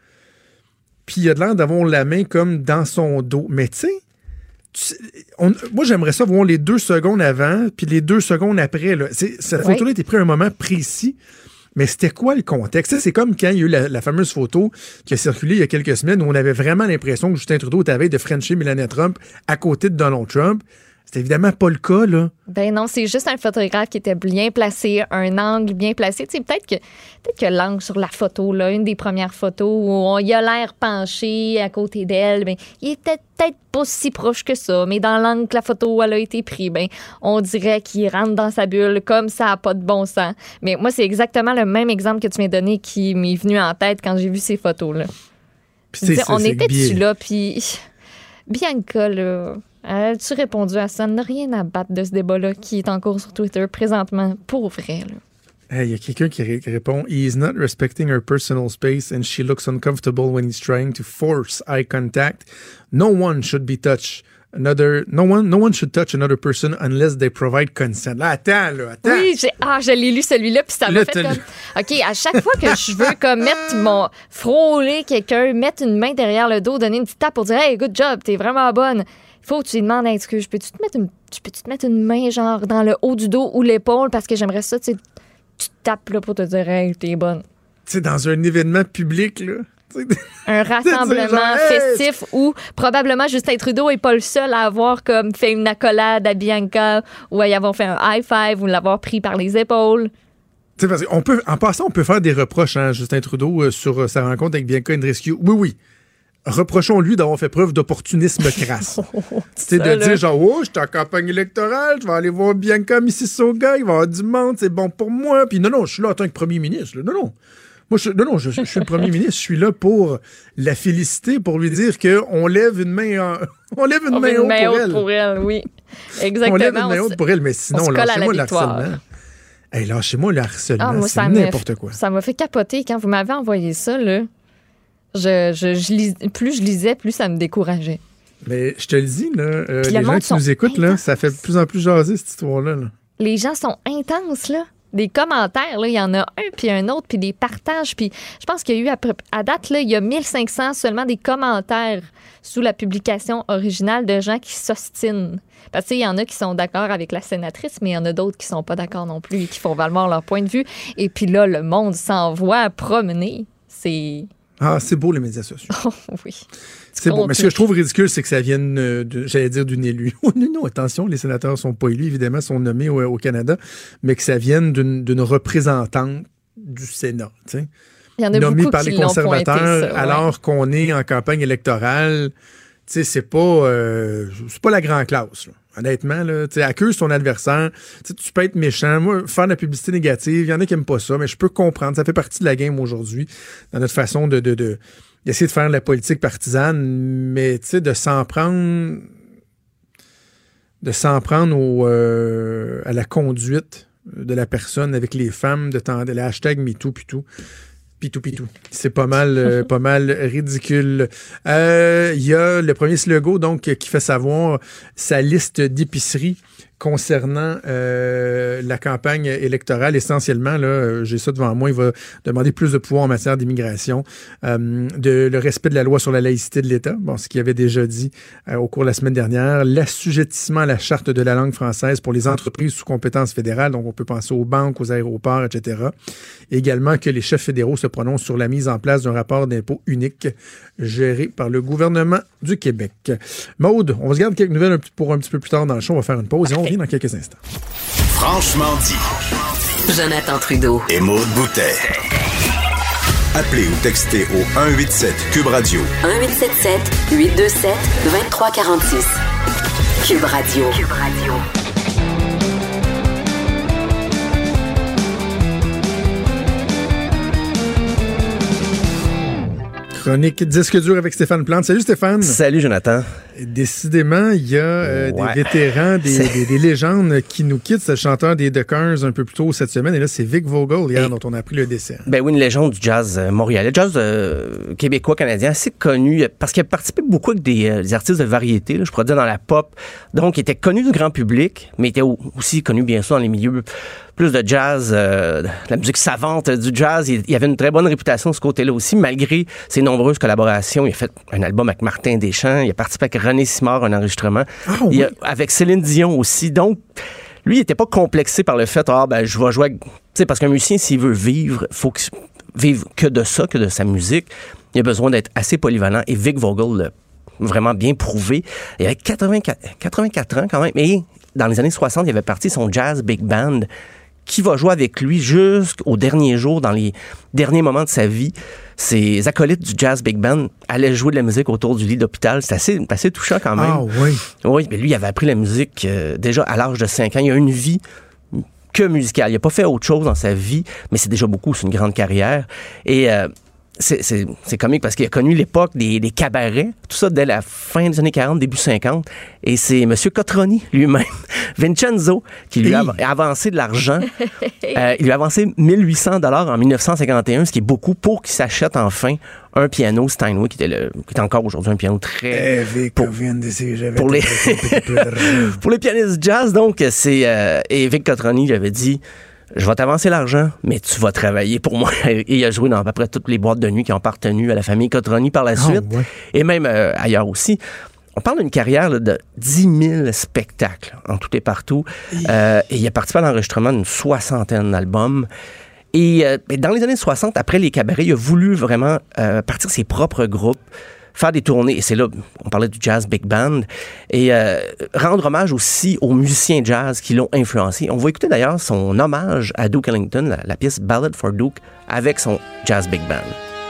Speaker 3: Puis il a de l'air d'avoir la main comme dans son dos. Mais tu sais, on, moi, j'aimerais ça voir les deux secondes avant puis les deux secondes après. Là. C'est, cette
Speaker 4: ouais.
Speaker 3: photo-là était prise à un moment précis, mais c'était quoi le contexte? C'est comme quand il y a eu la, la fameuse photo qui a circulé il y a quelques semaines où on avait vraiment l'impression que Justin Trudeau était à veille de frencher Melania Trump à côté de Donald Trump. C'était évidemment pas le cas, là. Ben
Speaker 4: non, c'est juste un photographe qui était bien placé, un angle bien placé. Tu sais, peut-être que, peut-être que l'angle sur la photo, là, une des premières photos où on, il a l'air penché à côté d'elle, ben, il était peut-être pas si proche que ça, mais dans l'angle que la photo elle a été prise, ben, on dirait qu'il rentre dans sa bulle comme ça n'a pas de bon sens. Mais moi, c'est exactement le même exemple que tu m'as donné qui m'est venu en tête quand j'ai vu ces photos-là. Puis c'est, on était-tu là, puis Bianca, là... As-tu répondu à ça? N'a rien à battre de ce débat-là qui est en cours sur Twitter présentement, pour vrai.
Speaker 3: Il hey, y a quelqu'un qui, ré- qui répond « He is not respecting her personal space and she looks uncomfortable when he's trying to force eye contact. No one should be touched. Another, no one, no one should touch another person unless they provide consent. » Là, attends, là, attends.
Speaker 4: Oui, j'ai, ah, je l'ai lu celui-là, puis ça m'a fait comme... OK, à chaque fois que je veux comme mettre mon... frôler quelqu'un, mettre une main derrière le dos, donner une petite tape pour dire « Hey, good job, t'es vraiment bonne. » Faut que tu lui demandes, hey, excuse, peux-tu te mettre une, peux-tu te mettre une main genre dans le haut du dos ou l'épaule parce que j'aimerais ça, tu sais, tu te tapes là pour te dire, hey, t'es bonne.
Speaker 3: Tu sais, dans un événement public, là.
Speaker 4: Un rassemblement genre, festif hey! Où probablement Justin Trudeau n'est pas le seul à avoir comme fait une accolade à Bianca ou à y avoir fait un high five ou l'avoir pris par les épaules.
Speaker 3: Tu sais, parce qu'on peut, en passant, on peut faire des reproches à hein, Justin Trudeau euh, sur euh, sa rencontre avec Bianca Andreescu. Oui, oui. Reprochons-lui d'avoir fait preuve d'opportunisme crasse. C'est de là. Dire genre, oh, je suis en campagne électorale, je vais aller voir Bianca Mississauga, il va y avoir du monde, c'est bon pour moi. Puis non, non, je suis là en tant que premier ministre. Là. Non, non. Moi, je, non, non, je, je suis le premier ministre, je suis là pour la féliciter, pour lui dire qu'on lève une main, en, on lève une on main, haute, main pour, haute elle.
Speaker 4: pour elle. Oui, exactement.
Speaker 3: On lève une main haute pour elle, mais sinon, lâchez-moi le harcèlement. Hey, lâchez-moi le harcèlement, ah, moi, c'est n'importe quoi.
Speaker 4: Ça m'a fait capoter quand vous m'avez envoyé ça, là. Je, je, je lis, plus je lisais, plus ça me décourageait.
Speaker 3: Mais je te le dis, là, euh, les gens qui nous écoutent, là, ça fait de plus en plus jaser, cette histoire-là. Là.
Speaker 4: Les gens sont intenses, là. Des commentaires, là, il y en a un, puis un autre, puis des partages. Puis je pense qu'il y a eu, à, à date, là, il y a mille cinq cents seulement des commentaires sous la publication originale de gens qui s'ostinent. Parce qu'il y en a qui sont d'accord avec la sénatrice, mais il y en a d'autres qui sont pas d'accord non plus et qui font valoir leur point de vue. Et puis là, le monde s'envoie promener. C'est...
Speaker 3: Ah, c'est beau, les médias sociaux.
Speaker 4: Oh, oui.
Speaker 3: C'est beau. Mais ce que je trouve ridicule, c'est que ça vienne, de, j'allais dire, d'une élue. Oh, non, non, attention, les sénateurs ne sont pas élus, évidemment, sont nommés au, au Canada, mais que ça vienne d'une, d'une représentante du Sénat, tu sais.
Speaker 4: Il y en a
Speaker 3: nommée
Speaker 4: beaucoup
Speaker 3: par
Speaker 4: qui
Speaker 3: les
Speaker 4: l'ont
Speaker 3: conservateurs,
Speaker 4: pointé, ça, ouais.
Speaker 3: Alors qu'on est en campagne électorale. Tu sais, c'est pas, euh, c'est pas la grande classe, là. Honnêtement, là, tu sais, accuse ton adversaire. Tu peux être méchant. Moi, faire de la publicité négative, il y en a qui n'aiment pas ça, mais je peux comprendre. Ça fait partie de la game aujourd'hui, dans notre façon de, de, de d'essayer de faire de la politique partisane, mais tu sais, de s'en prendre, de s'en prendre au, euh, à la conduite de la personne avec les femmes, de, temps, de la hashtag MeToo, puis tout. Pitou, pitou. C'est pas mal, euh, pas mal ridicule. Il euh, y a le premier Legault, donc, qui fait savoir sa liste d'épiceries concernant euh, la campagne électorale, essentiellement, là, j'ai ça devant moi, il va demander plus de pouvoir en matière d'immigration, euh, de le respect de la loi sur la laïcité de l'État, bon, ce qu'il avait déjà dit euh, au cours de la semaine dernière, l'assujettissement à la charte de la langue française pour les entreprises sous compétence fédérale, donc on peut penser aux banques, aux aéroports, et cetera. Également que les chefs fédéraux se prononcent sur la mise en place d'un rapport d'impôt unique géré par le gouvernement du Québec. Maude, on va se garder quelques nouvelles un petit, pour un petit peu plus tard dans le show, on va faire une pause et on revient dans quelques instants.
Speaker 2: Franchement dit.
Speaker 1: Jonathan Trudeau.
Speaker 2: Et Maude Boutet. Appelez ou textez au un huit sept Cube Radio.
Speaker 1: un huit sept sept huit deux sept deux trois quatre six. Cube Radio. Cube Radio.
Speaker 3: Chronique disque dur avec Stéphane Plante. Salut Stéphane.
Speaker 8: Salut Jonathan.
Speaker 3: Décidément, il y a euh,
Speaker 8: ouais.
Speaker 3: des vétérans, des, des, des légendes qui nous quittent. C'est le chanteur des Duckers un peu plus tôt cette semaine. Et là, c'est Vic Vogel hier Et, dont on a appris le décès.
Speaker 8: Ben oui, une légende du jazz euh, montréalais. Jazz euh, québécois-canadien, assez connu parce qu'il a participé beaucoup avec des, euh, des artistes de variété, là, je pourrais dire dans la pop. Donc, il était connu du grand public, mais il était aussi connu bien sûr dans les milieux plus de jazz, euh, la musique savante du jazz. Il, il avait une très bonne réputation de ce côté-là aussi, malgré ses nombreuses collaborations. Il a fait un album avec Martin Deschamps, il a participé avec René Simard, un enregistrement. Ah, oui. Il a, avec Céline Dion aussi. Donc, lui, il n'était pas complexé par le fait, ah, ben, je vais jouer avec... Tu sais, parce qu'un musicien, s'il veut vivre, il faut qu'il vive que de ça, que de sa musique. Il a besoin d'être assez polyvalent. Et Vic Vogel l'a vraiment bien prouvé. Il avait quatre-vingt-quatre, quatre-vingt-quatre ans quand même. Et dans les années soixante, il avait parti son Jazz Big Band qui va jouer avec lui jusqu'au dernier jour, dans les derniers moments de sa vie. Ses acolytes du Jazz Big Band allaient jouer de la musique autour du lit d'hôpital. C'est assez, assez touchant quand même.
Speaker 3: Ah oui.
Speaker 8: Oui, mais lui, il avait appris la musique euh, déjà à l'âge de cinq ans. Il a une vie que musicale. Il n'a pas fait autre chose dans sa vie, mais c'est déjà beaucoup. C'est une grande carrière. Et... Euh, C'est, c'est, c'est comique parce qu'il a connu l'époque des, des cabarets, tout ça dès la fin des années quarante, début cinquante. Et c'est M. Cotroni lui-même, Vincenzo, qui lui a avancé de l'argent. euh, il lui a avancé mille huit cents dollars en dix-neuf cent cinquante et un, ce qui est beaucoup, pour qu'il s'achète enfin un piano Steinway, qui était, le, qui est encore aujourd'hui un piano très...
Speaker 3: Eh,
Speaker 8: pour, pour, les, pour les pianistes jazz, donc, c'est... Euh, et Vic Cotroni lui avait dit... Je vais t'avancer l'argent, mais tu vas travailler pour moi. Et il a joué dans à peu près toutes les boîtes de nuit qui ont appartenu à la famille Cotroni par la suite, oh, ouais. Et même euh, ailleurs aussi. On parle d'une carrière là, de dix mille spectacles en tout et partout. Euh, et il a participé à l'enregistrement d'une soixantaine d'albums. Et euh, dans les années soixante, après les cabarets, il a voulu vraiment euh, partir ses propres groupes, faire des tournées, et c'est là, on parlait du Jazz Big Band, et euh, rendre hommage aussi aux musiciens jazz qui l'ont influencé. On va écouter d'ailleurs son hommage à Duke Ellington, la, la pièce Ballad for Duke, avec son Jazz Big Band.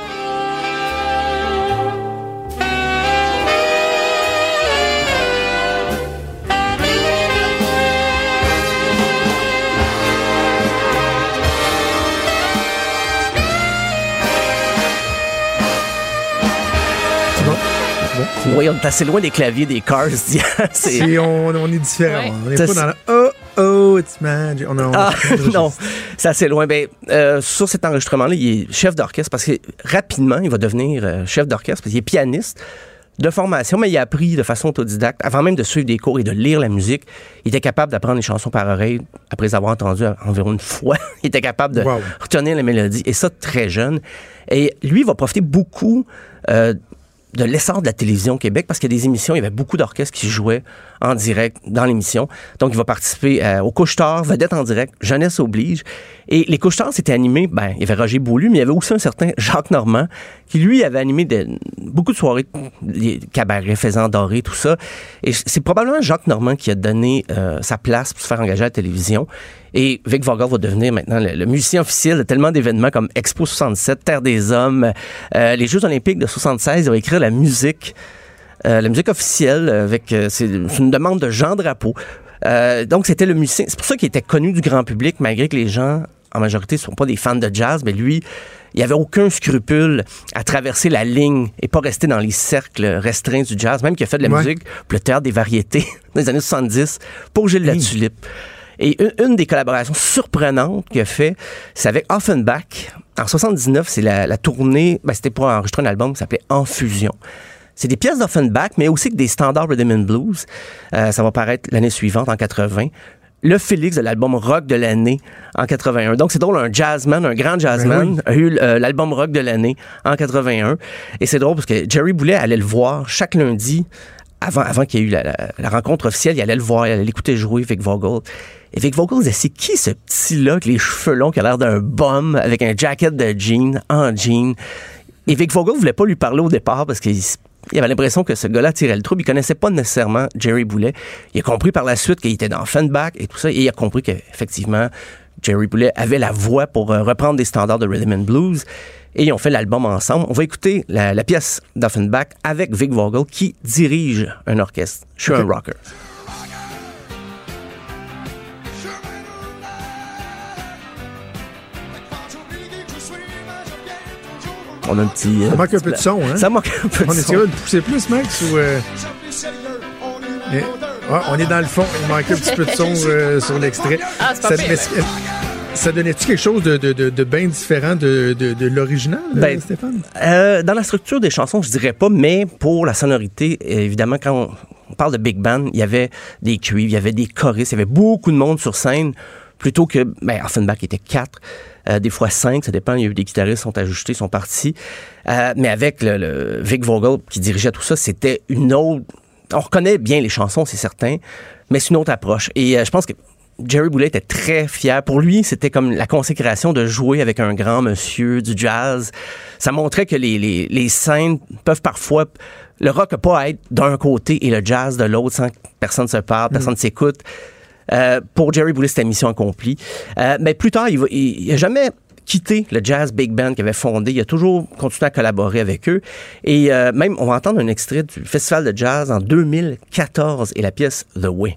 Speaker 8: Oui, on est assez loin des claviers des Cars. c'est...
Speaker 3: C'est, on, on est différents. Ouais. On n'est pas dans la oh oh it's magic. On a, on
Speaker 8: ah, non, c'est assez loin. Ben, euh, sur cet enregistrement-là, il est chef d'orchestre parce que rapidement, il va devenir euh, chef d'orchestre parce qu'il est pianiste de formation, mais il a appris de façon autodidacte. Avant même de suivre des cours et de lire la musique, il était capable d'apprendre les chansons par oreille après les avoir entendues environ une fois. Il était capable de wow. retenir les mélodies, et ça très jeune. Et lui, il va profiter beaucoup euh, de l'essor de la télévision au Québec, parce qu'il y a des émissions, il y avait beaucoup d'orchestres qui jouaient en direct dans l'émission. Donc, il va participer euh, au Couche-Tard, Vedette en direct, Jeunesse oblige. Et les Couche-Tard, c'était animé, ben, il y avait Roger Beaulieu, mais il y avait aussi un certain Jacques Normand, qui, lui, avait animé de, beaucoup de soirées, des cabarets, Faisans dorés, tout ça. Et c'est probablement Jacques Normand qui a donné euh, sa place pour se faire engager à la télévision. Et Vic Vogel va devenir maintenant le, le musicien officiel de tellement d'événements comme Expo soixante-sept, Terre des Hommes, euh, les Jeux olympiques de soixante-seize. Il va écrire la musique, euh, la musique officielle, avec euh, c'est, c'est une demande de Jean Drapeau. Euh, donc, c'était le musicien. C'est pour ça qu'il était connu du grand public, malgré que les gens, en majorité, ne sont pas des fans de jazz. Mais lui, il n'avait aucun scrupule à traverser la ligne et pas rester dans les cercles restreints du jazz. Même qu'il a fait de la ouais. musique pour le théâtre des variétés dans les années soixante-dix pour Gilles oui. Latulippe. Et une, une des collaborations surprenantes qu'il a fait, c'est avec Offenbach. En soixante-dix-neuf, c'est la, la tournée, ben c'était pour enregistrer un album qui s'appelait En Fusion. c'est des pièces d'Offenbach, mais aussi que des standards rhythm and blues. Euh, ça va paraître l'année suivante, en quatre-vingts. Le Félix de l'album rock de l'année en quatre-vingt-un. Donc, c'est drôle, un jazzman, un grand jazzman, ben oui. a eu euh, l'album rock de l'année en quatre-vingt-un. Et c'est drôle parce que Jerry Boulet allait le voir chaque lundi, avant, avant qu'il y ait eu la, la, la rencontre officielle, il allait le voir, il allait l'écouter jouer, Vic Vogel. Et Vic Vogel disait, c'est qui ce petit-là avec les cheveux longs qui a l'air d'un bum, avec un jacket de jean, en jean? Et Vic Vogel voulait pas lui parler au départ parce qu'il il avait l'impression que ce gars-là tirait le trouble. Il connaissait pas nécessairement Jerry Boulet. Il a compris par la suite qu'il était dans Offenbach et tout ça. Et il a compris qu'effectivement, Jerry Boulet avait la voix pour euh, reprendre des standards de rhythm and blues. Et ils ont fait l'album ensemble. On va écouter la, la pièce d'Offenbach avec Vic Vogel qui dirige un orchestre. Je suis okay. un rocker. On a un petit...
Speaker 3: Ça manque un peu de son, hein?
Speaker 8: Ça manque un peu de
Speaker 3: on
Speaker 8: son.
Speaker 3: On est capable de pousser plus, Max, ou... Euh... Et... Ah, on est dans le fond. Il manque un petit peu de son euh, sur l'extrait.
Speaker 4: Ah, c'est pas ça,
Speaker 3: donnait... ça donnait-tu quelque chose de, de, de, de bien différent de, de, de l'original, ben, Stéphane?
Speaker 8: Euh, dans la structure des chansons, je dirais pas, mais pour la sonorité, évidemment, quand on, on parle de big band, il y avait des cuivres, il y avait des choristes, il y avait beaucoup de monde sur scène, plutôt que... Ben, Offenbach était quatre. Euh, des fois cinq, ça dépend. Il y a eu des guitaristes qui sont ajustés, sont partis. Euh, mais avec le, le Vic Vogel qui dirigeait tout ça, c'était une autre... On reconnaît bien les chansons, c'est certain, mais c'est une autre approche. Et euh, je pense que Jerry Boulet était très fier. Pour lui, c'était comme la consécration de jouer avec un grand monsieur du jazz. Ça montrait que les, les, les scènes peuvent parfois... Le rock n'a pas à être d'un côté et le jazz de l'autre sans que personne se parle, personne ne mmh. s'écoute. Euh, pour Jerry Boulet, c'était mission accomplie. Euh, mais plus tard, il n'a jamais quitté le jazz big band qu'il avait fondé. Il a toujours continué à collaborer avec eux. Et euh, même, on va entendre un extrait du Festival de jazz en deux mille quatorze et la pièce The Way.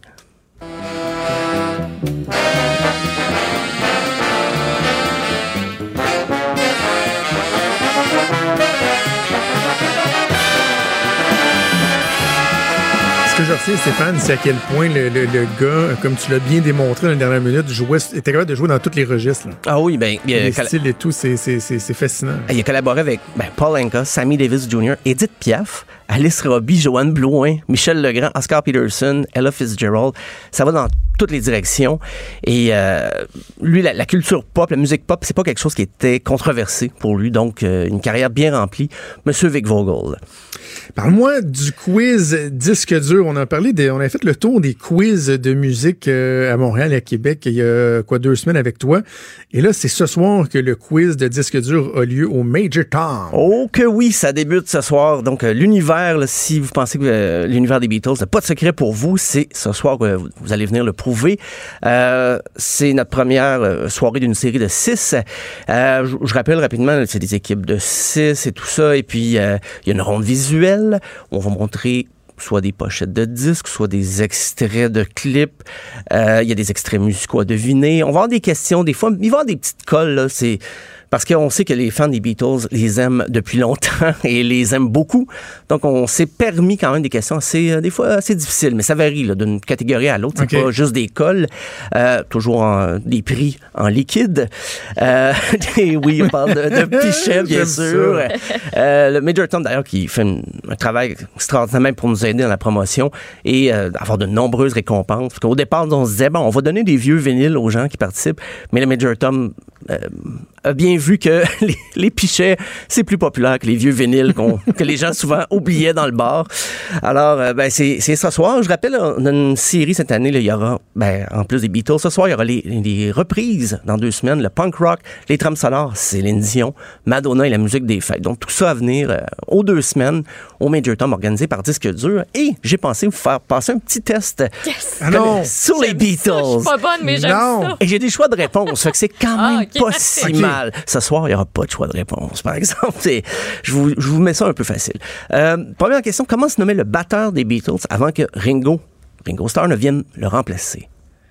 Speaker 3: Ce que je retiens, Stéphane, c'est à quel point le, le, le gars, comme tu l'as bien démontré dans la dernière minute, jouait, était capable de jouer dans tous les registres. Là.
Speaker 8: Ah oui, bien...
Speaker 3: Les coll- styles et tout, c'est, c'est, c'est, c'est fascinant.
Speaker 8: Il a collaboré avec ben, Paul Anka, Sammy Davis junior, Edith Piaf, Alice Robbie, Joanne Blouin, Michel Legrand, Oscar Peterson, Ella Fitzgerald. Ça va dans toutes les directions. Et euh, lui, la, la culture pop, la musique pop, c'est pas quelque chose qui était controversé pour lui. Donc, euh, une carrière bien remplie. Monsieur Vic Vogel.
Speaker 3: Parle-moi du quiz disque dur. On a parlé, de, on a fait le tour des quiz de musique euh, à Montréal et à Québec il y a quoi deux semaines avec toi. Et là, c'est ce soir que le quiz de disque dur a lieu au Major Tom.
Speaker 8: Oh que oui, ça débute ce soir. Donc euh, l'univers, là, si vous pensez que euh, l'univers des Beatles n'a pas de secret pour vous, c'est ce soir que vous, vous allez venir le prouver. Euh, c'est notre première euh, soirée d'une série de six. Euh, je, je rappelle rapidement, là, c'est des équipes de six et tout ça. Et puis euh, il y a une ronde visuelle. On va montrer soit des pochettes de disques, soit des extraits de clips. Euh, il y a des extraits musicaux à deviner. On va avoir des questions. Des fois, il va y avoir des petites colles. Là, c'est... Parce qu'on sait que les fans des Beatles les aiment depuis longtemps et les aiment beaucoup. Donc, on s'est permis quand même des questions assez, des fois assez difficiles. Mais ça varie là, d'une catégorie à l'autre. C'est okay. Pas juste des cols. Euh, toujours en, des prix en liquide. Euh, et oui, on parle de, de pichets, bien sûr. Euh, le Major Tom, d'ailleurs, qui fait un, un travail extraordinaire pour nous aider dans la promotion et euh, avoir de nombreuses récompenses. Parce qu'au départ, on se disait, bon, on va donner des vieux vinyles aux gens qui participent. Mais le Major Tom euh, a bien vu que les, les pichets, c'est plus populaire que les vieux vinyles qu'on, que les gens souvent oubliaient dans le bar. Alors, euh, ben, c'est, c'est ce soir. Je rappelle, on a une série cette année, là, il y aura, ben, en plus des Beatles, ce soir, il y aura les, les reprises dans deux semaines, le punk rock, les trames sonores, Céline Dion, Madonna et la musique des fêtes. Donc, tout ça à venir euh, aux deux semaines au Major Tom organisé par Disque Dur. Et j'ai pensé vous faire passer un petit test
Speaker 4: yes.
Speaker 3: ah non.
Speaker 8: sur
Speaker 4: j'aime
Speaker 8: les Beatles.
Speaker 4: Ça, je suis pas bonne, mais j'aime
Speaker 3: non.
Speaker 4: ça.
Speaker 8: Et j'ai des choix de réponse. Fait que c'est quand même
Speaker 4: ah, okay,
Speaker 8: pas
Speaker 4: merci.
Speaker 8: si
Speaker 3: okay.
Speaker 8: mal. Ce soir, il n'y aura pas de choix de réponse, par exemple. C'est, je, vous, je vous mets ça un peu facile. Euh, première question, comment se nommait le batteur des Beatles avant que Ringo, Ringo Starr ne vienne le remplacer?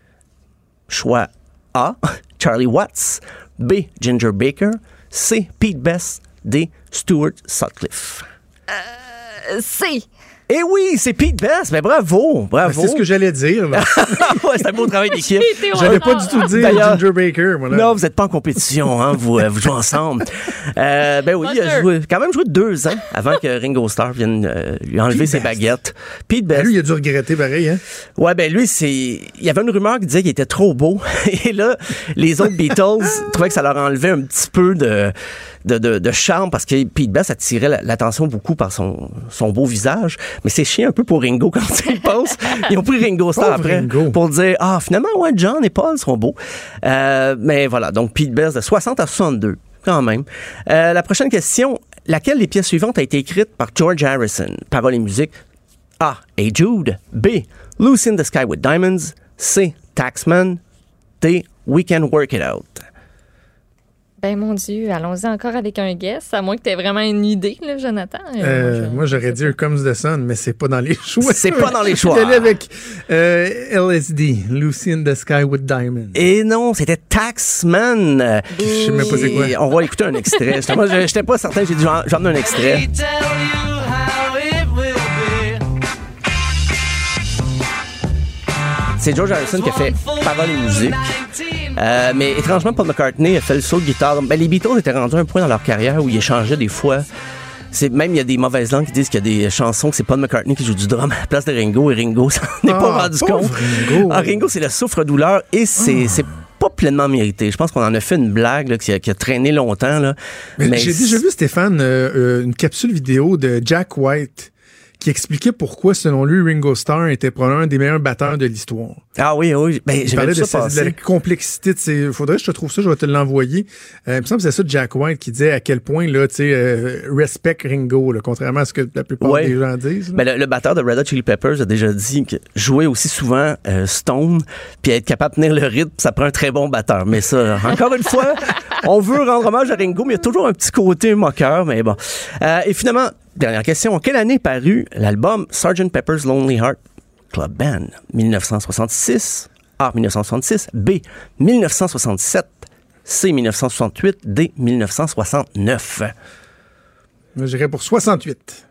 Speaker 8: Choix A, Charlie Watts. B, Ginger Baker. C, Pete Best. D, Stuart Sutcliffe.
Speaker 4: Euh, C.
Speaker 8: Eh oui, c'est Pete Best. Mais bravo, bravo.
Speaker 3: C'est ce que j'allais dire. Là.
Speaker 8: Ouais, c'est un beau travail d'équipe.
Speaker 3: J'allais pas du tout dire
Speaker 8: D'ailleurs,
Speaker 3: Ginger Baker. Voilà.
Speaker 8: Non, vous n'êtes pas en compétition, hein, vous, euh, vous jouez ensemble. Euh, ben oui, il a joué, quand même joué deux ans avant que Ringo Starr vienne euh, lui enlever Pete ses Best. baguettes. Pete Best.
Speaker 3: Ben lui, il a dû regretter pareil. Hein?
Speaker 8: Ouais, ben lui, c'est. Il y avait une rumeur qui disait qu'il était trop beau. Et là, les autres Beatles trouvaient que ça leur enlevait un petit peu de, de, de, de charme parce que Pete Best attirait l'attention beaucoup par son, son beau visage. Mais c'est chiant un peu pour Ringo quand tu y penses. Ils ont pris Ringo Starr après Ringo. Pour dire ah, finalement, ouais, John et Paul sont beaux. Euh, mais voilà, donc Pete Best de soixante à soixante-deux, quand même. Euh, la prochaine question, laquelle des pièces suivantes a été écrite par George Harrison? Paroles et musique. A. Hey Jude. B. Lucy in the Sky with Diamonds. C. Taxman. D. We Can Work It Out.
Speaker 4: Ben mon Dieu, allons-y encore avec un guess, à moins que tu aies vraiment une idée, là, Jonathan.
Speaker 3: Euh, moi, j'aurais dit Here Comes the Sun, mais c'est pas dans les choix.
Speaker 8: C'est pas dans les choix.
Speaker 3: J'allais avec euh, L S D, Lucy in the Sky with Diamonds.
Speaker 8: Et non, c'était Taxman.
Speaker 3: Je sais même pas c'est quoi.
Speaker 8: On va écouter un extrait. Moi, j'étais pas certain, j'ai dit j'en ai un extrait. C'est George Harrison qui a fait paroles et musique. Euh, mais étrangement, Paul McCartney a fait le solo de guitare. Ben, les Beatles étaient rendus à un point dans leur carrière où ils échangeaient des fois. C'est, même il y a des mauvaises langues qui disent qu'il y a des chansons que c'est Paul McCartney qui joue du drum à la place de Ringo et Ringo s'en est ah, pas rendu compte. Ringo. Ah, Ringo, c'est le souffre-douleur et c'est, ah. c'est pas pleinement mérité. Je pense qu'on en a fait une blague là, qui, a, qui a traîné longtemps. Là.
Speaker 3: Mais mais j'ai déjà vu, Stéphane, euh, euh, une capsule vidéo de Jack White qui expliquait pourquoi, selon lui, Ringo Starr était probablement un des meilleurs batteurs de l'histoire.
Speaker 8: Ah oui, oui. Ben,
Speaker 3: il parlait de, sa, de la complexité de ses... Faudrait que je te trouve ça, je vais te l'envoyer. Euh, il me semble que c'est ça, Jack White, qui disait à quel point, là, tu sais, euh, respect Ringo, là, contrairement à ce que la plupart ouais. des gens disent.
Speaker 8: Ben, le, le batteur de Red Hot Chili Peppers a déjà dit que jouer aussi souvent euh, Stone, puis être capable de tenir le rythme, ça prend un très bon batteur. Mais ça, encore une fois, on veut rendre hommage à Ringo, mais il y a toujours un petit côté moqueur, mais bon. Euh, et finalement, dernière question. En quelle année parut l'album sergeant Pepper's Lonely Heart Club Band? dix-neuf cent soixante-six, A. dix-neuf cent soixante-six, B. dix-neuf cent soixante-sept, C. dix-neuf cent soixante-huit, D. dix-neuf cent soixante-neuf.
Speaker 3: Moi, j'irais pour soixante-huit.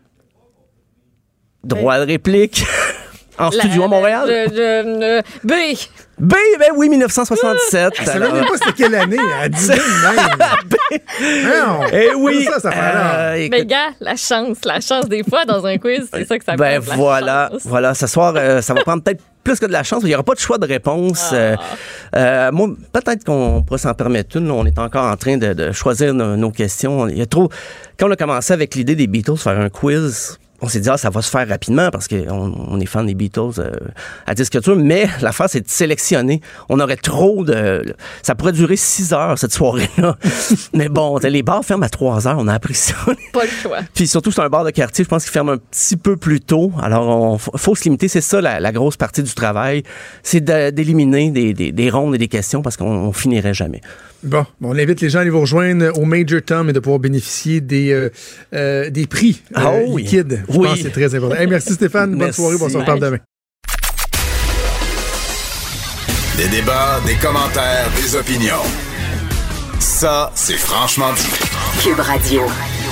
Speaker 8: Droit de réplique. En la, studio à Montréal?
Speaker 4: Je, je, je, B.
Speaker 8: B, ben oui, dix-neuf cent soixante-sept.
Speaker 3: Je ne savais même pas c'était quelle année. Elle dit même.
Speaker 8: B.
Speaker 3: Non.
Speaker 8: Eh oui.
Speaker 3: Ça, ça fait euh,
Speaker 4: écoute... Mais gars, la chance, la chance des fois dans un quiz, c'est ça que ça
Speaker 8: ben
Speaker 4: prend.
Speaker 8: voilà, chance. Voilà. Ce soir, euh, ça va prendre peut-être plus que de la chance. Il n'y aura pas de choix de réponse. Ah. Euh, euh, moi, peut-être qu'on pourrait s'en permettre une. On est encore en train de, de choisir nos, nos questions. Il y a trop. Quand on a commencé avec l'idée des Beatles, faire un quiz. On s'est dit, ah, ça va se faire rapidement parce qu'on on est fan des Beatles euh, à disque dur, mais l'affaire, c'est de sélectionner. On aurait trop de... Ça pourrait durer six heures, cette soirée-là. Mais bon, les bars ferment à trois heures, on a appris ça.
Speaker 4: Pas le choix.
Speaker 8: Puis surtout, c'est un bar de quartier, je pense qu'il ferme un petit peu plus tôt. Alors, il faut se limiter. C'est ça, la, la grosse partie du travail. C'est de, d'éliminer des, des, des rondes et des questions parce qu'on on finirait jamais.
Speaker 3: Bon, on invite les gens à aller vous rejoindre au Major Tom et de pouvoir bénéficier des, euh, euh, des prix euh, oh, oui. liquides. Je oui. pense que c'est très important. Hey, merci Stéphane, bonne soirée, on se reparle demain.
Speaker 2: Des débats, des commentaires, des opinions. Ça, c'est franchement dit.
Speaker 1: Cube Radio.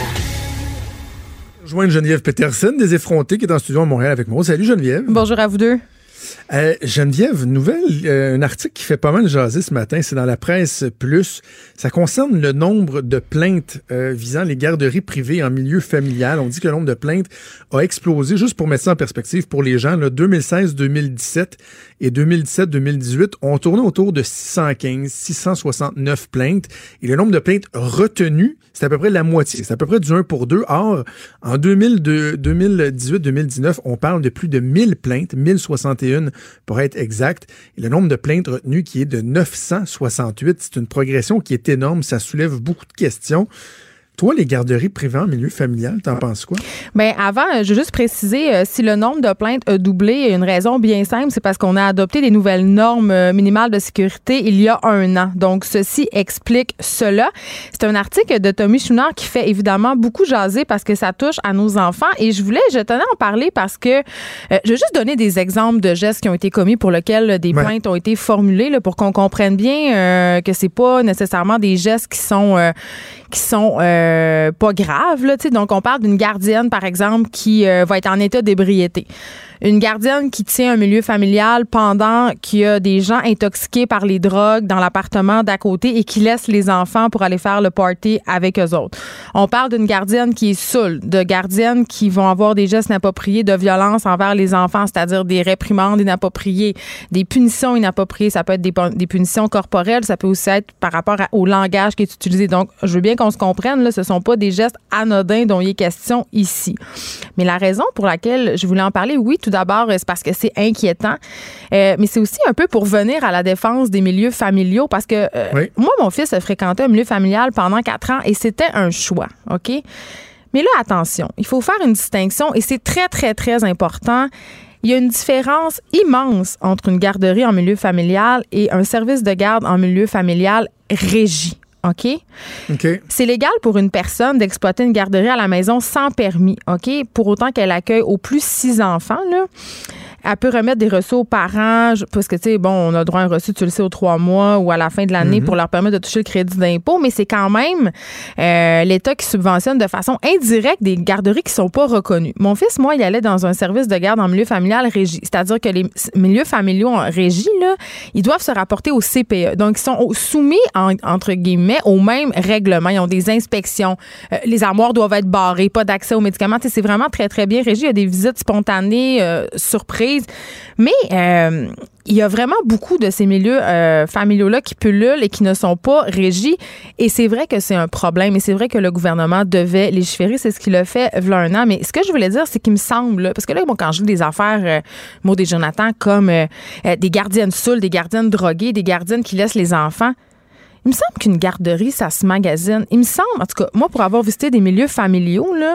Speaker 3: Joindre Geneviève Peterson, des effrontés, qui est en studio à Montréal avec moi. Salut Geneviève.
Speaker 9: Bonjour à vous deux.
Speaker 3: Euh, Geneviève, nouvelle, euh, un article qui fait pas mal jaser ce matin, c'est dans la presse plus. Ça concerne le nombre de plaintes euh, visant les garderies privées en milieu familial. On dit que le nombre de plaintes a explosé, juste pour mettre ça en perspective pour les gens, là, deux mille seize deux mille dix-sept et deux mille dix-sept deux mille dix-huit, on tournait autour de six cent quinze, six cent soixante-neuf plaintes. Et le nombre de plaintes retenues, c'est à peu près la moitié. C'est à peu près du un pour deux. Or, en deux mille dix-huit deux mille dix-neuf, on parle de plus de mille plaintes, mille soixante et un pour être exact. Et le nombre de plaintes retenues qui est de neuf cent soixante-huit, c'est une progression qui est énorme. Ça soulève beaucoup de questions. Toi, les garderies privées en milieu familial, t'en penses quoi?
Speaker 9: Bien, avant, je veux juste préciser, euh, si le nombre de plaintes a doublé, il y a une raison bien simple, c'est parce qu'on a adopté des nouvelles normes euh, minimales de sécurité il y a un an. Donc, ceci explique cela. C'est un article de Tommy Chouinard qui fait évidemment beaucoup jaser parce que ça touche à nos enfants. Et je voulais, je tenais à en parler parce que euh, je vais juste donner des exemples de gestes qui ont été commis pour lesquels des ouais. plaintes ont été formulées, là, pour qu'on comprenne bien euh, que c'est pas nécessairement des gestes qui sont... Euh, qui sont euh, euh, pas grave. Là, donc, on parle d'une gardienne, par exemple, qui euh, va être en état d'ébriété. Une gardienne qui tient un milieu familial pendant qu'il y a des gens intoxiqués par les drogues dans l'appartement d'à côté et qui laisse les enfants pour aller faire le party avec eux autres. On parle d'une gardienne qui est saoule, de gardiennes qui vont avoir des gestes inappropriés de violence envers les enfants, c'est-à-dire des réprimandes inappropriées, des punitions inappropriées. Ça peut être des, des punitions corporelles, ça peut aussi être par rapport à, au langage qui est utilisé. Donc, je veux bien qu'on se comprenne, là, ce ne sont pas des gestes anodins dont il est question ici. Mais la raison pour laquelle je voulais en parler, oui, tout d'abord, c'est parce que c'est inquiétant, euh, mais c'est aussi un peu pour venir à la défense des milieux familiaux, parce que euh, oui. moi, mon fils a fréquenté un milieu familial pendant quatre ans et c'était un choix, OK? Mais là, attention, il faut faire une distinction et c'est très, très, très important. Il y a une différence immense entre une garderie en milieu familial et un service de garde en milieu familial régi. OK?
Speaker 3: OK.
Speaker 9: C'est légal pour une personne d'exploiter une garderie à la maison sans permis, OK? Pour autant qu'elle accueille au plus six enfants, là. Elle peut remettre des reçus aux parents, parce que, tu sais, bon, on a droit à un reçu, tu le sais, aux trois mois ou à la fin de l'année mm-hmm. pour leur permettre de toucher le crédit d'impôt, mais c'est quand même euh, l'État qui subventionne de façon indirecte des garderies qui sont pas reconnues. Mon fils, moi, il allait dans un service de garde en milieu familial régi, c'est-à-dire que les milieux familiaux en régie, là, ils doivent se rapporter au C P E. Donc, ils sont soumis, en, entre guillemets, aux mêmes règlements. Ils ont des inspections. Euh, les armoires doivent être barrées, pas d'accès aux médicaments. Tu sais, c'est vraiment très, très bien régi. Il y a des visites spontanées, euh, surprises. Mais euh, il y a vraiment beaucoup de ces milieux euh, familiaux-là qui pullulent et qui ne sont pas régis. Et c'est vrai que c'est un problème. Et c'est vrai que le gouvernement devait légiférer. C'est ce qu'il a fait il y a un an. Mais ce que je voulais dire, c'est qu'il me semble, parce que là, bon, quand je lis des affaires, euh, Maud et Jonathan, comme euh, euh, des gardiennes saoules, des gardiennes droguées, des gardiennes qui laissent les enfants, il me semble qu'une garderie, ça se magasine. Il me semble, en tout cas, moi, pour avoir visité des milieux familiaux, là,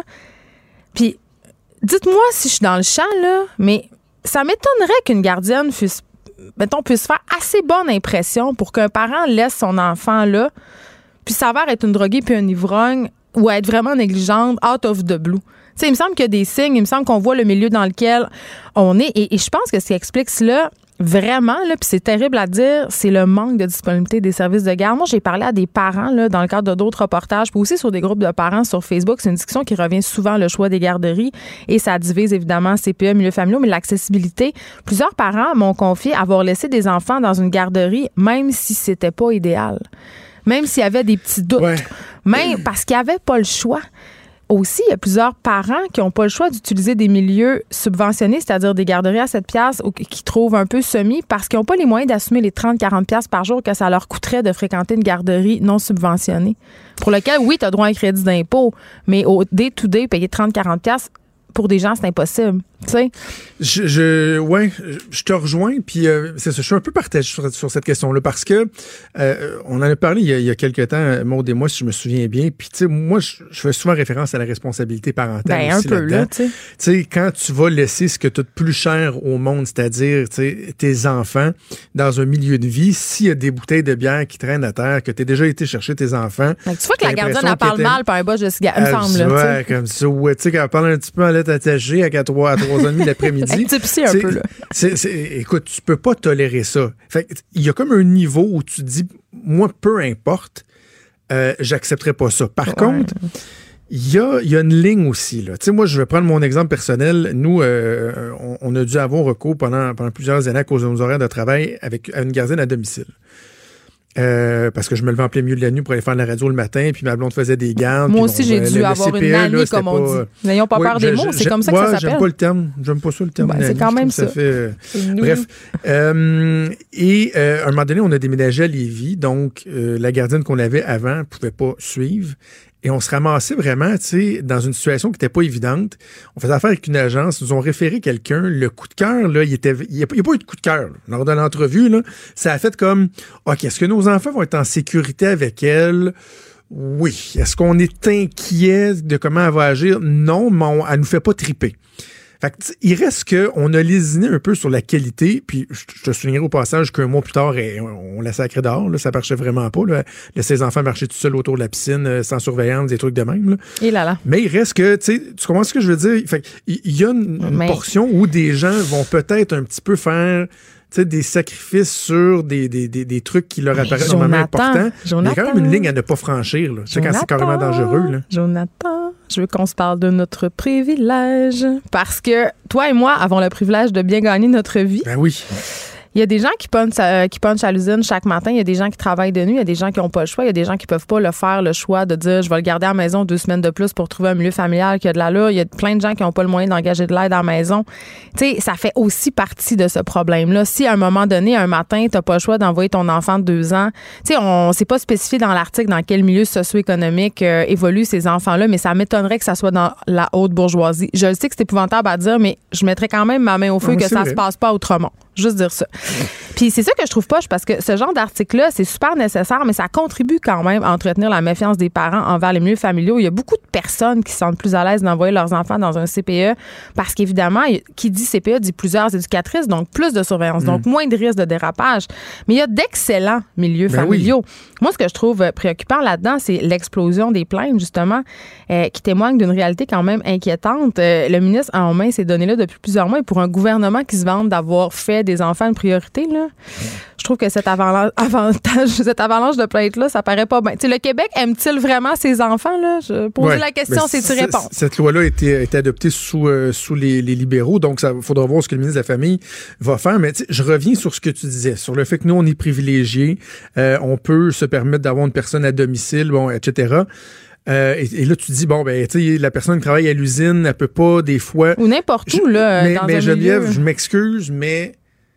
Speaker 9: puis dites-moi si je suis dans le champ, là, mais ça m'étonnerait qu'une gardienne puisse, mettons, puisse faire assez bonne impression pour qu'un parent laisse son enfant là, puis s'avère être une droguée puis un ivrogne ou être vraiment négligente, out of the blue. Tu sais, il me semble qu'il y a des signes, il me semble qu'on voit le milieu dans lequel on est. Et, et je pense que ce qui explique cela, vraiment, là, puis c'est terrible à dire, c'est le manque de disponibilité des services de garde. Moi, j'ai parlé à des parents là, dans le cadre de d'autres reportages, puis aussi sur des groupes de parents sur Facebook. C'est une discussion qui revient souvent, le choix des garderies, et ça divise évidemment C P E, milieux familiaux, mais l'accessibilité. Plusieurs parents m'ont confié avoir laissé des enfants dans une garderie, même si c'était pas idéal. Même s'il y avait des petits doutes. Ouais. Même parce qu'il n'y avait pas le choix. Aussi, il y a plusieurs parents qui n'ont pas le choix d'utiliser des milieux subventionnés, c'est-à-dire des garderies à sept piastres ou qui trouvent un peu semi parce qu'ils n'ont pas les moyens d'assumer les trente à quarante piastres par jour que ça leur coûterait de fréquenter une garderie non subventionnée. Pour lequel, oui, tu as droit à un crédit d'impôt, mais au day-to-day, payer trente à quarante piastres, pour des gens, c'est impossible. Tu sais?
Speaker 3: Je, je, ouais, je te rejoins, puis euh, c'est ça, je suis un peu partagé sur, sur cette question-là, parce que euh, on en a parlé il y a, il y a quelques temps, Maud et moi, si je me souviens bien, puis tu sais, moi, je, je fais souvent référence à la responsabilité parentale
Speaker 9: ben,
Speaker 3: aussi
Speaker 9: un peu, là, tu sais.
Speaker 3: Tu sais, quand tu vas laisser ce que tu as de plus cher au monde, c'est-à-dire, tu sais, tes enfants, dans un milieu de vie, s'il y a des bouteilles de bière qui traînent à terre, que tu as déjà été chercher tes enfants...
Speaker 9: Donc, tu vois que la gardienne, elle parle mal par un bas de cigare, il me semble, là,
Speaker 3: ouais, comme ça, ouais, tu sais, quand elle parle un petit peu en lettres attachées à trois à trois heures trente l'après-midi.
Speaker 9: Tipsy un peu, là.
Speaker 3: C'est, c'est, écoute, tu peux pas tolérer ça. Fait il y a comme un niveau où tu te dis, moi, peu importe, euh, j'accepterai pas ça. Par ouais. contre, il y a, y a une ligne aussi, là. Tu sais, moi, je vais prendre mon exemple personnel. Nous, euh, on, on a dû avoir recours pendant, pendant plusieurs années à cause de nos horaires de travail avec à une gardienne à domicile. Euh, parce que je me levais en plein milieu de la nuit pour aller faire la radio le matin, puis ma blonde faisait des gardes.
Speaker 9: Moi aussi,
Speaker 3: bon,
Speaker 9: j'ai
Speaker 3: ben,
Speaker 9: dû
Speaker 3: le,
Speaker 9: avoir
Speaker 3: le C P E,
Speaker 9: une nanny,
Speaker 3: là,
Speaker 9: comme on
Speaker 3: pas...
Speaker 9: dit. N'ayons pas
Speaker 3: ouais,
Speaker 9: peur des mots, c'est comme ça que
Speaker 3: ouais,
Speaker 9: ça s'appelle.
Speaker 3: J'aime pas le terme. J'aime pas ça, le terme.
Speaker 9: Ben,
Speaker 3: nanny,
Speaker 9: c'est quand même ça.
Speaker 3: ça fait... Bref. Euh, et euh, à un moment donné, on a déménagé à Lévis, donc euh, la gardienne qu'on avait avant ne pouvait pas suivre. Et on se ramassait vraiment, tu sais, dans une situation qui n'était pas évidente. On faisait affaire avec une agence, ils nous ont référé quelqu'un. Le coup de cœur, là, il était, il n'y a, a pas eu de coup de cœur. Là. Lors de l'entrevue, là, ça a fait comme, OK, est-ce que nos enfants vont être en sécurité avec elle? Oui. Est-ce qu'on est inquiet de comment elle va agir? Non, mais on, elle nous fait pas triper. Fait que, il reste qu'on a lésiné un peu sur la qualité, puis je te soulignerai au passage qu'un mois plus tard, on l'a sacré dehors, là, ça marchait vraiment pas. Là. Laisser les enfants marcher tout seuls autour de la piscine, sans surveillance, des trucs de même. Là.
Speaker 9: Et là là.
Speaker 3: Mais il reste que, tu sais, tu comprends ce que je veux dire? Fait il y a une, une
Speaker 9: Mais...
Speaker 3: portion où des gens vont peut-être un petit peu faire... sais, des sacrifices sur des, des, des, des trucs qui leur apparaissent
Speaker 9: Jonathan,
Speaker 3: normalement importants.
Speaker 9: Jonathan,
Speaker 3: il y a quand même une ligne à ne pas franchir, là. Tu sais, quand c'est carrément dangereux, là.
Speaker 9: Jonathan, je veux qu'on se parle de notre privilège. Parce que toi et moi avons le privilège de bien gagner notre vie.
Speaker 3: Ben oui.
Speaker 9: Il y a des gens qui punchent, euh, qui punchent à l'usine chaque matin. Il y a des gens qui travaillent de nuit. Il y a des gens qui n'ont pas le choix. Il y a des gens qui peuvent pas le faire, le choix de dire je vais le garder à la maison deux semaines de plus pour trouver un milieu familial qui a de l'allure. Il y a plein de gens qui n'ont pas le moyen d'engager de l'aide à la maison. Tu sais, ça fait aussi partie de ce problème-là. Si à un moment donné, un matin, tu n'as pas le choix d'envoyer ton enfant de deux ans, tu sais, on s'est pas spécifié dans l'article dans quel milieu socio-économique euh, évoluent ces enfants-là, mais ça m'étonnerait que ça soit dans la haute bourgeoisie. Je le sais que c'est épouvantable à dire, mais je mettrais quand même ma main au feu
Speaker 3: oui,
Speaker 9: que ça
Speaker 3: vrai.
Speaker 9: se passe pas autrement. Juste dire ça. Puis c'est ça que je trouve poche parce que ce genre d'article-là, c'est super nécessaire, mais ça contribue quand même à entretenir la méfiance des parents envers les milieux familiaux. Il y a beaucoup de personnes qui se sentent plus à l'aise d'envoyer leurs enfants dans un C P E parce qu'évidemment, qui dit C P E dit plusieurs éducatrices, donc plus de surveillance, mmh. donc moins de risques de dérapage. Mais il y a d'excellents milieux
Speaker 3: ben
Speaker 9: familiaux.
Speaker 3: Oui.
Speaker 9: Moi, ce que je trouve préoccupant là-dedans, c'est l'explosion des plaintes, justement, euh, qui témoigne d'une réalité quand même inquiétante. Euh, le ministre a en main ces données-là depuis plusieurs mois et pour un gouvernement qui se vante d'avoir fait des enfants une priorité, là, je trouve que cet avalanche, avantage, cette avalanche de plaintes-là, ça paraît pas bien. Tu sais, le Québec aime-t-il vraiment ses enfants? Là? Je poser
Speaker 3: ouais,
Speaker 9: la question, c'est tu réponds.
Speaker 3: Cette loi-là a été, a été adoptée sous, euh, sous les, les libéraux, donc il faudra voir ce que le ministre de la Famille va faire. Mais je reviens sur ce que tu disais, sur le fait que nous, on est privilégiés, euh, on peut se permettre d'avoir une personne à domicile, bon, et cetera. Euh, et, et là, tu dis, bon, ben, tu sais, la personne qui travaille à l'usine, elle peut pas, des fois...
Speaker 9: Ou n'importe où, là,
Speaker 3: mais,
Speaker 9: dans
Speaker 3: mais
Speaker 9: un
Speaker 3: Geneviève,
Speaker 9: milieu.
Speaker 3: je m'excuse, mais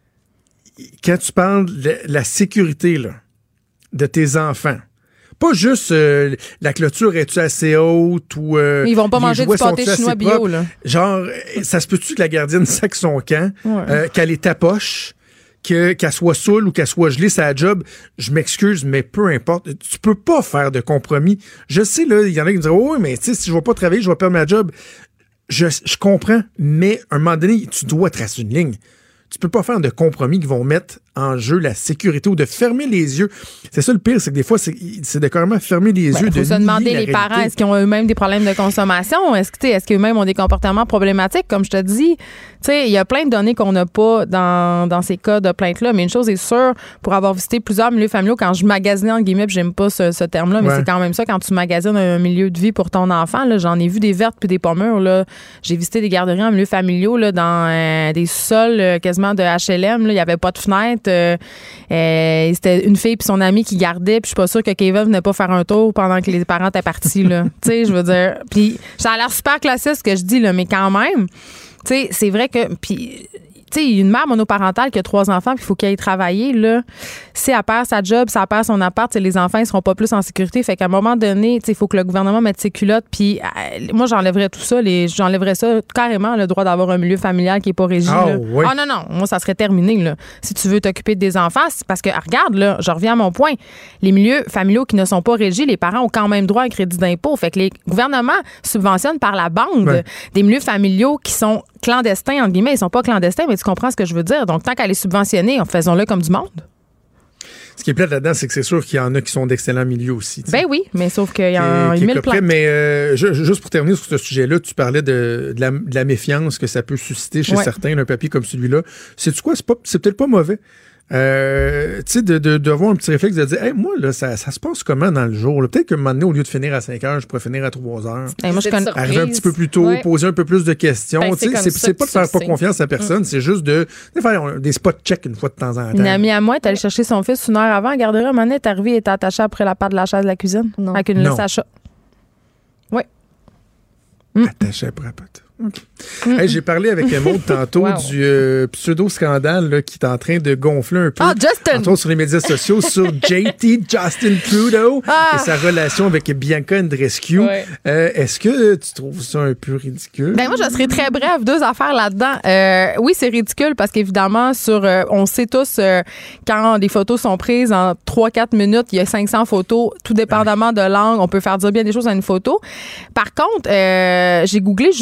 Speaker 3: quand tu parles de la sécurité, là, de tes enfants, pas juste euh, la clôture est-tu assez haute ou... Euh,
Speaker 9: ils vont pas manger du pâté chinois bio,
Speaker 3: propres?
Speaker 9: là.
Speaker 3: Genre, ça se peut-tu que la gardienne sac son camp,
Speaker 9: ouais.
Speaker 3: euh, qu'elle est tapoche, que, qu'elle soit saoule ou qu'elle soit gelée, sa job, je m'excuse, mais peu importe. Tu peux pas faire de compromis. Je sais, là, il y en a qui me disent, oh, oui, mais tu sais, si je vais pas travailler, je vais perdre ma job. Je, je comprends, mais à un moment donné, tu dois tracer une ligne. Tu peux pas faire de compromis qui vont mettre en jeu la sécurité ou de fermer les yeux. C'est ça le pire, c'est que des fois, c'est, c'est de carrément fermer les
Speaker 9: ben,
Speaker 3: yeux.
Speaker 9: Il faut
Speaker 3: de
Speaker 9: se demander, les
Speaker 3: réalité.
Speaker 9: parents, est-ce qu'ils ont eux-mêmes des problèmes de consommation? Est-ce, que, est-ce qu'eux-mêmes ont des comportements problématiques? Comme je te dis, il y a plein de données qu'on n'a pas dans, dans ces cas de plainte-là. Mais une chose est sûre, pour avoir visité plusieurs milieux familiaux, quand je magasinais, en guillemets, puis j'aime pas ce, ce terme-là, mais ouais. c'est quand même ça, quand tu magasines un milieu de vie pour ton enfant, là, j'en ai vu des vertes puis des pommures. Là. J'ai visité des garderies en milieu familiaux là, dans euh, des sols euh, quasiment de H L M. Il n'y avait pas de fenêtre. Euh, euh, c'était une fille puis son amie qui gardait. Puis je suis pas sûre que Kevin venait pas faire un tour pendant que les parents étaient partis. Tu sais, je veux dire. Puis ça a l'air super classique ce que je dis, là, mais quand même, tu sais, c'est vrai que... Puis, tu sais, une mère monoparentale qui a trois enfants puis il faut qu'elle aille travailler, là, si elle perd sa job, si elle perd son appart, les enfants, ils seront pas plus en sécurité. Fait qu'à un moment donné, il faut que le gouvernement mette ses culottes. Puis euh, moi, j'enlèverais tout ça. Les, j'enlèverais ça carrément, le droit d'avoir un milieu familial qui est pas régi.
Speaker 3: Ah,
Speaker 9: là.
Speaker 3: oui.
Speaker 9: Ah non, non, moi, ça serait terminé. Là. Si tu veux t'occuper des enfants, c'est parce que, regarde, là, je reviens à mon point. Les milieux familiaux qui ne sont pas régis, les parents ont quand même droit à un crédit d'impôt. Fait que les gouvernements subventionnent par la bande ouais. des milieux familiaux qui sont clandestins, entre guillemets. Ils sont pas clandestins, mais tu comprends ce que je veux dire. Donc, tant qu'à les subventionner, faisons-le comme du monde.
Speaker 3: Ce qui est plate là-dedans, c'est que c'est sûr qu'il y en a qui sont d'excellents milieux aussi. T'sais.
Speaker 9: Ben oui, mais sauf qu'il y a mille plaintes.
Speaker 3: Mais euh, juste pour terminer sur ce sujet-là, tu parlais de, de, la, de la méfiance que ça peut susciter chez ouais. certains, un papier comme celui-là. Sais-tu quoi? C'est, pas, c'est peut-être pas mauvais. Euh, tu sais, de, de, de avoir un petit réflexe de dire, hey, moi, là, ça, ça se passe comment dans le jour? Là? Peut-être qu'à un moment donné, au lieu de finir à cinq heures, je pourrais finir à trois heures.
Speaker 9: Hey, moi, je connais...
Speaker 3: Arriver un petit peu plus tôt, ouais. poser un peu plus de questions.
Speaker 9: Ben,
Speaker 3: c'est, c'est, c'est pas de faire pas confiance à personne, mm. c'est juste de, de faire des spot check une fois de temps en temps.
Speaker 9: Une amie à moi est allée chercher son fils une heure avant, à garderie, à un moment donné, est arrivée et était attachée après la patte de la chaise de la cuisine. Non. Avec une liste à chat. Oui.
Speaker 3: Mm. Attachée après la patte. Okay. Mm-hmm. Hey, j'ai parlé avec Maud tantôt wow. du euh, pseudo-scandale là, qui est en train de gonfler un peu
Speaker 9: oh, Justin.
Speaker 3: entre autres sur les médias sociaux sur J T, Justin Trudeau ah. et sa relation avec Bianca Andreescu. Ouais. Euh, est-ce que tu trouves ça un peu ridicule?
Speaker 9: Ben moi, je serais très bref. Deux affaires là-dedans. Euh, oui, c'est ridicule parce qu'évidemment, sur, euh, on sait tous euh, quand des photos sont prises en trois quatre minutes, il y a cinq cents photos, tout dépendamment de l'angle. On peut faire dire bien des choses à une photo. Par contre, euh, j'ai googlé Justin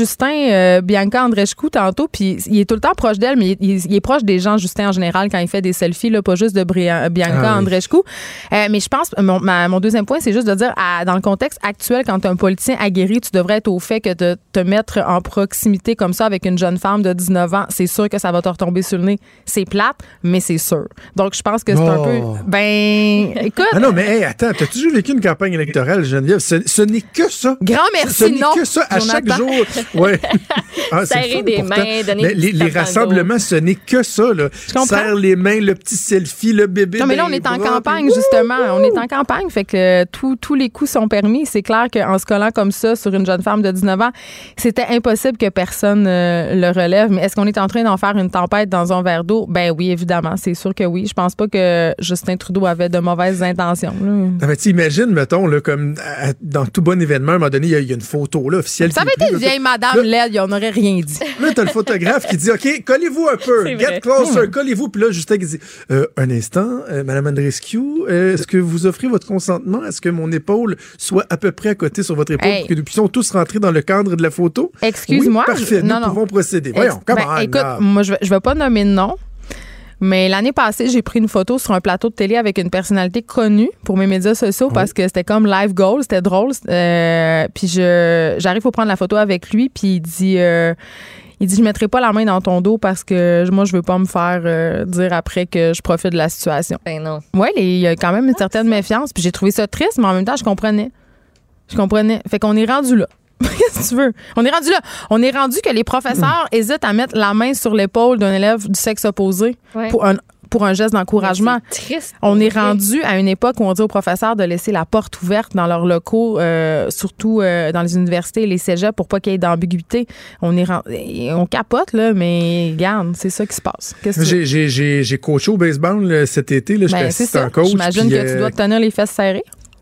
Speaker 9: euh, Bianca Andreescu tantôt, puis il est tout le temps proche d'elle, mais il, il, il est proche des gens, Justin, en général, quand il fait des selfies, là, pas juste de Bria, Bianca ah, Andreescu. Oui. Euh, mais je pense, mon, ma, mon deuxième point, c'est juste de dire, à, dans le contexte actuel, quand tu es un politicien aguerri, tu devrais être au fait que de te mettre en proximité comme ça avec une jeune femme de dix-neuf ans, c'est sûr que ça va te retomber sur le nez. C'est plate, mais c'est sûr. Donc, je pense que c'est oh. un peu... Ben, écoute...
Speaker 3: Ah non, mais hey, attends, t'as toujours vécu une campagne électorale, Geneviève? Ce, ce n'est que ça.
Speaker 9: Grand merci,
Speaker 3: ce, ce
Speaker 9: non.
Speaker 3: n'est que ça à
Speaker 9: Jonathan.
Speaker 3: Chaque jour. Ouais. Ah,
Speaker 4: serrer des mains, donner
Speaker 3: les, les rassemblements, ce n'est que ça. Là. Serre les mains, le petit selfie, le bébé.
Speaker 9: Non, mais là, on est en campagne, justement. On est en campagne, fait que euh, tous tous les coups sont permis. C'est clair qu'en se collant comme ça sur une jeune femme de dix-neuf ans, c'était impossible que personne euh, le relève. Mais est-ce qu'on est en train d'en faire une tempête dans un verre d'eau? Ben oui, évidemment. C'est sûr que oui. Je pense pas que Justin Trudeau avait de mauvaises intentions. Là.
Speaker 3: Ah, imagine, mettons, là, comme à, dans tout bon événement, à un moment donné, il y, y a une photo là, officielle.
Speaker 9: Ça avait été une vieille madame laide, il n'en aurait rien dit.
Speaker 3: Là, t'as le photographe qui dit OK, collez-vous un peu, get vrai. closer, mmh. collez-vous. Puis là, Justin qui dit euh, un instant, euh, Madame Andreescu, euh, est-ce que vous offrez votre consentement? Est-ce que mon épaule soit à peu près à côté sur votre épaule hey. pour que nous puissions tous rentrer dans le cadre de la photo?
Speaker 9: Excuse-moi.
Speaker 3: Oui, parfait,
Speaker 9: je... non,
Speaker 3: nous
Speaker 9: non.
Speaker 3: pouvons procéder.
Speaker 9: Ex-
Speaker 3: Voyons, comment
Speaker 9: ben, écoute, moi, je ne vais pas nommer de nom. Mais l'année passée, j'ai pris une photo sur un plateau de télé avec une personnalité connue pour mes médias sociaux oui. parce que c'était comme live goal, c'était drôle. Euh, puis je, j'arrive pour prendre la photo avec lui, puis il dit, euh, il dit, je mettrai pas la main dans ton dos parce que moi, je veux pas me faire euh, dire après que je profite de la situation.
Speaker 4: Ben non.
Speaker 9: Oui, il y a quand même une certaine méfiance. Puis j'ai trouvé ça triste, mais en même temps, je comprenais. Je comprenais. Fait qu'on est rendu là. Qu'est-ce que tu veux? On est rendu là. On est rendu que les professeurs mmh. hésitent à mettre la main sur l'épaule d'un élève du sexe opposé ouais. pour un pour un geste d'encouragement.
Speaker 4: C'est triste.
Speaker 9: On est rendu à une époque où on dit aux professeurs de laisser la porte ouverte dans leurs locaux, euh, surtout euh, dans les universités et les cégeps, pour pas qu'il y ait d'ambiguïté. On est rendu, on capote, là, mais regarde, c'est ça qui se passe. Qu'est-ce que
Speaker 3: j'ai, j'ai, j'ai, j'ai coaché au baseball là, cet été. Là, j'étais ben, assistant coach.
Speaker 9: J'imagine que euh... tu dois te tenir les fesses serrées.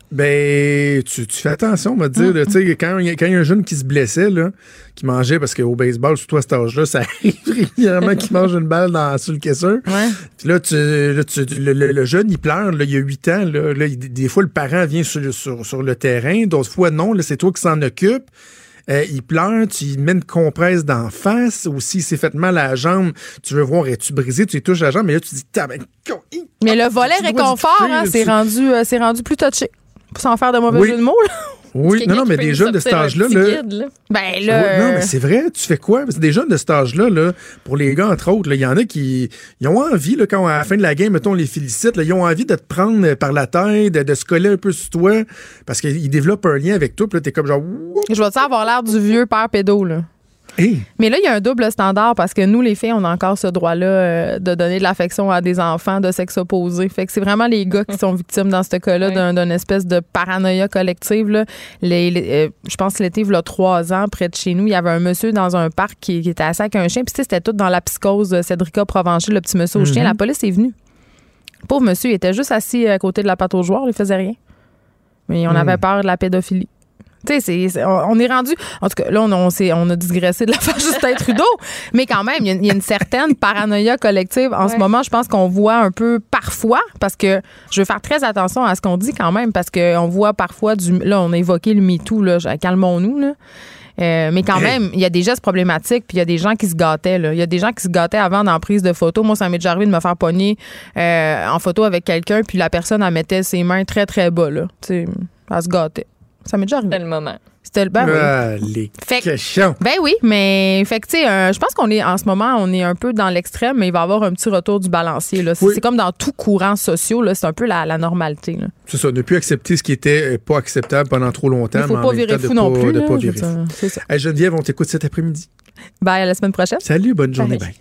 Speaker 3: Ben, tu, tu fais attention, on va te dire. Mm-hmm. Tu sais, quand il y a un jeune qui se blessait, là, qui mangeait, parce qu'au baseball, surtout à cet âge-là, ça arrive régulièrement qu'il mange une balle dans, sur le caisseur.
Speaker 9: Ouais.
Speaker 3: Puis là, tu, là tu, le, le, le jeune, il pleure, là, il y a huit ans. Là, là, il, des fois, le parent vient sur, sur, sur le terrain. D'autres fois, non, là, c'est toi qui s'en occupe. Euh, il pleure, tu lui mets une compresse d'en face, ou s'il s'est fait mal à la jambe, tu veux voir, es-tu brisé, tu lui touches la jambe, mais là, tu dis, t'as ben,
Speaker 9: mais le volet réconfort, hein, c'est, rendu, euh, c'est rendu plus touché. Sans faire de mauvais
Speaker 3: oui.
Speaker 9: jeu de mots, là.
Speaker 3: Oui, non, non, mais des jeunes de cet âge-là, là,
Speaker 4: guide, là.
Speaker 9: Ben là.
Speaker 3: Oui, non, mais c'est vrai, tu fais quoi? C'est des jeunes de cet âge-là, là, pour les gars, entre autres, il y en a qui ils ont envie, là, quand à la fin de la game, mettons, on les félicite, là, ils ont envie de te prendre par la tête, de, de se coller un peu sur toi, parce qu'ils développent un lien avec toi, puis là, t'es comme genre.
Speaker 9: Je vais-tu avoir l'air du vieux père pédo, là?
Speaker 3: Hey.
Speaker 9: Mais là, il y a un double standard parce que nous, les filles, on a encore ce droit-là euh, de donner de l'affection à des enfants de sexe opposé. Fait que c'est vraiment les gars qui sont victimes dans ce cas-là oui. d'un, d'une espèce de paranoïa collective. Là. Les, les, euh, je pense que l'été, il y a trois ans, près de chez nous, il y avait un monsieur dans un parc qui, qui était assis avec un chien. Puis c'était tout dans la psychose de Cédrica Provencher, le petit monsieur au mm-hmm. chien. La police est venue. Le pauvre monsieur, il était juste assis à côté de la patte aux joueurs, il faisait rien. Mais on mm. avait peur de la pédophilie. Tu sais, c'est, c'est, on est rendu... En tout cas, là, on, on, s'est, on a digressé de l'affaire Justin Trudeau, mais quand même, il y, y a une certaine paranoïa collective. En ouais. ce moment, je pense qu'on voit un peu parfois, parce que je veux faire très attention à ce qu'on dit quand même, parce qu'on voit parfois du... Là, on a évoqué le MeToo, là, calmons-nous, là. Euh, mais quand même, il y a des gestes problématiques, puis il y a des gens qui se gâtaient. Il y a des gens qui se gâtaient avant dans la prise de photo. Moi, ça m'est déjà arrivé de me faire pogner euh, en photo avec quelqu'un, puis la personne, elle mettait ses mains très, très bas. Là. Elle se gâtait. Ça m'est déjà arrivé.
Speaker 4: C'était le moment.
Speaker 9: C'était le ben
Speaker 3: ah,
Speaker 9: oui.
Speaker 3: Les
Speaker 9: fait,
Speaker 3: cochons.
Speaker 9: Ben oui, mais fait que tu sais, euh, je pense qu'on est en ce moment, on est un peu dans l'extrême, mais il va y avoir un petit retour du balancier. Là. C'est, oui. c'est comme dans tout courant social, là, c'est un peu la, la normalité. Là.
Speaker 3: C'est ça, ne plus accepter ce qui était pas acceptable pendant trop longtemps. Il
Speaker 9: faut
Speaker 3: mais
Speaker 9: pas virer fou non plus.
Speaker 3: De
Speaker 9: là,
Speaker 3: pas virer fou.
Speaker 9: C'est ça.
Speaker 3: Hey, Geneviève, on t'écoute cet après-midi.
Speaker 9: Bye, à la semaine prochaine.
Speaker 3: Salut, bonne journée. Bye.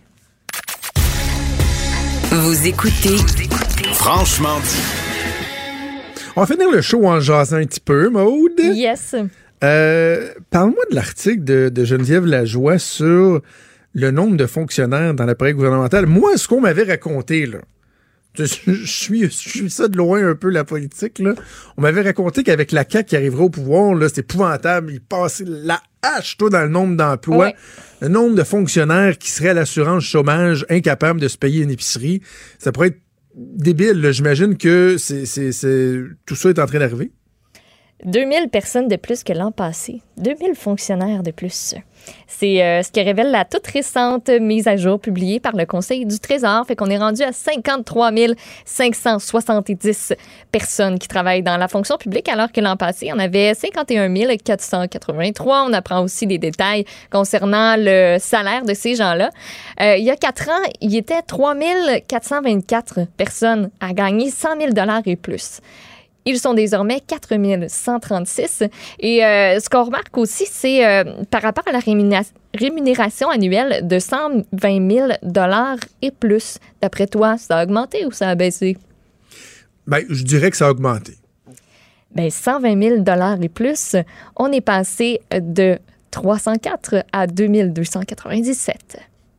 Speaker 1: Bye. Vous écoutez
Speaker 2: Franchement dit.
Speaker 3: On va finir le show en jasant un petit peu, Maude.
Speaker 4: Yes.
Speaker 3: Euh, parle-moi de l'article de, de Geneviève Lajoie sur le nombre de fonctionnaires dans l'appareil gouvernemental. Moi, ce qu'on m'avait raconté, là, je, je, suis, je suis ça de loin un peu, la politique, là. On m'avait raconté qu'avec la C A Q qui arriverait au pouvoir, là, c'est épouvantable. Ils passaient la hache, toi, dans le nombre d'emplois.
Speaker 4: Ouais.
Speaker 3: Le nombre de fonctionnaires qui seraient à l'assurance chômage, incapables de se payer une épicerie. Ça pourrait être débile, là. J'imagine que c'est, c'est, c'est, tout ça est en train d'arriver.
Speaker 4: deux mille personnes de plus que l'an passé. deux mille fonctionnaires de plus. C'est euh, ce que révèle la toute récente mise à jour publiée par le Conseil du Trésor. Fait qu'on est rendu à cinquante-trois mille cinq cent soixante-dix personnes qui travaillent dans la fonction publique, alors que l'an passé, il y en avait cinquante et un mille quatre cent quatre-vingt-trois. On apprend aussi des détails concernant le salaire de ces gens-là. Euh, il y a quatre ans, il y était trois mille quatre cent vingt-quatre personnes à gagner cent mille dollars et plus. Ils sont désormais quatre mille cent trente-six. Et euh, ce qu'on remarque aussi, c'est euh, par rapport à la rémunération, rémunération annuelle de cent vingt mille dollars et plus. D'après toi, ça a augmenté ou ça a baissé?
Speaker 3: Bien, je dirais que ça a augmenté.
Speaker 4: Bien, cent vingt mille dollars et plus, on est passé de trois cent quatre à deux mille deux cent quatre-vingt-dix-sept.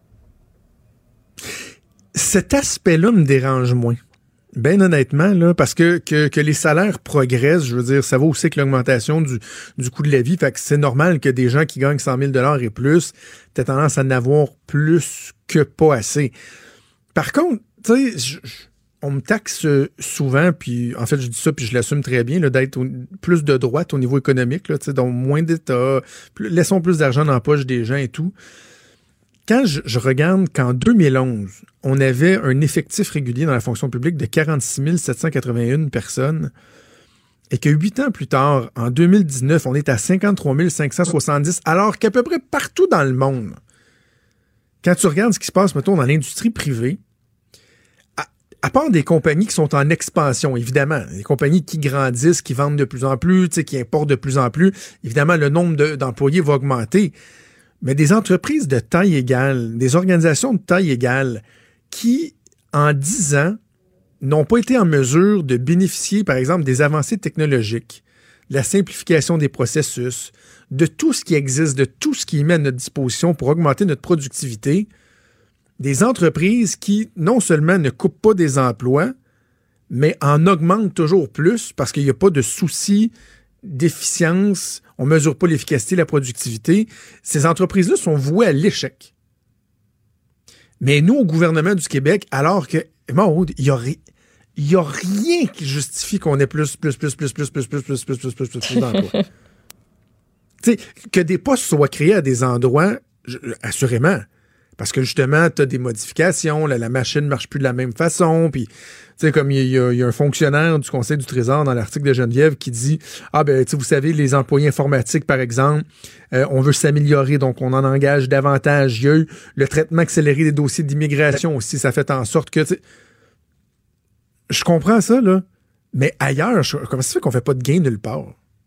Speaker 3: Cet aspect-là me dérange moins. Ben honnêtement, là, parce que, que que les salaires progressent, je veux dire, ça va aussi avec l'augmentation du, du coût de la vie. Fait que c'est normal que des gens qui gagnent cent mille dollars et plus, t'as tendance à en avoir plus que pas assez. Par contre, tu sais, on me taxe souvent, puis en fait, je dis ça, puis je l'assume très bien, là, d'être au, plus de droite au niveau économique, là, tu sais, donc moins d'État, plus, laissons plus d'argent dans la poche des gens et tout. Quand je, je regarde qu'en deux mille onze, on avait un effectif régulier dans la fonction publique de quarante-six mille sept cent quatre-vingt-un personnes et que huit ans plus tard, en deux mille dix-neuf, on est à cinquante-trois mille cinq cent soixante-dix, alors qu'à peu près partout dans le monde, quand tu regardes ce qui se passe, mettons, dans l'industrie privée, à, à part des compagnies qui sont en expansion, évidemment, des compagnies qui grandissent, qui vendent de plus en plus, qui importent de plus en plus, évidemment, le nombre de, d'employés va augmenter. Mais des entreprises de taille égale, des organisations de taille égale qui, en dix ans, n'ont pas été en mesure de bénéficier, par exemple, des avancées technologiques, de la simplification des processus, de tout ce qui existe, de tout ce qui est mis à notre disposition pour augmenter notre productivité, des entreprises qui, non seulement ne coupent pas des emplois, mais en augmentent toujours plus parce qu'il n'y a pas de souci d'efficience, on ne mesure pas l'efficacité, la productivité. Ces entreprises-là sont vouées à l'échec. Mais nous, au gouvernement du Québec, alors que, bon, il n'y a, y a rien qui justifie qu'on ait plus, plus, plus, plus, plus, plus, plus, plus, plus, plus, plus, plus, plus d'emplois. Tu sais, que des postes soient créés à des endroits, je, assurément, parce que justement, tu as des modifications, là, la machine ne marche plus de la même façon, puis, tu sais, comme il y, y, y a un fonctionnaire du Conseil du Trésor dans l'article de Geneviève qui dit « Ah, ben, tu sais, vous savez, les employés informatiques, par exemple, euh, on veut s'améliorer, donc on en engage davantage. Il y a eu le traitement accéléré des dossiers d'immigration aussi, ça fait en sorte que, tu sais, je comprends ça, là, mais ailleurs, je, comment ça se fait qu'on fait pas de gain nulle part? »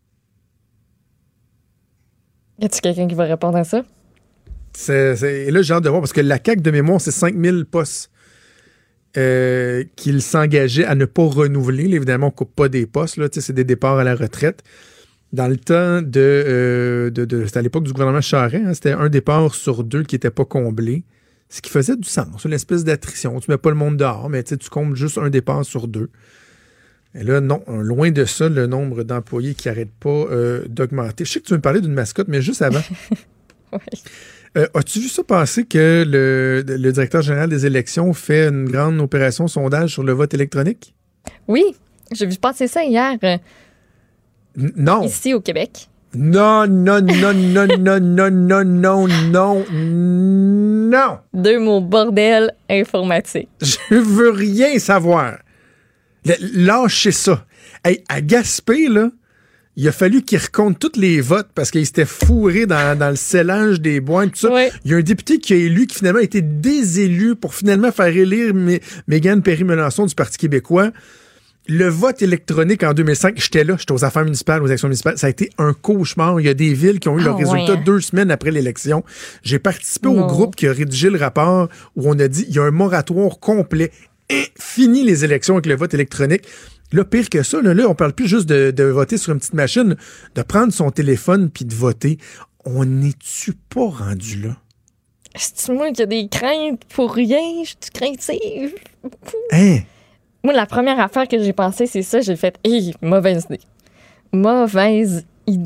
Speaker 4: Y a-t-il quelqu'un qui va répondre à ça?
Speaker 3: C'est, c'est, et là, j'ai hâte de voir, parce que la C A Q de mémoire, c'est cinq mille postes euh, qu'il s'engageait à ne pas renouveler. Là, évidemment, on ne coupe pas des postes. Là, c'est des départs à la retraite. Dans le temps de... Euh, de, de c'était à l'époque du gouvernement Charest, hein, c'était un départ sur deux qui n'était pas comblé. Ce qui faisait du sens. Une espèce d'attrition. Tu ne mets pas le monde dehors, mais tu combles juste un départ sur deux. Et là, non, loin de ça, le nombre d'employés qui n'arrêtent pas euh, d'augmenter. Je sais que tu veux me parler d'une mascotte, mais juste avant...
Speaker 4: Oui.
Speaker 3: Euh, as-tu vu ça passer que le, le directeur général des élections fait une grande opération sondage sur le vote électronique?
Speaker 4: Oui, j'ai vu passer ça hier. Euh,
Speaker 3: N- non.
Speaker 4: Ici au Québec.
Speaker 3: Non, non, non, non, non, non, non, non, non, non.
Speaker 4: Deux mots, bordel informatique.
Speaker 3: Je veux rien savoir. L- lâchez ça. Hey, à Gaspé, là, il a fallu qu'il recompte tous les votes parce qu'il s'était fourré dans, dans le scellage des boîtes, tout ça.
Speaker 4: Oui.
Speaker 3: Il y a un député qui a élu, qui finalement a été désélu pour finalement faire élire M- Mégane Perry-Melançon du Parti québécois. Le vote électronique en deux mille cinq, j'étais là, j'étais aux affaires municipales, aux élections municipales. Ça a été un cauchemar. Il y a des villes qui ont eu
Speaker 4: Ah,
Speaker 3: leur résultat
Speaker 4: ouais.
Speaker 3: deux semaines après l'élection. J'ai participé
Speaker 4: Non.
Speaker 3: au groupe qui a rédigé le rapport où on a dit il y a un moratoire complet. Et fini les élections avec le vote électronique. Là, pire que ça, là, là on parle plus juste de, de voter sur une petite machine, de prendre son téléphone puis de voter. On n'est-tu pas rendu là?
Speaker 4: C'est moi qui a des craintes pour rien. Je suis craintive.
Speaker 3: Hein?
Speaker 4: Moi, la première affaire que j'ai pensé, c'est ça. J'ai fait, hé, mauvaise idée. Mauvaise idée.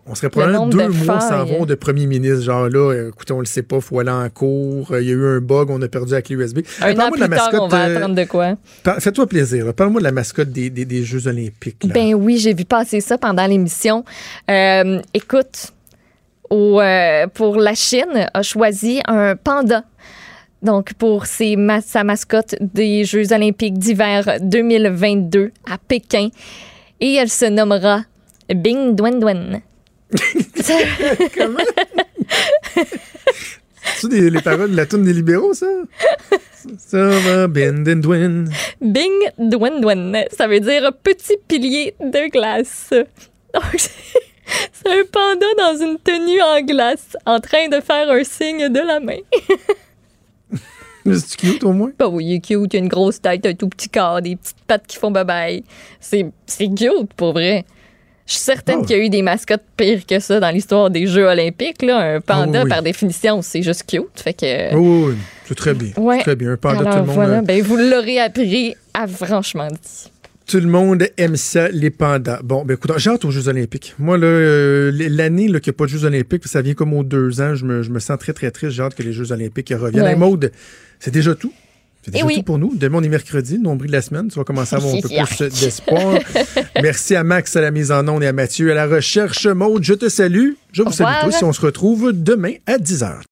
Speaker 3: On serait probablement
Speaker 4: nombre
Speaker 3: deux
Speaker 4: de
Speaker 3: mois sans
Speaker 4: failles.
Speaker 3: voir de premier ministre. Genre là, euh, écoutez, on le sait pas, faut aller en cours. Il y a eu un bug, on a perdu la clé U S B.
Speaker 4: Un
Speaker 3: Hey,
Speaker 4: an
Speaker 3: parle-moi
Speaker 4: plus
Speaker 3: de la
Speaker 4: tard,
Speaker 3: mascotte,
Speaker 4: on va
Speaker 3: euh,
Speaker 4: attendre de quoi?
Speaker 3: par- Fais-toi plaisir. là. Parle-moi de la mascotte des, des, des Jeux olympiques. là.
Speaker 4: Ben oui, j'ai vu passer ça pendant l'émission. Euh, écoute, au, euh, pour la Chine, a choisi un panda. Donc, pour ses ma- sa mascotte des Jeux olympiques d'hiver deux mille vingt-deux à Pékin. Et elle se nommera Bing Dwen Dwen.
Speaker 3: Comment? C'est des, les paroles de la toune des libéraux, ça? Ça va, ben, den, dwen.
Speaker 4: Bing Dwen Dwen. Ça veut dire petit pilier de glace. Donc, c'est un panda dans une tenue en glace en train de faire un signe de la main.
Speaker 3: C'est cute, au moins?
Speaker 4: Bah oui, il est cute, il a une grosse tête, un tout petit corps, des petites pattes qui font bye-bye. C'est, c'est cute, pour vrai. Je suis certaine
Speaker 3: Oh.
Speaker 4: qu'il y a eu des mascottes pires que ça dans l'histoire des Jeux olympiques. Là. Un panda,
Speaker 3: Oh oui.
Speaker 4: par définition, c'est juste cute. Fait que...
Speaker 3: Oui, oui, oui. C'est très bien.
Speaker 4: Ouais.
Speaker 3: C'est très bien. Un panda,
Speaker 4: Alors
Speaker 3: tout le monde.
Speaker 4: voilà,
Speaker 3: euh,
Speaker 4: ben, vous l'aurez appris à franchement dit.
Speaker 3: Tout le monde aime ça, les pandas. Bon, ben écoute, j'ai hâte aux Jeux olympiques. Moi, là, euh, l'année là, qu'il n'y a pas de Jeux olympiques, ça vient comme aux deux ans, je me, je me sens très, très triste. J'ai hâte que les Jeux olympiques reviennent.
Speaker 4: Ouais.
Speaker 3: Hey, Maude, c'est déjà tout. C'est déjà
Speaker 4: Eh oui.
Speaker 3: tout pour nous. Demain, on est mercredi, le nombril de la semaine. Tu vas commencer à avoir un peu plus d'espoir. Merci à Max à la mise en onde et à Mathieu à la recherche. Maude, je te salue. Je vous
Speaker 4: Au
Speaker 3: salue
Speaker 4: revoir.
Speaker 3: tous et on se retrouve demain à dix heures.